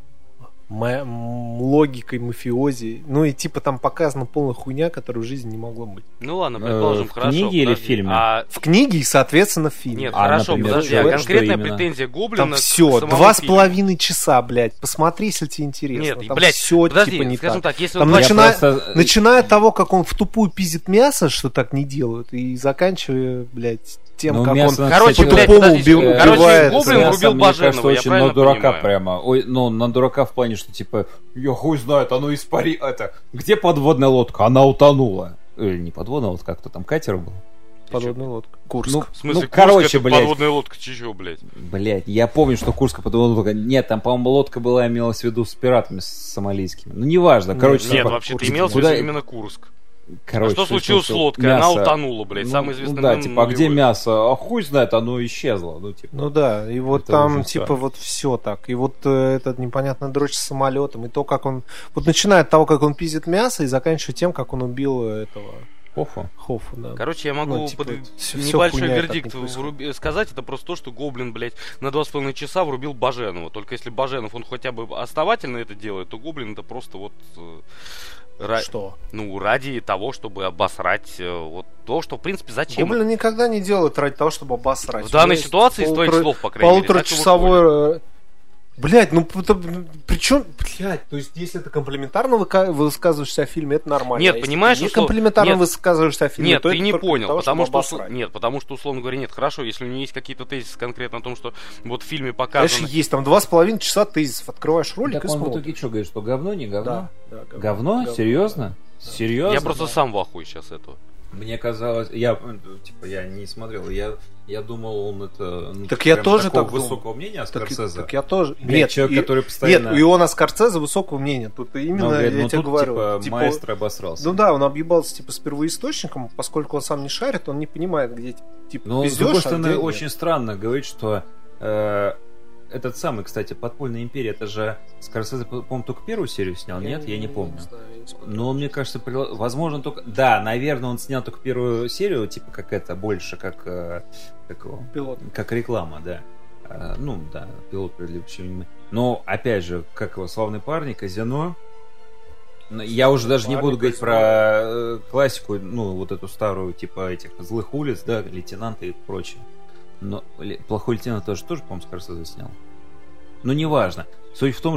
ма- логикой мафиози. Ну и типа там показана полная хуйня, которой в жизни не могло быть. Ну ладно, предположим, в хорошо. книге или в подожди. фильме? А... В книге и, соответственно, в фильме. Нет, А, хорошо, например, подожди, что- а что конкретная именно? претензия Гоблина... Там к все, самому два с фильму. половиной часа, блядь. Посмотри, если тебе интересно. Нет, там блядь, все, подожди, типа, не скажем так. так, если Там он... Я начиная, просто- начиная от того, как он в тупую пиздит мясо, что так не делают, и заканчивая, блядь, тем, Ну, как мясо, он Короче, кстати, блядь, по-тупому подождите, уби- короче, убивает. Гоблин Мясо, врубил мне кажется, Баженова, я очень правильно на дурака понимаю? прямо. Ой, ну, на дурака в плане, что типа, я хуй знает, оно испари... Это, где подводная лодка? Она утонула. Или не подводная лодка, как-то там катер был. подводная лодка. Курск. Ну, В смысле, ну, короче, Курск, это блядь. подводная лодка, чё, блядь? Блять, я помню, что Курская подводная лодка... Нет, там, по-моему, лодка была, имелась в виду с пиратами с сомалийскими. Ну, неважно, короче... Нет, типа, вообще-то Курск. имелся в Куда- виду именно Курск. Короче, а что случилось с что лодкой? Она мясо- утонула, блядь, Ну, самый известный ну, да, мем типа, а где нулевой. мясо? А хуй знает, оно исчезло. Ну, типа... Ну да, и вот Это там уже типа всё. вот все так. И вот э, этот непонятный дрочь с самолетом, и то, как он... Вот начиная от того, как он пиздит мясо, и заканчивая тем, как он убил этого Пофу. Хоффа, да. Короче, я могу Ну, типа, под- всё- всё небольшой хуйня, так вердикт не происходит. вруби- сказать. Это просто то, что Гоблин, блядь, на два с половиной часа врубил Баженова. Только если Баженов, он хотя бы основательно это делает, то Гоблин это просто вот... э, ра- Что? Ну, ради того, чтобы обосрать э, вот то, что, в принципе, зачем? Гоблин никогда не делает ради того, чтобы обосрать. В данной У него есть ситуации, из твоих полутора- слов, по крайней мере, так и выходит. Полуторачасовой... Блять, ну причем, блять, то есть если ты комплиментарно выка- высказываешься о фильме, это нормально. Нет, А если понимаешь, ты не услов- комплиментарно нет. высказываешься о фильме, Нет, то ты это не только для понял, того, потому чтобы что, обосрать. нет, потому что, условно говоря, нет, хорошо, если у него есть какие-то тезисы конкретно о том, что вот в фильме показано... Конечно, есть там два с половиной часа тезисов. Открываешь ролик Так и он в смотришь. итоге что говорит, что говно, не говно? Да, да, Говно? Серьезно? Серьезно? Я просто сам в ахуе сейчас этого. Мне казалось, я, э, типа, я не смотрел, я, я думал, он это... Ну, Так я прям тоже такого так думал. высокого мнения о Так, Скорсезе. так я тоже. Блядь, Нет, человек, и- который постоянно... Нет, и он о Скорсезе высокого мнения. Тут именно, Ну, говорит, я ну, тебе тут, говорю. типа, типа, маэстро обосрался. Ну да, он объебался типа с первоисточником, поскольку он сам не шарит, он не понимает, где типа Но, с пиздёшь, другой а стороны, где очень нет. странно говорить, что э, этот самый, кстати, «Подпольная империя», это же Скорсезе, по-моему, только первую серию снял, нет? Я не помню. знаю, я не смотрел. Но мне кажется, прила- возможно, только... Да, наверное, он снял только первую серию, типа, как это, больше, как... э, как его? Пилот. Как реклама, да. Э, ну, да, пилот привлечение внимания. Но, опять же, как его, «Славные парни», «Казино». Ну, я уже даже не Парни, буду говорить «Казино». про э, классику, ну, вот эту старую, типа, этих «Злых улиц», да, «Лейтенанты» и прочее. Но ле- «Плохой лейтенант» тоже, тоже, по-моему, Скорсезе снял. Но неважно. Суть в том,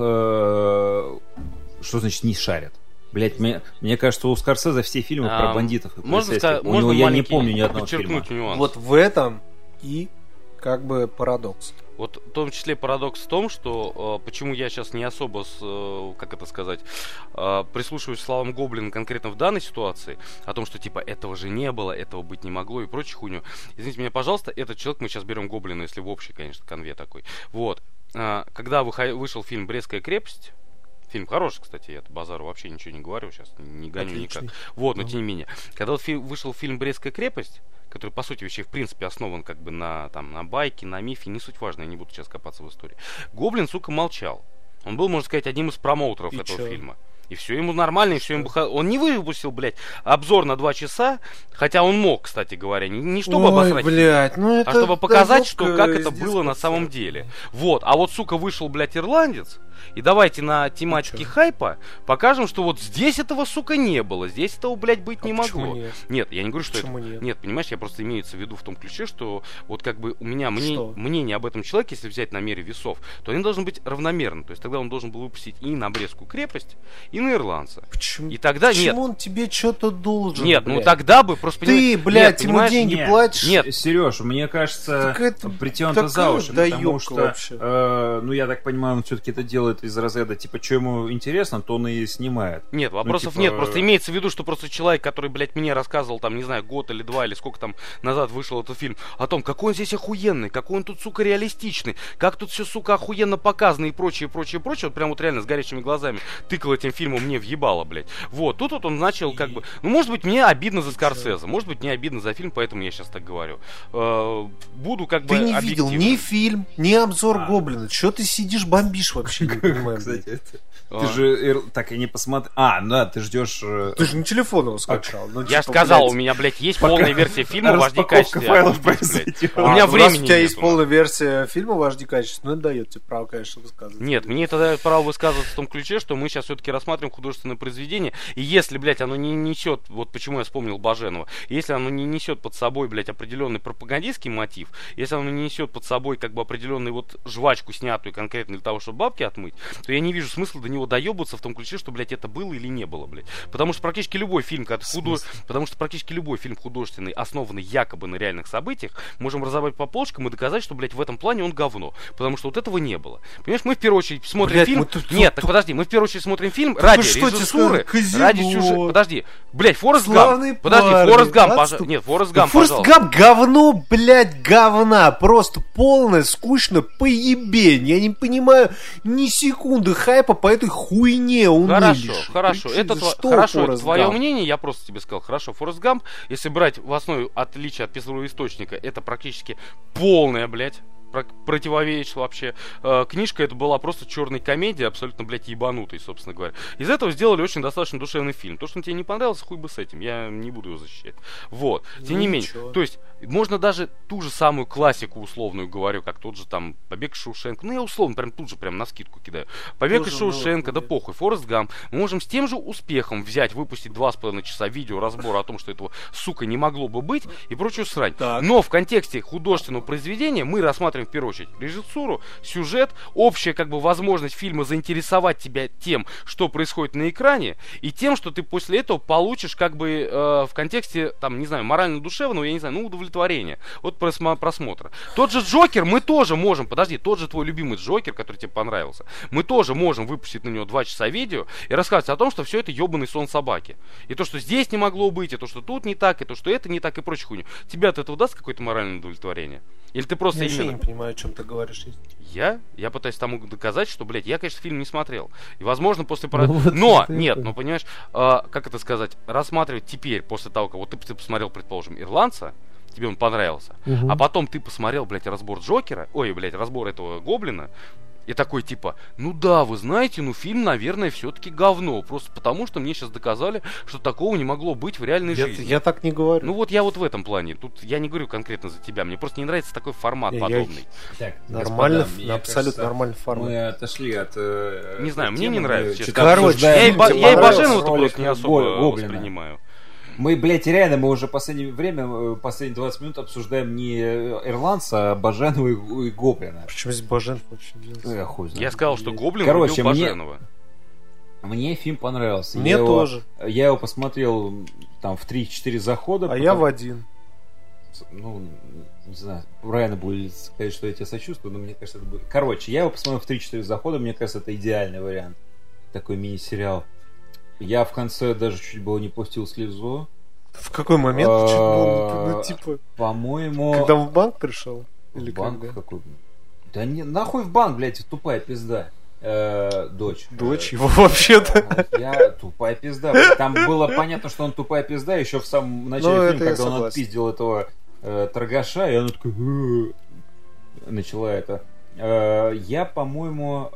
что... э, что значит «не шарят»? Блять, мне, мне кажется, у Скорсезе все фильмы А, про бандитов и Можно полицейских. сказать, У можно него я не маленький помню ни одного фильма. подчеркнуть нюанс. Вот в этом и как бы парадокс. Вот в том числе парадокс в том, что э, почему я сейчас не особо, с, э, как это сказать, э, прислушиваюсь к словам Гоблина конкретно в данной ситуации, о том, что типа этого же не было, этого быть не могло и прочую хуйню. Извините меня, пожалуйста, этот человек, мы сейчас берем Гоблина, если в общей, конечно, конве такой. Вот. Э, когда выхо- вышел фильм «Брестская крепость», фильм хороший, кстати, я базару вообще ничего не говорю, сейчас не гоню Отличный. никак. Вот, но Ну. тем не менее. Когда вот фи- вышел фильм «Брестская крепость», который, по сути, вообще, в принципе, основан как бы на, там, на байке, на мифе, не суть важно, я не буду сейчас копаться в истории. Гоблин, сука, молчал. Он был, можно сказать, одним из промоутеров И этого чё? фильма. И все ему нормально, и все ему... бха- Он не выпустил, блядь, обзор на два часа, хотя он мог, кстати говоря, не, не чтобы Ой, обосрать, блядь, ну это а чтобы показать, да, что жутко как это из было на детского самом сада. деле. Вот, а вот, сука, вышел, блядь, ирландец, и давайте на тематике хайпа покажем, что вот здесь этого, сука, не было, здесь этого, блядь, быть А не почему могло. нет? Нет, я не говорю, что Почему это... нет? Нет, понимаешь, я просто имеется в виду в том ключе, что вот как бы у меня мне- Что? мнение об этом человеке, если взять на мере весов, то они должны быть равномерны. То есть тогда он должен был выпустить и на Брестскую крепость, и на ирландца. Почему? И тогда Почему нет. он тебе что-то должен? Нет, ну блядь? тогда бы просто... Ты, понимаешь- блядь, нет, ему понимаешь, деньги Нет. платишь? Нет. Сереж, мне кажется, Так это притянуто за такая уши, потому доёбка что, вообще. э, ну, я так понимаю, он все-таки это делает делает из разряда, типа, что ему интересно, то он и снимает. Нет, вопросов ну, типа... нет. Просто имеется в виду, что просто человек, который, блядь, мне рассказывал, там, не знаю, год или два, или сколько там назад вышел этот фильм, о том, какой он здесь охуенный, какой он тут, сука, реалистичный, как тут все, сука, охуенно показано и прочее, прочее, прочее. Вот прям вот реально с горящими глазами тыкал этим фильмом мне въебало, блядь. Вот, тут вот он начал как бы... Ну, может быть, мне обидно за Скорсезе, может быть, мне обидно за фильм, поэтому я сейчас так говорю. Буду как бы Ты не видел ни фильм, ни обзор а. Гоблина. Чё ты сидишь, бомбишь вообще? Не понимаю, кстати, это... Ты же так и не посмотрел. А, да, ты ждешь. Ты же на телефон его скачал. Ну, я типа, сказал, блядь, у меня, блядь, есть полная версия фильма в эйч ди качестве. Файлов у меня времени. У тебя есть полная версия фильма в эйч ди качестве, но это дает тебе право, конечно, высказываться. Нет, мне это дает право высказываться в том ключе, что мы сейчас все-таки рассматриваем художественное произведение. И если, блядь, оно не несет, вот почему я вспомнил Баженова, если оно не несет под собой, блядь, определенный пропагандистский мотив, если оно не несет под собой как бы определенную вот жвачку, снятую конкретно для того, чтобы бабки отмыть, то я не вижу смысла до него доебаться в том ключе, что, блядь, это было или не было, блядь. Потому что практически любой фильм, когда худо... потому что практически любой фильм художественный, основанный якобы на реальных событиях, можем разобрать по полочкам и доказать, что, блядь, в этом плане он говно. Потому что вот этого не было. Понимаешь, мы в первую очередь смотрим блядь, фильм... Тут, Нет, тут, так подожди, мы в первую очередь смотрим фильм тут ради режиссуры, ради сюжета. Подожди, блядь, Форест Гамп. Подожди, Форест Гамп, пожалуйста. Нет, Форест Гамп, Форест Гамп говно, блядь, говна. Просто полное, скучно, поебень. Я не понимаю ни секунды хайпа по этой хуйне унылишь. Хорошо, хорошо. Ты, это тво... хорошо, это твое Гамп? мнение, я просто тебе сказал. Хорошо, Форест Гамп, если брать в основе отличия от первого источника, это практически полная, блядь, противовещь вообще. Э, книжка это была просто черная комедия, абсолютно, блядь, ебанутый, собственно говоря. Из этого сделали очень достаточно душевный фильм. То, что он тебе не понравился, хуй бы с этим. Я не буду его защищать. Вот. Тем ну, не менее. То есть, можно даже ту же самую классику условную говорю, как тот же там Побег из Шоушенка. Ну, я условно прям тут же прям на скидку кидаю. Побег из Шоушенка, да похуй. Форест Гамп. Мы можем с тем же успехом взять, выпустить два с половиной часа видео разбора о том, что этого, сука, не могло бы быть и прочую срань. Так. Но в контексте художественного произведения мы рассматриваем в первую очередь режиссуру, сюжет, общая как бы возможность фильма заинтересовать тебя тем, что происходит на экране, и тем, что ты после этого получишь как бы э, в контексте, там, не знаю, морально-душевного, я не знаю, ну, удовлетворения от просмотра. Тот же Джокер мы тоже можем, подожди, тот же твой любимый Джокер, который тебе понравился, мы тоже можем выпустить на него два часа видео и рассказать о том, что все это ебаный сон собаки. И то, что здесь не могло быть, и то, что тут не так, и то, что это не так, и прочую хуйню. Тебе от этого даст какое-то моральное удовлетворение? Или ты просто я именно... не понимаю, о чем ты говоришь. Я? Я пытаюсь тому доказать, что, блядь, я, конечно, фильм не смотрел. И, возможно, после... Ну, вот но, нет, ну, понимаешь, э, как это сказать, рассматривать теперь, после того, как вот ты, ты посмотрел, предположим, «Ирландца», тебе он понравился, угу. а потом ты посмотрел, блядь, разбор Джокера, ой, блядь, разбор этого Гоблина, и такой, типа, ну да, вы знаете, ну фильм, наверное, все-таки говно. Просто потому, что мне сейчас доказали, что такого не могло быть в реальной я, жизни. Я так не говорю. Ну вот я вот в этом плане. Тут я не говорю конкретно за тебя. Мне просто не нравится такой формат не, подобный. Я... Так, нормально, господа, абсолютно кажется, нормальный формат. Мы отошли от... Э, не знаю, мне не нравится, честно. Короче, я и, я и Баженова просто не особо Гоблина. воспринимаю. Мы, блядь, реально, мы уже в последнее время, последние двадцать минут обсуждаем не Ирландца, а Баженова и, и Гоблина. Почему здесь Баженов вообще ну, я, хуй знаю. Я сказал, что Гоблин Короче, убил Баженова. Мне, мне фильм понравился. Мне я тоже. Его, я его посмотрел там в три-четыре захода. А потом... я в один. Ну, не знаю, правильно будет сказать, что я тебе сочувствую, но мне кажется, это будет... Короче, я его посмотрел в три-четыре захода, мне кажется, это идеальный вариант. Такой мини-сериал. Я в конце даже чуть было не пустил слезу. В какой момент? Ну, типа... По-моему... Когда в банк пришел? Или банк какой? Да не, нахуй в банк, блядь, тупая пизда. Дочь. Дочь его вообще-то. Я тупая пизда. Там было понятно, что он тупая пизда еще в самом начале фильма, когда он отпиздил этого торгаша, и она такая... Начала это. Я, по-моему...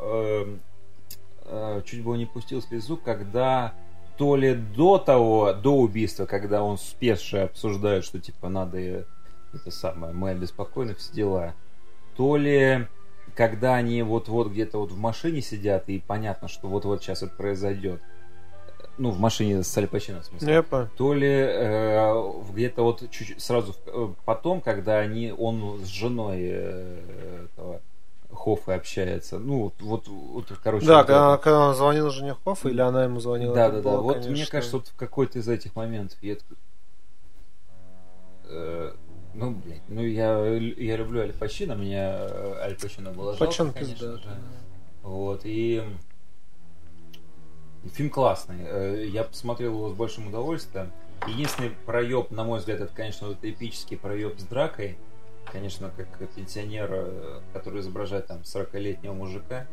чуть было не пустил слезу, когда то ли до того, до убийства, когда он с Пешей обсуждает, что типа надо это самое, мы обеспокоены, все дела, то ли когда они вот-вот где-то вот в машине сидят и понятно, что вот-вот сейчас это произойдет, ну в машине с Аль Пачино в смысле, Непа. то ли э, где-то вот чуть-чуть сразу потом, когда они он с женой э, этого Хоффа общается. Ну, вот, вот короче... Да, вот когда, когда он звонил жене Хоффа, или она ему звонила? Да, да, да. Было, вот конечно... мне кажется, вот в какой-то из этих моментов я... Э, ну, блядь, ну я, я люблю Аль Пачино, мне Аль Пачино было жалко, Пачино конечно пизда, же. Вот, и... Фильм классный. Я посмотрел его с большим удовольствием. Единственный проеб, на мой взгляд, это, конечно, вот эпический проеб с дракой. Конечно, как пенсионер, который изображает там сорокалетнего мужика.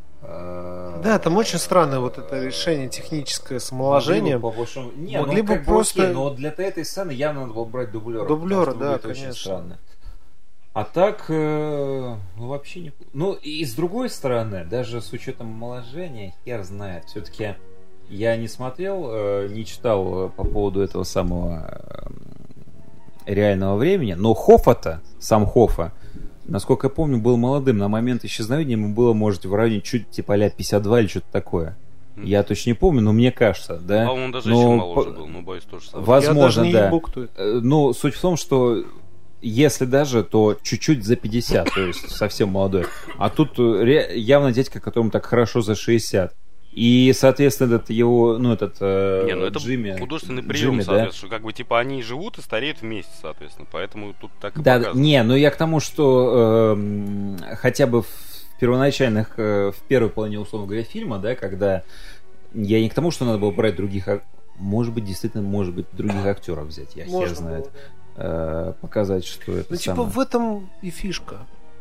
Да, там очень странное вот это решение техническое с омоложением. Могли бы, большому... Не, Могли ну, бы как просто... бы окей, но для этой сцены явно надо было брать дублера. Дублера, да, это конечно. Очень странно. А так, э, ну, вообще не... Ну, и с другой стороны, даже с учетом омоложения, хер знает. Все-таки я не смотрел, э, не читал по поводу этого самого э, реального времени, но Хоффа-то, сам Хоффа, насколько я помню, был молодым. На момент исчезновения ему было, может, в районе чуть типа а-ля пятьдесят два или что-то такое. Mm. Я точно не помню, но мне кажется, да. По-моему, он даже но... еще моложе был, но боюсь тоже самое. Возможно, да. Ебу, кто это. Ну, суть в том, что если даже, то чуть-чуть за пятьдесят, то есть совсем молодой. А тут явно дядька, которому так хорошо за шестьдесят. И, соответственно, этот его, ну, этот э, Не, ну это Джимми... художественный прием, Джимми, соответственно, да? Как бы, типа, они живут и стареют вместе, соответственно, поэтому тут так и да, показано. Не, ну я к тому, что э, хотя бы в первоначальных, э, в первой половине, условно говоря, фильма, да, когда... Я не к тому, что надо было брать других... Может быть, действительно, может быть, других актеров взять, я Можно хер знает. было. Э, показать, что это Ну, типа, самое... в этом и фишка.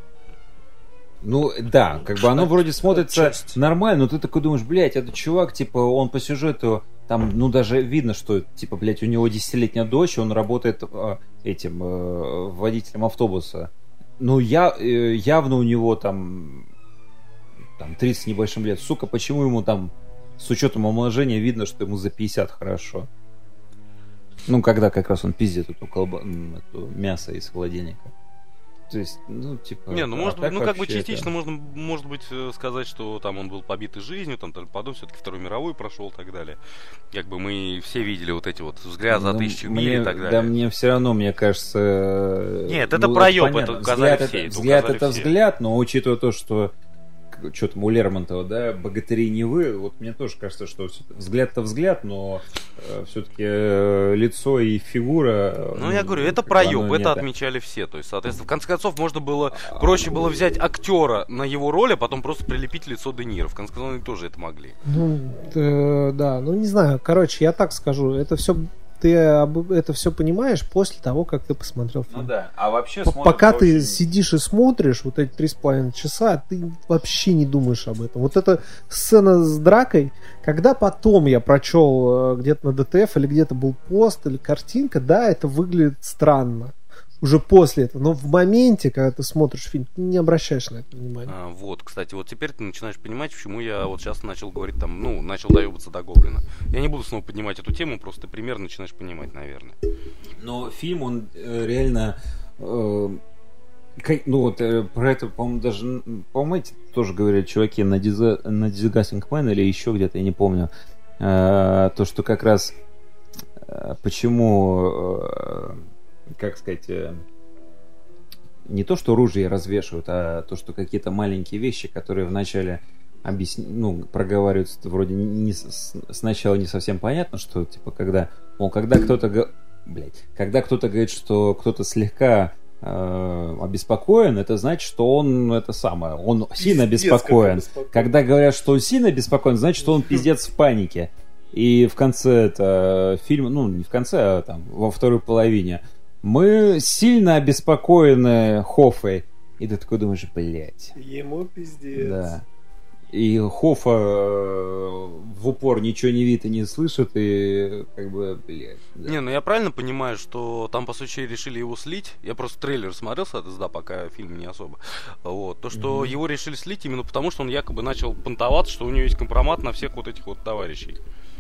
Ну, да, как бы оно вроде смотрится Отчасти. нормально, но ты такой думаешь, блядь, этот чувак, типа, он по сюжету, там, ну, даже видно, что, типа, блядь, у него десятилетняя дочь, он работает э, этим, э, водителем автобуса. Ну, я, э, явно у него там, там, тридцать небольшим лет. Сука, почему ему там, с учетом омоложения, видно, что ему за пятьдесят хорошо? Ну, когда как раз он пиздит эту, колба... эту мясо из холодильника. То есть, ну, типа... Не, ну, а может быть, ну, как бы вообще частично это... можно, может быть, сказать, что там он был побитый жизнью, там, потом все-таки Вторую мировую прошел и так далее. Как бы мы все видели вот эти вот взгляд за Ну, тысячу мне, миль и так далее. Да, мне все равно, мне кажется... Нет, это ну, проеб, понятно. это указали взгляд все. Это, это взгляд указали это все. взгляд, но учитывая то, что что там у Лермонтова, да, богатыри не вы, вот мне тоже кажется, что взгляд-то взгляд, но э, все-таки э, лицо и фигура... Ну, ну, я говорю, это как бы проеб, оно не это так. отмечали все. То есть, соответственно, в конце концов, можно было, проще было взять актера на его роль, а потом просто прилепить лицо Де Ниро. В конце концов, они тоже это могли. Ну, э, да, ну не знаю. Короче, я так скажу, это все ты об- это все понимаешь после того, как ты посмотрел фильм. Ну да, а вообще П- смотрится Пока ты очень- сидишь и смотришь вот эти три с половиной часа, ты вообще не думаешь об этом. Вот эта сцена с дракой, когда потом я прочел э, где-то на ДТФ или где-то был пост или картинка, да, это выглядит странно. Уже после этого. Но в моменте, когда ты смотришь фильм, ты не обращаешь на это внимания. А, вот, кстати, вот теперь ты начинаешь понимать, почему я вот сейчас начал говорить там, ну, начал доебаться до Гоблина. Я не буду снова поднимать эту тему, просто ты примерно начинаешь понимать, наверное. Но фильм, он э, реально... э, как- ну вот э, про это, по-моему, даже... м, По-моему, эти тоже говорят чуваки на, Дизе, на Disgusting Man или еще где-то, я не помню. Э, то, что как раз... э, почему... э, как сказать... э, не то, что ружья развешивают, а то, что какие-то маленькие вещи, которые вначале объясни... ну, проговариваются, вроде не... с- сначала не совсем понятно, что, типа, когда... Мол, когда кто-то... го- Блять. Когда кто-то говорит, что кто-то слегка э, обеспокоен, это значит, что он это самое, он сильно обеспокоен. Когда говорят, что он сильно обеспокоен, значит, что он пиздец в панике. И в конце это фильма, ну, не в конце, а там во второй половине, мы сильно обеспокоены Хоффой. И ты такой думаешь, блять. Ему пиздец. Да. И Хоффа э, в упор ничего не видит и не слышит, и как бы, блядь. Да. Не, ну я правильно понимаю, что там, по сути, решили его слить. Я просто трейлер смотрел, да, пока фильм не особо. Вот. То, что mm-hmm. его решили слить именно потому, что он якобы начал понтоваться, что у него есть компромат на всех вот этих вот товарищей.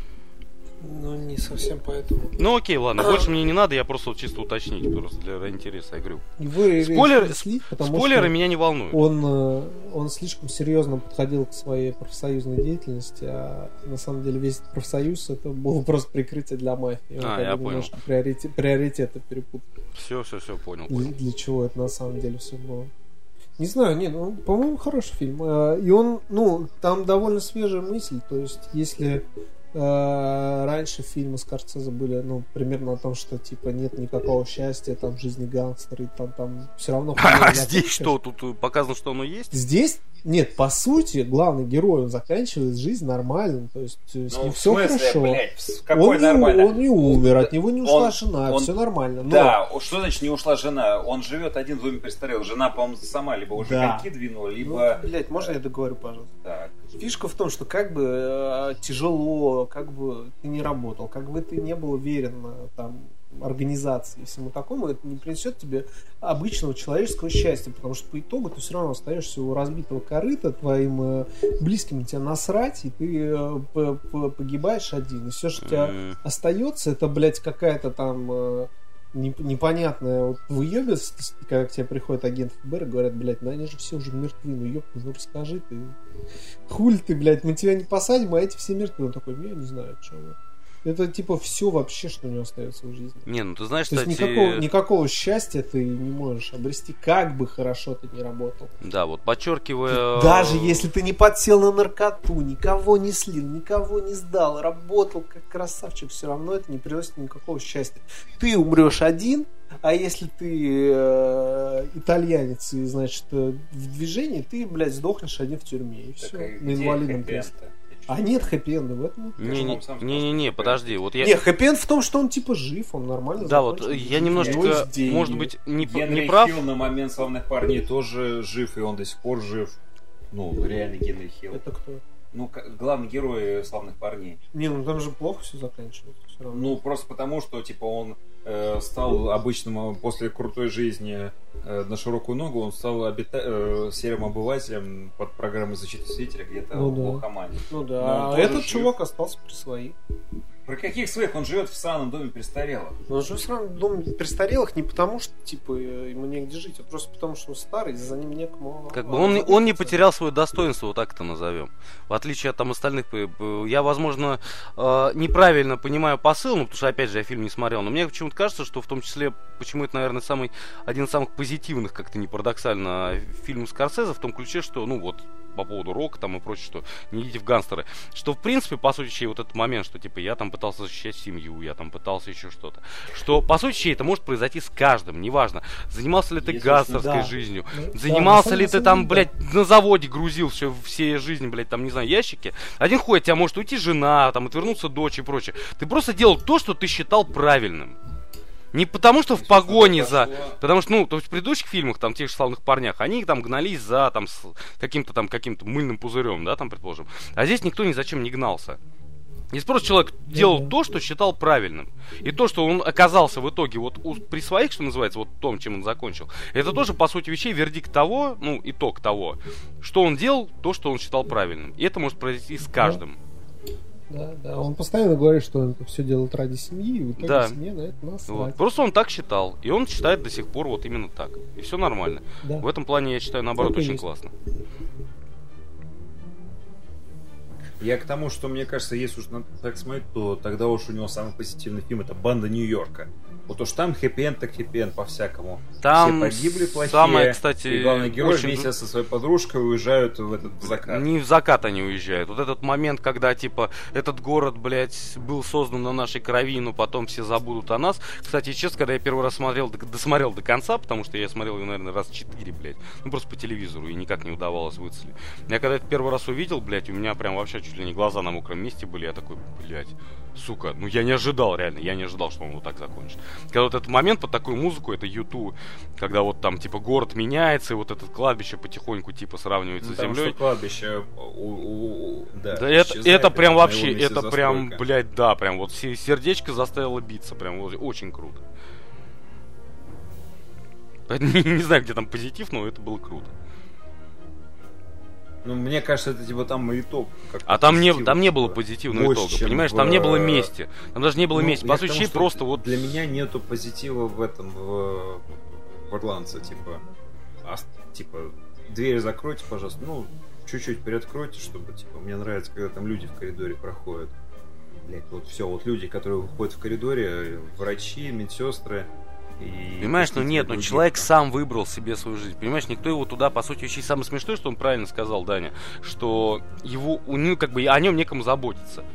Ну, не совсем поэтому. Ну окей, ладно, больше мне не надо, я просто вот чисто уточнить, просто для интереса, я говорю. Вы Спойлер, решили слить, потому спойлеры что меня не волнуют. Он, э, он слишком серьезно подходил к своей профсоюзной деятельности, а на самом деле весь этот профсоюз это было просто прикрытие для мафии. Он А, как я бы понял. немножко приорите- приоритеты перепутал. Все, все, все, понял, Для, понял. для чего это на самом деле все было. Не знаю, не, ну, по-моему, хороший фильм. А, И он, ну, там довольно свежая мысль. То есть, если э, раньше фильмы Скорсезе были, ну, примерно о том, что, типа, нет никакого счастья, там, в жизни гангстера, и там, там все равно... А здесь что? Тут показано, что оно есть? Здесь? Нет, по сути, главный герой, он заканчивает жизнь нормальным, то есть с Ну, ним в все смысле, хорошо. блядь, какой Он не, нормально? он не умер, от него не ушла Он- жена, он- все нормально. Но... Да, что значит не ушла жена? Он живет один в доме престарелых. Жена, по-моему, сама либо уже Да. коньки двинула, Ну, либо... блядь, можно я договорю, пожалуйста? Так. Фишка в том, что как бы э, тяжело, как бы ты не работал, как бы ты не был уверен э, там организации и всему такому, это не принесет тебе обычного человеческого счастья, потому что по итогу ты все равно остаешься у разбитого корыта, твоим э, близким на тебя насрать, и ты э, п- п- погибаешь один. И все, что у тебя М. остается, это, блядь, какая-то там э, не- непонятная вот выебец, когда к тебе приходит агент эф бэ эр и говорят, блядь, ну они же все уже мертвы, ну ёб, ну расскажи ты, хуль ты, блядь, мы тебя не посадим, а эти все мертвы. Он такой, я не знаю, что вы. Это типа все вообще, что у него остается в жизни. Не, ну ты знаешь, То есть кстати... никакого, никакого счастья ты не можешь обрести, как бы хорошо ты не работал. Да, вот подчеркивая... Даже если ты не подсел на наркоту, никого не слил, никого не сдал, работал как красавчик, все равно это не приносит никакого счастья. Ты умрешь один, а если ты э, итальянец и, значит, э, в движении, ты, блядь, сдохнешь один в тюрьме, и все, Так, а на где инвалидном хэппи-энд-то? кресле. А нет хэппи-энда в этом. Не-не-не, подожди, вот я... Не, хэппи-энд в том, что он типа жив, он нормально Да, вот закончил я жизнь, у немножечко, него есть деньги. может быть, не, п- Генри не прав. Хилл на момент «Славных парней» тоже жив, и он до сих пор жив. Ну, реально Генри Хилл. Это кто? Ну, как- главный герой «Славных парней». Не, ну там же плохо все заканчивается все равно. Ну, просто потому, что, типа, он э, стал обычным, э, после крутой жизни э, на широкую ногу, он стал обита- э, серым обывателем под программой защиты свидетеля где-то Ну в да. глухомане. Ну да, Но он а тоже этот жив. чувак остался при своих. При каких своих? Он живет в сраном доме престарелых. Но он же все равно в доме престарелых не потому, что типа ему негде жить, а просто потому, что он старый, за ним некому. Как бы он, он не потерял свое достоинство, вот так это назовем. В отличие от там остальных, п- п- я, возможно, э, неправильно понимаю посыл, ну, потому что, опять же, я фильм не смотрел, но мне почему-то кажется, что в том числе, почему это, наверное, самый, один из самых позитивных, как-то не парадоксально, фильм Скорсезе, в том ключе, что, ну, вот, по поводу рока там и прочее, что не идите в гангстеры. Что, в принципе, по сути, чей вот этот момент, что, типа, я там пытался защищать семью, я там пытался еще что-то. Что, по сути, чей это может произойти с каждым, неважно, занимался ли ты Если гангстерской да. жизнью, Ну, занимался да, ли на ты самом там, деле, блядь, на заводе грузил все, всей жизни, блядь, там, не знаю, ящики. Один ходит, тебя может уйти жена, там, отвернуться дочь и прочее. Ты просто делал то, что ты считал правильным. Не потому, что в погоне за... Потому что, ну, то есть в предыдущих фильмах, там, тех же «Славных парнях», они там гнались за, там, с каким-то там, каким-то мыльным пузырем, да, там, предположим. А здесь никто ни зачем не гнался. Здесь просто человек делал да. то, что считал правильным. И то, что он оказался в итоге вот у- при своих, что называется, вот том, чем он закончил, это тоже, по сути вещей, вердикт того, ну, итог того, что он делал то, что он считал правильным. И это может произойти с каждым. Да, да. Он постоянно говорит, что он это все делает ради семьи, и в итоге Да. семье на это насрать. Вот. Просто он так считал. И он считает до сих пор вот именно так. И все нормально. Да. В этом плане, я считаю, наоборот, Так и очень есть. классно. Я к тому, что, мне кажется, если уж надо так смотреть, то тогда уж у него самый позитивный фильм — это «Банда Нью-Йорка». Вот уж там хэппи-энд, так хэппи-энд по-всякому. Там Все погибли плохие, самое, кстати, и главный герой очень- вместе со своей подружкой уезжают в этот закат. Не в закат они уезжают. Вот этот момент, когда, типа, этот город, блядь, был создан на нашей крови, но потом все забудут о нас. Кстати, честно, когда я первый раз смотрел, д- досмотрел до конца, потому что я смотрел его, наверное, раз четыре, блядь. Ну, просто по телевизору, и никак не удавалось выцелить. Я когда это первый раз увидел, блядь, у меня прям вообще чуть ли не глаза на мокром месте были. Я такой, блядь, сука, ну я не ожидал, реально, я не ожидал, что он вот так закончит. Когда вот этот момент под такую музыку, это юту, когда вот там, типа, город меняется, и вот это кладбище потихоньку, типа, сравнивается Ну, с там землей. что кладбище, у- у- у- да, Да это, исчезает, это прям на его вообще, месте это прям, застройка. блядь, да, прям вот се- сердечко заставило биться, прям вот, очень круто. Не, не знаю, где там позитив, но это было круто. Ну, мне кажется, это типа там итог. А там не, там не было позитивного больше, итога, чем понимаешь, в, там не было э, мести. Там даже не было Ну, мести. я По к сути, тому, вещей что просто вот... Для меня нету позитива в этом, в, в Ирландце, типа, а, типа, двери закройте, пожалуйста, ну, чуть-чуть приоткройте, чтобы, типа, мне нравится, когда там люди в коридоре проходят. Блять, вот все, вот люди, которые выходят в коридоре, врачи, медсестры. И Понимаешь, ну нет, ну других. человек сам выбрал себе свою жизнь. Понимаешь, никто его туда, по сути, вещей. Самое смешное, что он правильно сказал, Даня, что его, у него, как бы, о нем некому заботиться.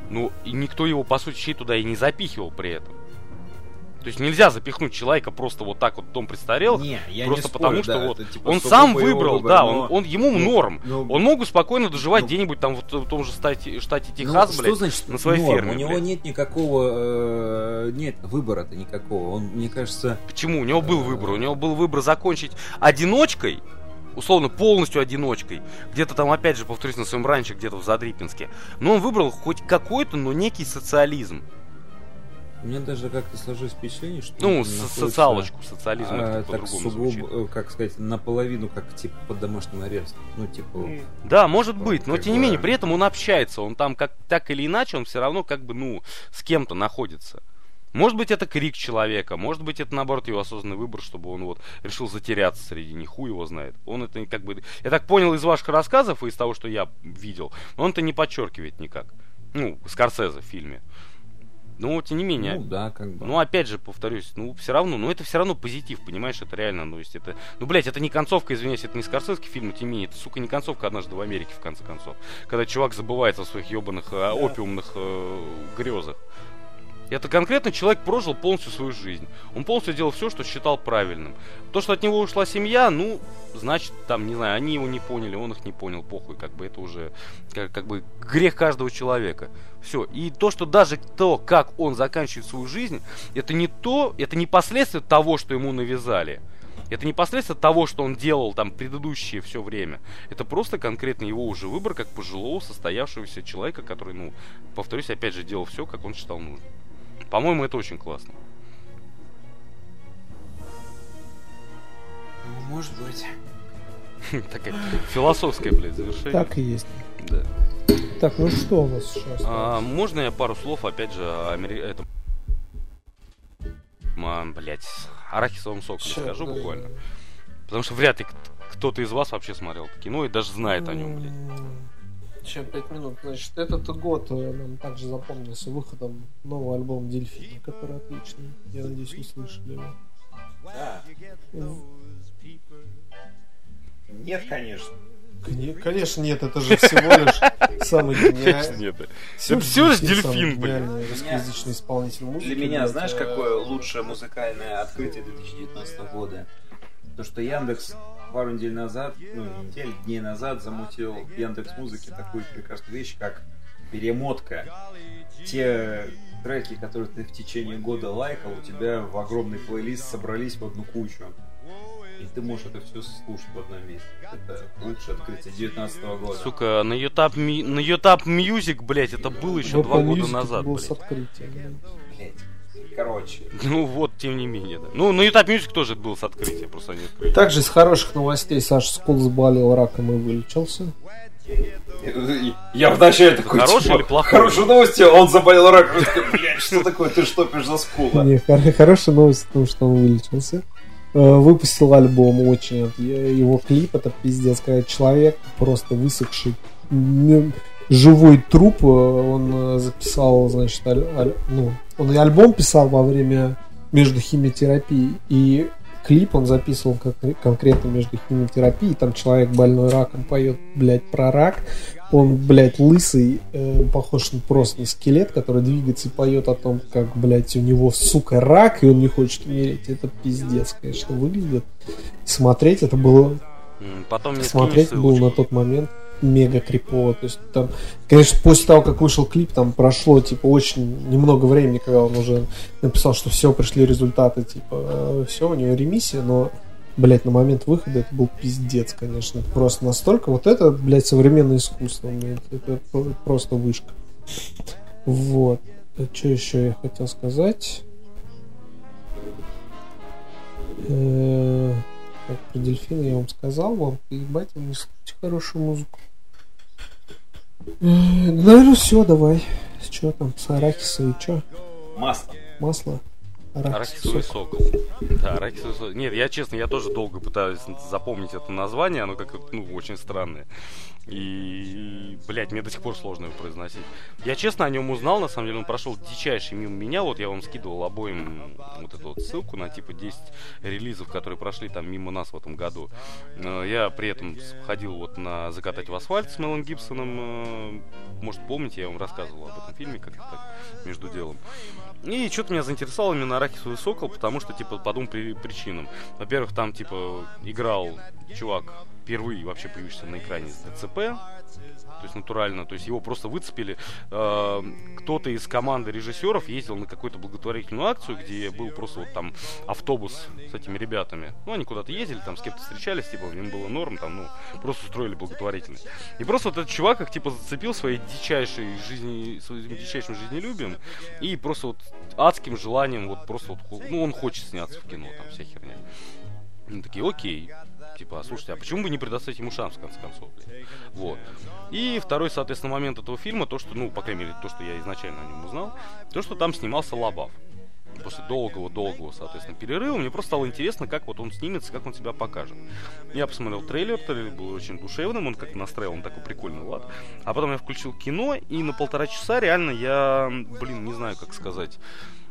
Ну, и никто его, по сути, туда и не запихивал при этом. То есть нельзя запихнуть человека просто вот так вот в дом престарелых, не, я просто не потому спорю, что да, вот это, типа, он сам его выбрал, выбор, да, но... он, он ему ну, норм. ну, он мог бы спокойно доживать ну, где-нибудь там вот в том же штате, штате ну, Техас, что блядь, значит на своей норм? ферме. У него блядь. нет никакого, э, нет выбора-то никакого. Он, мне кажется... Почему? У него был выбор. У него был выбор закончить одиночкой, условно полностью одиночкой, где-то там, опять же, повторюсь, на своем ранчо, где-то в Задрипинске. Но он выбрал хоть какой-то, но некий социализм. У меня даже как-то сложилось впечатление, что... Ну, он со- находится, социалочку, социализм, а, это так по-другому сугубо, звучит. э, как сказать, наполовину, как типа под домашним арестом. Ну, типа... Да, может быть, но как тем не бы- менее, при этом он общается, он там как так или иначе, он все равно как бы, ну, с кем-то находится. Может быть, это крик человека, может быть, это, наоборот, его осознанный выбор, чтобы он вот решил затеряться среди них, хуй его знает. Он это как бы... Я так понял из ваших рассказов и из того, что я видел, он это не подчеркивает никак. Ну, Скорсезе в фильме. Но, тем не менее... Ну, да, как бы. Ну, опять же, повторюсь, ну, все равно, ну, это все равно позитив, понимаешь, это реально, ну, есть это... Ну, блядь, это не концовка, извиняюсь, это не скорсезский фильм, но тем не менее, это, сука, не концовка «Однажды в Америке», в конце концов. Когда чувак забывается в своих ебаных э, опиумных э, грезах. Это конкретно человек прожил полностью свою жизнь. Он полностью делал все, что считал правильным. То, что от него ушла семья, ну, значит, там, не знаю, они его не поняли, он их не понял, похуй, как бы это уже, как, как бы, грех каждого человека. Все. И то, что даже то, как он заканчивает свою жизнь, это не то, это не последствия того, что ему навязали. Это не последствия того, что он делал там предыдущее все время. Это просто конкретно его уже выбор, как пожилого, состоявшегося человека, который, ну, повторюсь, опять же, делал все, как он считал нужным. По-моему, это очень классно. Может быть. Такая философская, блядь, завершение. Так и есть. Да. Так, ну что у нас еще осталось? А, можно я пару слов, опять же, о Амери... этом... А, блядь, арахисовом соке Ща, скажу да. буквально. Потому что вряд ли кто-то из вас вообще смотрел это кино и даже знает о нем, блядь. Еще пять минут. Значит, этот год э, нам также запомнился выходом нового альбома Дельфина, который отличный. Я надеюсь, вы слышали его. Да. Ну, Нет, конечно. коне- Конечно, нет, это же всего лишь самый гениальный. Нет, да. Всего Это всего лишь Дельфин самый Дельфин, блин. гениальный русскоязычный исполнитель музыки. Для меня, блядь, знаешь, э, какое лучшее музыкальное открытие две тысячи девятнадцатого года? То, что Яндекс пару недель назад, ну, не недель, дней назад замутил в Яндекс.Музыке такую прекрасную вещь, как перемотка. Те треки, которые ты в течение года лайкал, у тебя в огромный плейлист собрались в одну кучу. И ты можешь это все слушать в одном месте. Это лучшее открытие две тысячи девятнадцатого года. Сука, на YouTube, ми- на YouTube Music, блядь, это было еще в два Apple года Music назад, был блядь. с открытием. блядь. Блять. Короче. Ну вот, тем не менее, да. Ну, на YouTube Music тоже был с открытия, просто они открыли. Также из хороших новостей Саша Скул заболел раком и вылечился. Я вначале такой, Хороший типа, или плохой? хорошие новости, он заболел раком. Я такой, блядь, что такое, ты что пишешь за скула? Не, хор- хорошая новость в том, что он вылечился. Э, Выпустил альбом очень. вот, я- Его клип это пиздец, когда человек просто высохший м, живой труп. э, Он э, записал, значит, аль- аль- ну, он и альбом писал во время между химиотерапией, и клип он записывал как конкретно между химиотерапией. Там человек больной раком поет, блядь, про рак. Он, блядь, лысый, э, похож на просто на скелет, который двигается и поет о том, как, блядь, у него, сука, рак, и он не хочет умереть. Это пиздец, конечно, выглядит. Смотреть это было... М, Потом мне Смотреть скинешь было на ссылочку. тот момент мега крипово. То есть там, конечно, после того, как вышел клип, там прошло, типа, очень немного времени, когда он уже написал, что все, пришли результаты, типа, все, у него ремиссия, но, блядь, на момент выхода это был пиздец, конечно. Это просто настолько, вот это, блядь, современное искусство, блядь, это про- просто вышка. Вот. Что еще я хотел сказать? Э, Так, про дельфина я вам сказал, вам поебать, вы не слушайте хорошую музыку. Э, Наверное, все, давай. Что там, с арахисом и что? Масло. Масло? Арахисовый сокол. Да, арахисовый сокол. Нет, я честно, я тоже долго пытаюсь запомнить это название, оно как-то, ну, очень странное. И, блядь, мне до сих пор сложно его произносить. Я честно о нем узнал, на самом деле, он прошел дичайший мимо меня. Вот я вам скидывал обоим вот эту вот ссылку на типа десять релизов, которые прошли там мимо нас в этом году. Я при этом ходил вот на «Закатать в асфальт» с Мелом Гибсоном. Может, помните, я вам рассказывал об этом фильме как-то так, между делом. И что-то меня заинтересовал именно «Арахисовый сокол», потому что, типа, по двум при- причинам. Во-первых, там, типа, играл чувак, впервые вообще появившийся на экране с ДЦП, то есть натурально, то есть его просто выцепили. Э, кто-то из команды режиссеров ездил на какую-то благотворительную акцию, где был просто вот там автобус с этими ребятами. Ну, они куда-то ездили, там с кем-то встречались, типа, им было норм, там, ну, просто устроили благотворительность. И просто вот этот чувак, как, типа, зацепил своей дичайшей жизни, своим дичайшим жизнелюбием и просто вот адским желанием, вот просто вот, ну, он хочет сняться в кино, там, вся херня. Ну, такие, окей. Типа, слушайте, а почему бы не предоставить ему шанс, в конце концов, блядь? Вот. И второй, соответственно, момент этого фильма, то, что, ну, по крайней мере, то, что я изначально о нем узнал, то, что там снимался Лобав. После долгого-долгого, соответственно, перерыва мне просто стало интересно, как вот он снимется, как он себя покажет. Я посмотрел трейлер, трейлер был очень душевным, он как-то настраивал на такой прикольный лад. А потом я включил кино, и на полтора часа реально я, блин, не знаю, как сказать...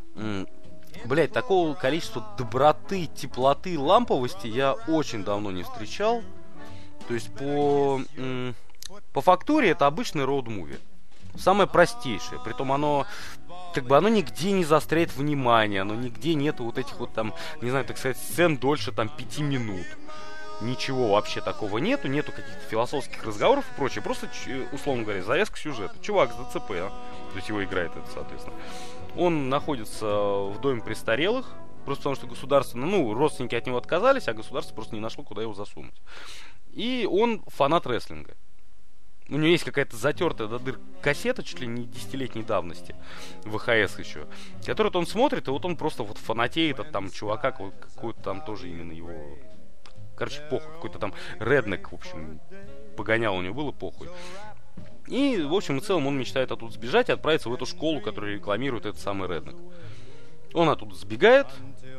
Блять, такого количества доброты, теплоты, ламповости я очень давно не встречал. То есть по, м- по фактуре это обычный роуд-муви. Самое простейшее. Притом оно, как бы, оно нигде не заостряет внимание, оно нигде нету вот этих вот там, не знаю, так сказать, сцен дольше там пяти минут. Ничего вообще такого нету, нету каких-то философских разговоров и прочее. Просто, условно говоря, завязка сюжета. Чувак с ДЦП, а? То есть его играет это, соответственно. Он находится в доме престарелых, просто потому что государство, ну, родственники от него отказались, а государство просто не нашло, куда его засунуть. И он фанат рестлинга. У него есть какая-то затертая до дыр кассета, чуть ли не десятилетней давности, ВХС еще, которую он смотрит, и вот он просто вот фанатеет от там чувака, какой-то там тоже именно его... Короче, похуй, какой-то там реднек, в общем, погонял у него было, похуй. И, в общем и целом, он мечтает оттуда сбежать и отправиться в эту школу, которая рекламирует этот самый реднек. Он оттуда сбегает,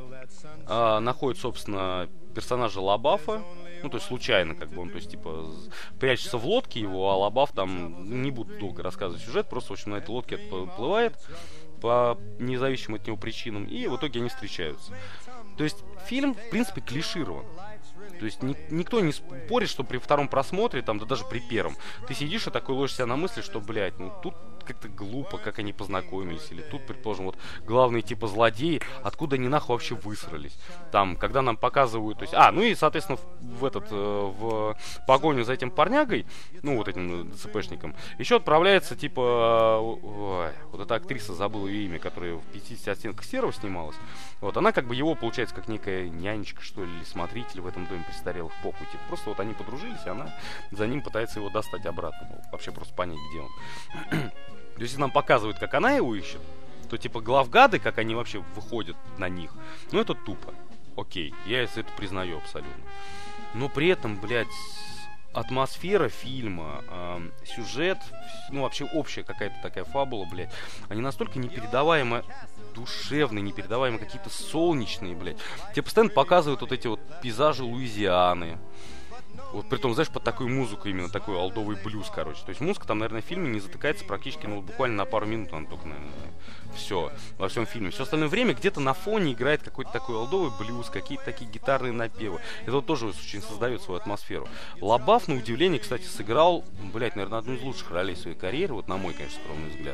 а, находит, собственно, персонажа Лобафа, ну, то есть случайно, как бы он, то есть, типа, прячется в лодке его, а Лобаф там, не буду долго рассказывать сюжет, просто, в общем, на этой лодке отплывает по независимым от него причинам, и в итоге они встречаются. То есть фильм, в принципе, клиширован. То есть ни, никто не спорит, что при втором просмотре, там, да даже при первом, ты сидишь и такой ловишь себя на мысли, что, блядь, ну тут как-то глупо, как они познакомились, или тут, предположим, вот главные типа злодеи, откуда они нахуй вообще высрались. Там, когда нам показывают, то есть, а, ну и, соответственно, в, в этот, э, в погоню за этим парнягой, ну, вот этим ДЦПшником, еще отправляется, типа, ой, вот эта актриса, забыла ее имя, которая в пятидесяти оттенках серого снималась, вот, она как бы его, получается, как некая нянечка, что ли, или смотритель в этом доме престарелых, похуй, типа, просто вот они подружились, и она за ним пытается его достать обратно, мол, вообще просто понять, где он. То есть, если нам показывают, как она его ищет, то, типа, главгады, как они вообще выходят на них, ну, это тупо. Окей, я это признаю абсолютно. Но при этом, блядь, атмосфера фильма, э, сюжет, ну, вообще общая какая-то такая фабула, блядь, они настолько непередаваемо душевные, непередаваемо какие-то солнечные, блядь. Тебе постоянно показывают вот эти вот пейзажи Луизианы. Вот притом, знаешь, под такую музыку, именно такой олдовый блюз, короче. То есть музыка там, наверное, в фильме не затыкается практически, ну, буквально на пару минут, она только, наверное, все, во всем фильме. Все остальное время где-то на фоне играет какой-то такой олдовый блюз, какие-то такие гитарные напевы. Это вот тоже очень создает свою атмосферу. Лобаф, на удивление, кстати, сыграл, блядь, наверное, одну из лучших ролей своей карьеры, вот на мой, конечно, скромный взгляд.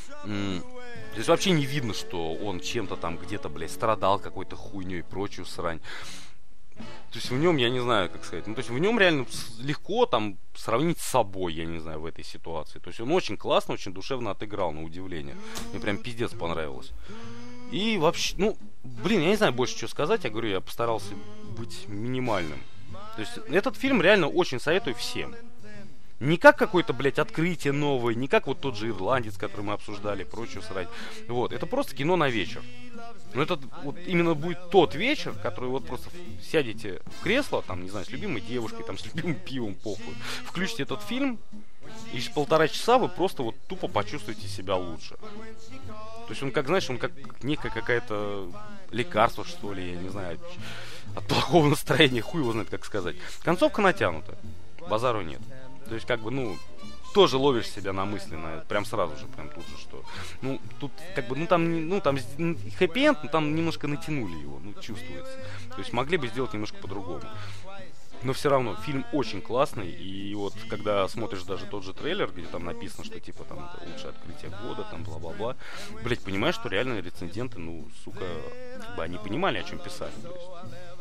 То есть вообще не видно, что он чем-то там где-то, блядь, страдал какой-то хуйней и прочую срань. То есть в нем, я не знаю, как сказать, ну, то есть в нем реально легко там сравнить с собой, я не знаю, в этой ситуации. То есть он очень классно, очень душевно отыграл, на удивление. Мне прям пиздец понравилось. И вообще, ну, блин, я не знаю больше, что сказать. Я говорю, я постарался быть минимальным. То есть этот фильм реально очень советую всем. Не как какое-то, блядь, открытие новое, не как вот тот же «Ирландец», который мы обсуждали, прочую срать. Вот, это просто кино на вечер. Но это вот именно будет тот вечер, который вот просто сядете в кресло, там, не знаю, с любимой девушкой, там, с любимым пивом, похуй, включите этот фильм, и через полтора часа вы просто вот тупо почувствуете себя лучше. То есть он, как, знаешь, он как некая какая-то лекарство, что ли, я не знаю, от плохого настроения, хуй его знает, как сказать. Концовка натянута, базару нет. То есть, как бы, ну, тоже ловишь себя на мысли, на, прям сразу же, прям тут же, что, ну, тут, как бы, ну, там, ну, там, хэппи-энд, но там немножко натянули его, ну, чувствуется. То есть, могли бы сделать немножко по-другому. Но все равно, фильм очень классный, и вот, когда смотришь даже тот же трейлер, где там написано, что, типа, там, это лучшее открытие года, там, бла-бла-бла, блять, понимаешь, что реально рецензенты, ну, сука, как бы, они понимали, о чем писали, то есть.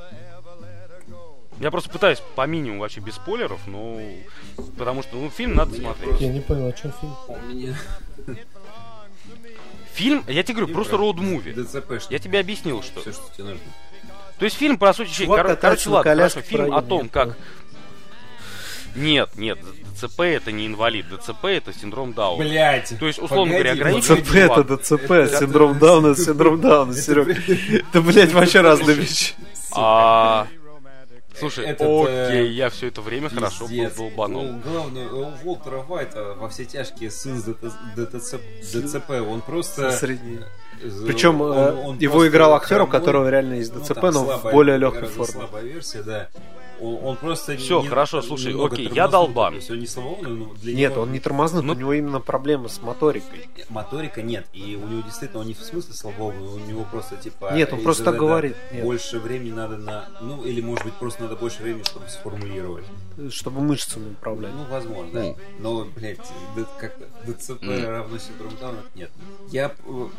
Я просто пытаюсь по минимуму вообще без спойлеров, но потому что ну, фильм надо смотреть. Я не понял, о чем фильм. Фильм, я тебе говорю, просто роуд-муви. Я тебе объяснил, что. Все, что тебе нужно. То есть фильм, по сути, кор- короче, ладно, хорошо, фильм о том, как... Нет, нет, ДЦП это не инвалид, ДЦП это синдром Дауна. Блять. То есть, условно говоря, ограниченный ДЦП это ДЦП, синдром Дауна, синдром Дауна, Серега. Это, блядь, вообще разные вещи. А... Слушай, Этот, окей, э, я все это время пиздец. хорошо был долбанул. Ну, главное, у Уолтера Вайта во все тяжкие сын ДЦП, он просто... Средний. Причем он, он его играл актер, у которого реально есть ДЦП, ну, но слабая, в более легкой форме. Слабая версия, да. Он, он просто все, не, хорошо, слушай, окей, я долбан. То есть он не слабоумный, но для Нет, него... он не тормознут, ну... у него именно проблемы с моторикой. Моторика нет, и у него действительно, он не в смысле слабоумный, у него просто типа... Нет, он просто так говорит. Нет. Больше времени надо на... Ну, или может быть просто надо больше времени, чтобы сформулировать. Чтобы мышцами управлять. Ну, возможно, да. Но, блядь, как-то ДЦП mm. равно синдром Дауна нет. Я...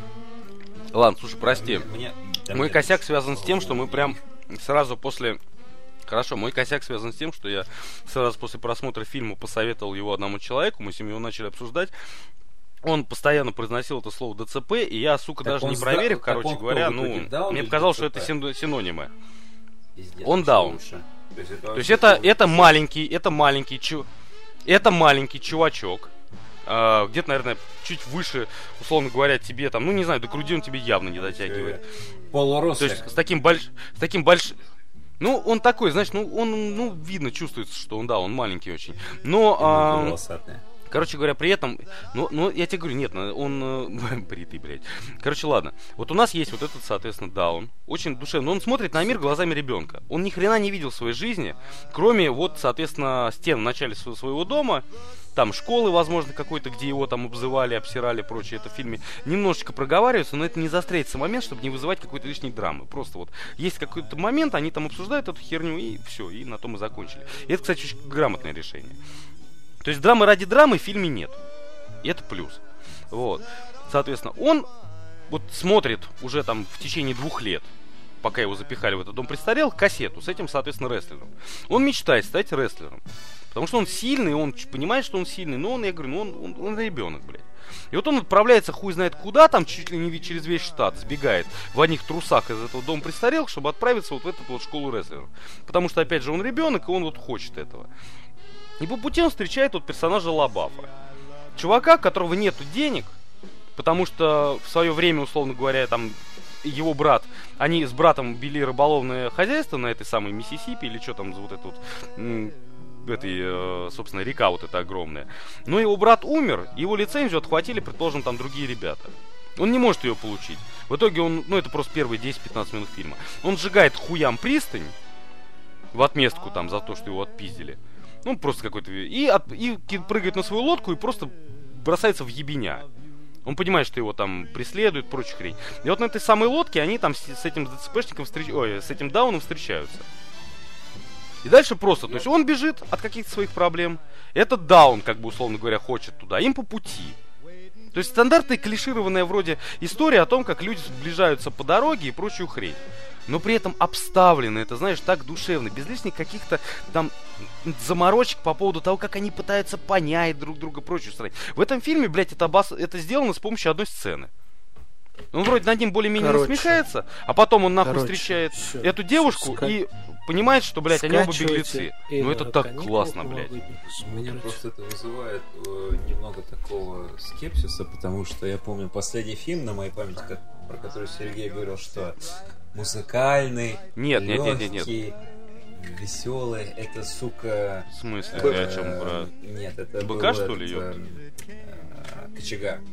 Ладно, слушай, прости. Мне... Да, Мой нет. косяк связан с тем, что мы прям сразу после... Хорошо, мой косяк связан с тем, что я сразу после просмотра фильма посоветовал его одному человеку, мы с ним его начали обсуждать. Он постоянно произносил это слово ДЦП, и я, сука, так даже не проверив, сда... короче говоря, ну, мне показалось, что это син... синонимы. Пиздец, он даун. То есть это, То есть это, это маленький, это маленький, чу... это маленький чувачок. Uh, где-то, наверное, чуть выше, условно говоря, тебе там, ну не знаю, до груди он тебе явно не дотягивает. Полурослик. То есть с таким больш... с таким большим... Ну, он такой, знаешь, ну, он, ну, видно, чувствуется, что он, да, он маленький очень. Но, а... короче говоря, при этом, ну, ну, я тебе говорю, нет, он бритый, блядь. Короче, ладно. Вот у нас есть вот этот, соответственно, даун. Очень душевный. Он смотрит на мир глазами ребенка. Он ни хрена не видел в своей жизни, кроме вот, соответственно, стен в начале своего дома. Там школы, возможно, какой-то, где его там обзывали, обсирали, прочее. Это в фильме немножечко проговаривается, но это не заостряется момент, чтобы не вызывать какой-то лишней драмы. Просто вот есть какой-то момент, они там обсуждают эту херню, и все, и на том и закончили. И это, кстати, очень грамотное решение. То есть драмы ради драмы в фильме нет. И это плюс. Вот. Соответственно, он вот смотрит уже там в течение двух лет, пока его запихали в этот дом престарелых, кассету с этим, соответственно, рестлером. Он мечтает стать рестлером. Потому что он сильный, он понимает, что он сильный, но он, я говорю, ну он, он, он ребенок, блядь. И вот он отправляется хуй знает куда, там чуть ли не через весь штат, сбегает в одних трусах из этого дома престарелых, чтобы отправиться вот в эту вот школу рестлеров. Потому что, опять же, он ребенок, и он вот хочет этого. И по пути он встречает вот персонажа Лабафа. Чувака, у которого нету денег, потому что в свое время, условно говоря, там его брат, они с братом вели рыболовное хозяйство на этой самой Миссисипи, или что там за вот это вот... этой, собственно, река вот эта огромная. Но его брат умер, его лицензию отхватили, предположим, там другие ребята. Он не может ее получить. В итоге он, ну это просто первые десять-пятнадцать минут фильма. Он сжигает хуям пристань в отместку там за то, что его отпиздили. Ну просто какой-то... И, от, и прыгает на свою лодку и просто бросается в ебеня. Он понимает, что его там преследуют, прочая хрень. И вот на этой самой лодке они там с, с этим ДЦПшником, встреч... Ой, с этим Дауном встречаются. И дальше просто, то есть он бежит от каких-то своих проблем. Этот Даун, как бы условно говоря, хочет туда, им по пути. То есть стандартная клишированная вроде история о том, как люди сближаются по дороге и прочую хрень. Но при этом обставлено, это, знаешь, так душевно, без лишних каких-то там заморочек по поводу того, как они пытаются понять друг друга, прочую хрень. В этом фильме, блядь, это, обос... это сделано с помощью одной сцены. Он вроде над ним более-менее насмехается, а потом он нахуй Короче, встречает все. эту девушку Ска... и понимает, что, блядь, они оба беглецы. Ну это так классно, блядь. У меня просто это вызывает э, немного такого скепсиса, потому что я помню последний фильм на моей памяти, как, про который Сергей говорил, что музыкальный, нет, легкий, нет, нет, нет, нет. веселый, это, сука... В смысле? Э, о чем, брат? Нет, это БК, был что ли, этот, э, э, Кочегар.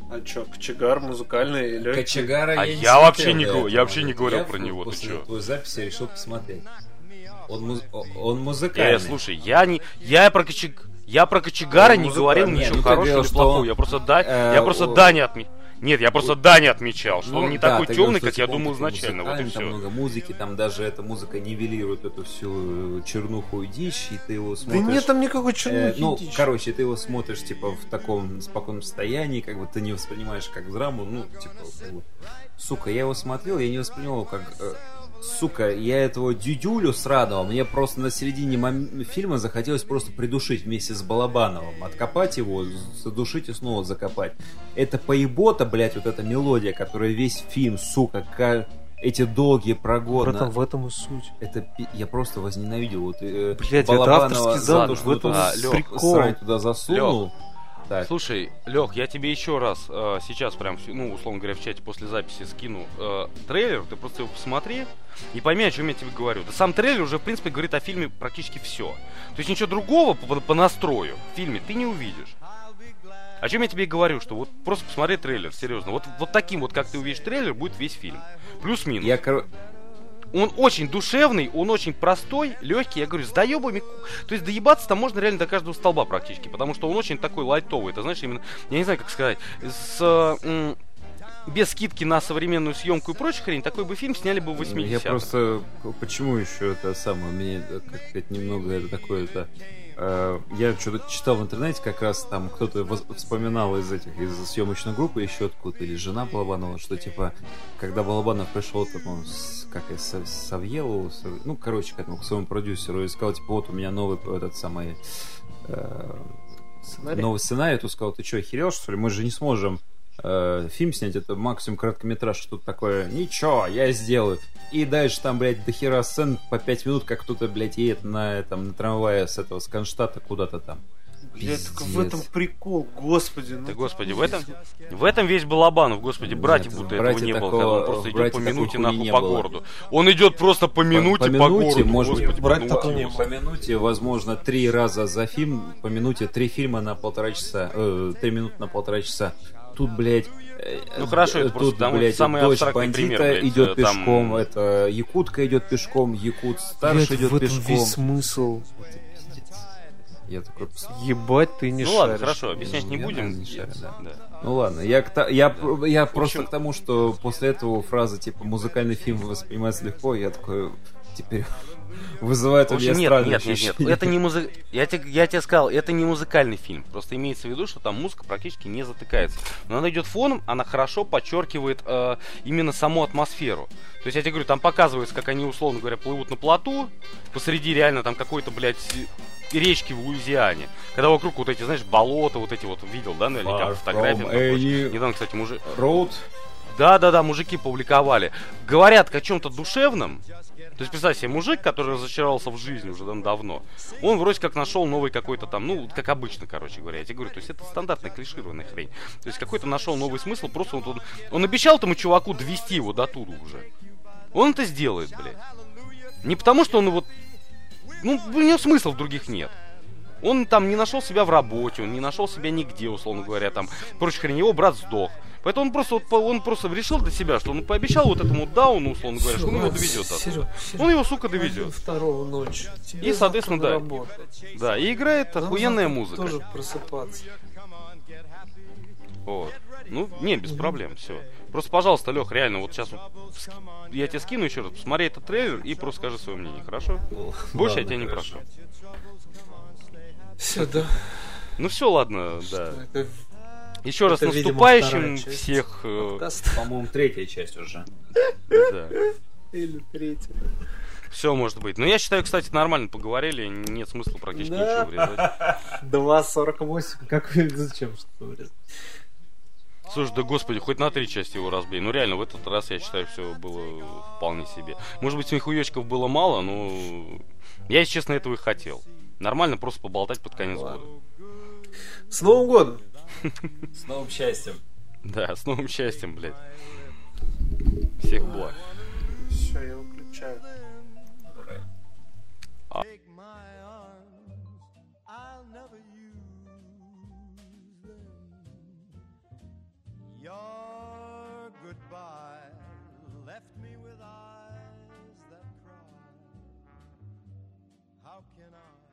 А чё, кочегар музыкальный легкий? Кочегара А я не я вообще смотрел не до говорю- я этого. вообще не говорил Я про него, ты после чё? твоей записи решил посмотреть. Он, муз... он Э, музыкальный. слушай, я не, я про кочег, я про кочегара Он не говорил музыкальный. ничего Ну, ты хорошего говорил, или что плохого. он, Я просто да, э, я просто о- да не отме... Нет, я просто да не отмечал, что Ну, он не да, такой ты темный, говорил, что, как я типа, он думал такой изначально. Вот и музыкальный, там все. много музыки, там даже эта музыка нивелирует эту всю э, чернуху и дичь, и ты его Да смотришь... нет там никакой Э, чернухи. ну, дичь. короче, ты его смотришь, типа, в таком спокойном состоянии, как бы ты не воспринимаешь как драму, ну, типа, как бы... Сука, я его смотрел, я не воспринимал как... э, сука, я этого дюдюлю сраного, мне просто на середине мом- фильма захотелось просто придушить вместе с Балабановым, откопать его, задушить и снова закопать. Это поебота, блядь, вот эта мелодия, которая весь фильм, сука, ка- эти долгие прогоны. Братан, в этом и суть. Это пи- я просто возненавидел. Вот, э, Блядь, это Балабанова авторский за замысел, то, что в этом он а, с- прикол. срань туда засунул. Так. Слушай, Лех, я тебе еще раз э, сейчас прям, ну, условно говоря, в чате после записи скину э, трейлер, ты просто его посмотри и пойми, о чем я тебе говорю. Да сам трейлер уже, в принципе, говорит о фильме практически все. То есть ничего другого по, по настрою в фильме ты не увидишь. О чем я тебе и говорю, что вот просто посмотри трейлер, серьезно. Вот, вот таким вот, как ты увидишь трейлер, будет весь фильм. Плюс-минус. Я, кор- Он очень душевный, он очень простой, легкий. Я говорю, с доебами... То есть доебаться там можно реально до каждого столба практически, потому что он очень такой лайтовый. Это, знаешь, именно... Я не знаю, как сказать. С... м, без скидки на современную съемку и прочую хрень, такой бы фильм сняли бы в восьмидесятых. Я просто... Почему еще это самое? Мне, как сказать, немного это такое-то... э, я что-то читал в интернете, как раз там кто-то воз- вспоминал из этих, из съемочной группы еще откуда-то, или жена Балабанова, что типа, когда Балабанов пришел там, он с, как и с, Савьелу, Сав- ну, короче, к этому, к своему продюсеру, и сказал, типа, вот у меня новый этот самый... э, Сценарий? новый сценарий, то сказал, ты что, охерел, что ли? Мы же не сможем э, фильм снять, это максимум короткометраж, что-то такое. Ничего, я сделаю. И дальше там, блядь, дохера сцен по пять минут, как кто-то, блядь, едет на, там, на трамвае с этого, с Кронштадта куда-то там. Блядь, только в Пиздец. этом прикол, господи. Ну, Да, господи, в этом, в этом весь Балабанов, господи, братьев Нет, будто в этого «Братья» не было, такого- когда он просто в идет «Братья» по такой минуте хуйни нахуй не по было. городу. Он идет просто по минуте по, по минуте, городу. может господи, брать ну, такого ладно. не было. По минуте, возможно, три раза за фильм, по минуте три фильма на полтора часа, э, три минуты на полтора часа. Тут, блядь, э, Ну, хорошо, это тут, просто там блядь, самый дочь абстрактный бандита пример, блядь, идет э, там- пешком, это якутка идет пешком, якут старший блядь, идет в этом пешком. весь смысл. Это пиздец. Я такой посмотрел. Ебать, ты не Ну шаришь. ладно, хорошо, объяснять не Я, будем. наверное, не шарю, да. Да. Ну ладно, я, к та- я, я просто общем- к тому, что после этого фраза типа музыкальный фильм воспринимается легко, я такой теперь вызывает В у меня общем, нет, странные нет, нет, нет, ощущения. это не музы... я, тебе, я тебе сказал, это не музыкальный фильм. Просто имеется в виду, что там музыка практически не затыкается. Но она идет фоном, она хорошо подчеркивает э, именно саму атмосферу. То есть я тебе говорю, там показывается, как они, условно говоря, плывут на плоту, посреди реально там какой-то, блядь, речки в Луизиане. Когда вокруг вот эти, знаешь, болота, вот эти вот, видел, да, наверняка Far фотографии. from там прочее. any Недавно, кстати, мужик... Road. Да-да-да, мужики публиковали. Говорят о чем-то душевном. То есть, представь себе, мужик, который разочаровался в жизни уже там давно, он вроде как нашел новый какой-то там, ну, как обычно, короче говоря, я тебе говорю, то есть это стандартная клишированная хрень. То есть какой-то нашел новый смысл, просто вот он, он обещал этому чуваку довести его до туда уже. Он это сделает, блядь. Не потому, что он вот, ну, у него смыслов других нет. Он там не нашел себя в работе, он не нашел себя нигде, условно говоря, там, прочая хрень, его брат сдох. Поэтому он просто, вот, по- он просто решил для себя, что он пообещал вот этому Дауну, условно говоря, что он его довезет оттуда. Он его, сука, довезет. Второго ночи. И, соответственно, да. Да, и играет охуенная музыка. Тоже просыпаться. Вот. Ну, не, без проблем, все. Просто, пожалуйста, Лех, реально, вот сейчас вот ски- я тебе скину еще раз, посмотри этот трейлер и просто скажи свое мнение, хорошо? Больше я ладно, тебя не хорошо. прошу. Все, да. Ну все, ладно, да. Это Еще раз это, видимо, наступающим вторая часть всех. э, подкаста. По-моему, третья часть уже. Да. Или третья. Все может быть. Но я считаю, кстати, нормально поговорили, нет смысла практически Да. ничего врезать. два сорок восемь. Как зачем что говорят? Слушай, да господи, хоть на три части его разбей. Ну реально, в этот раз, я считаю, все было вполне себе. Может быть, смехуёчков было мало, но я, если честно, этого и хотел. Нормально просто поболтать под конец Ладно. года. С Новым годом! С новым счастьем. Да, с новым счастьем, блядь. Всех благ. Все, я выключаю. Take my arms, I'll never use them. Your goodbye left me with eyes that cry. How can I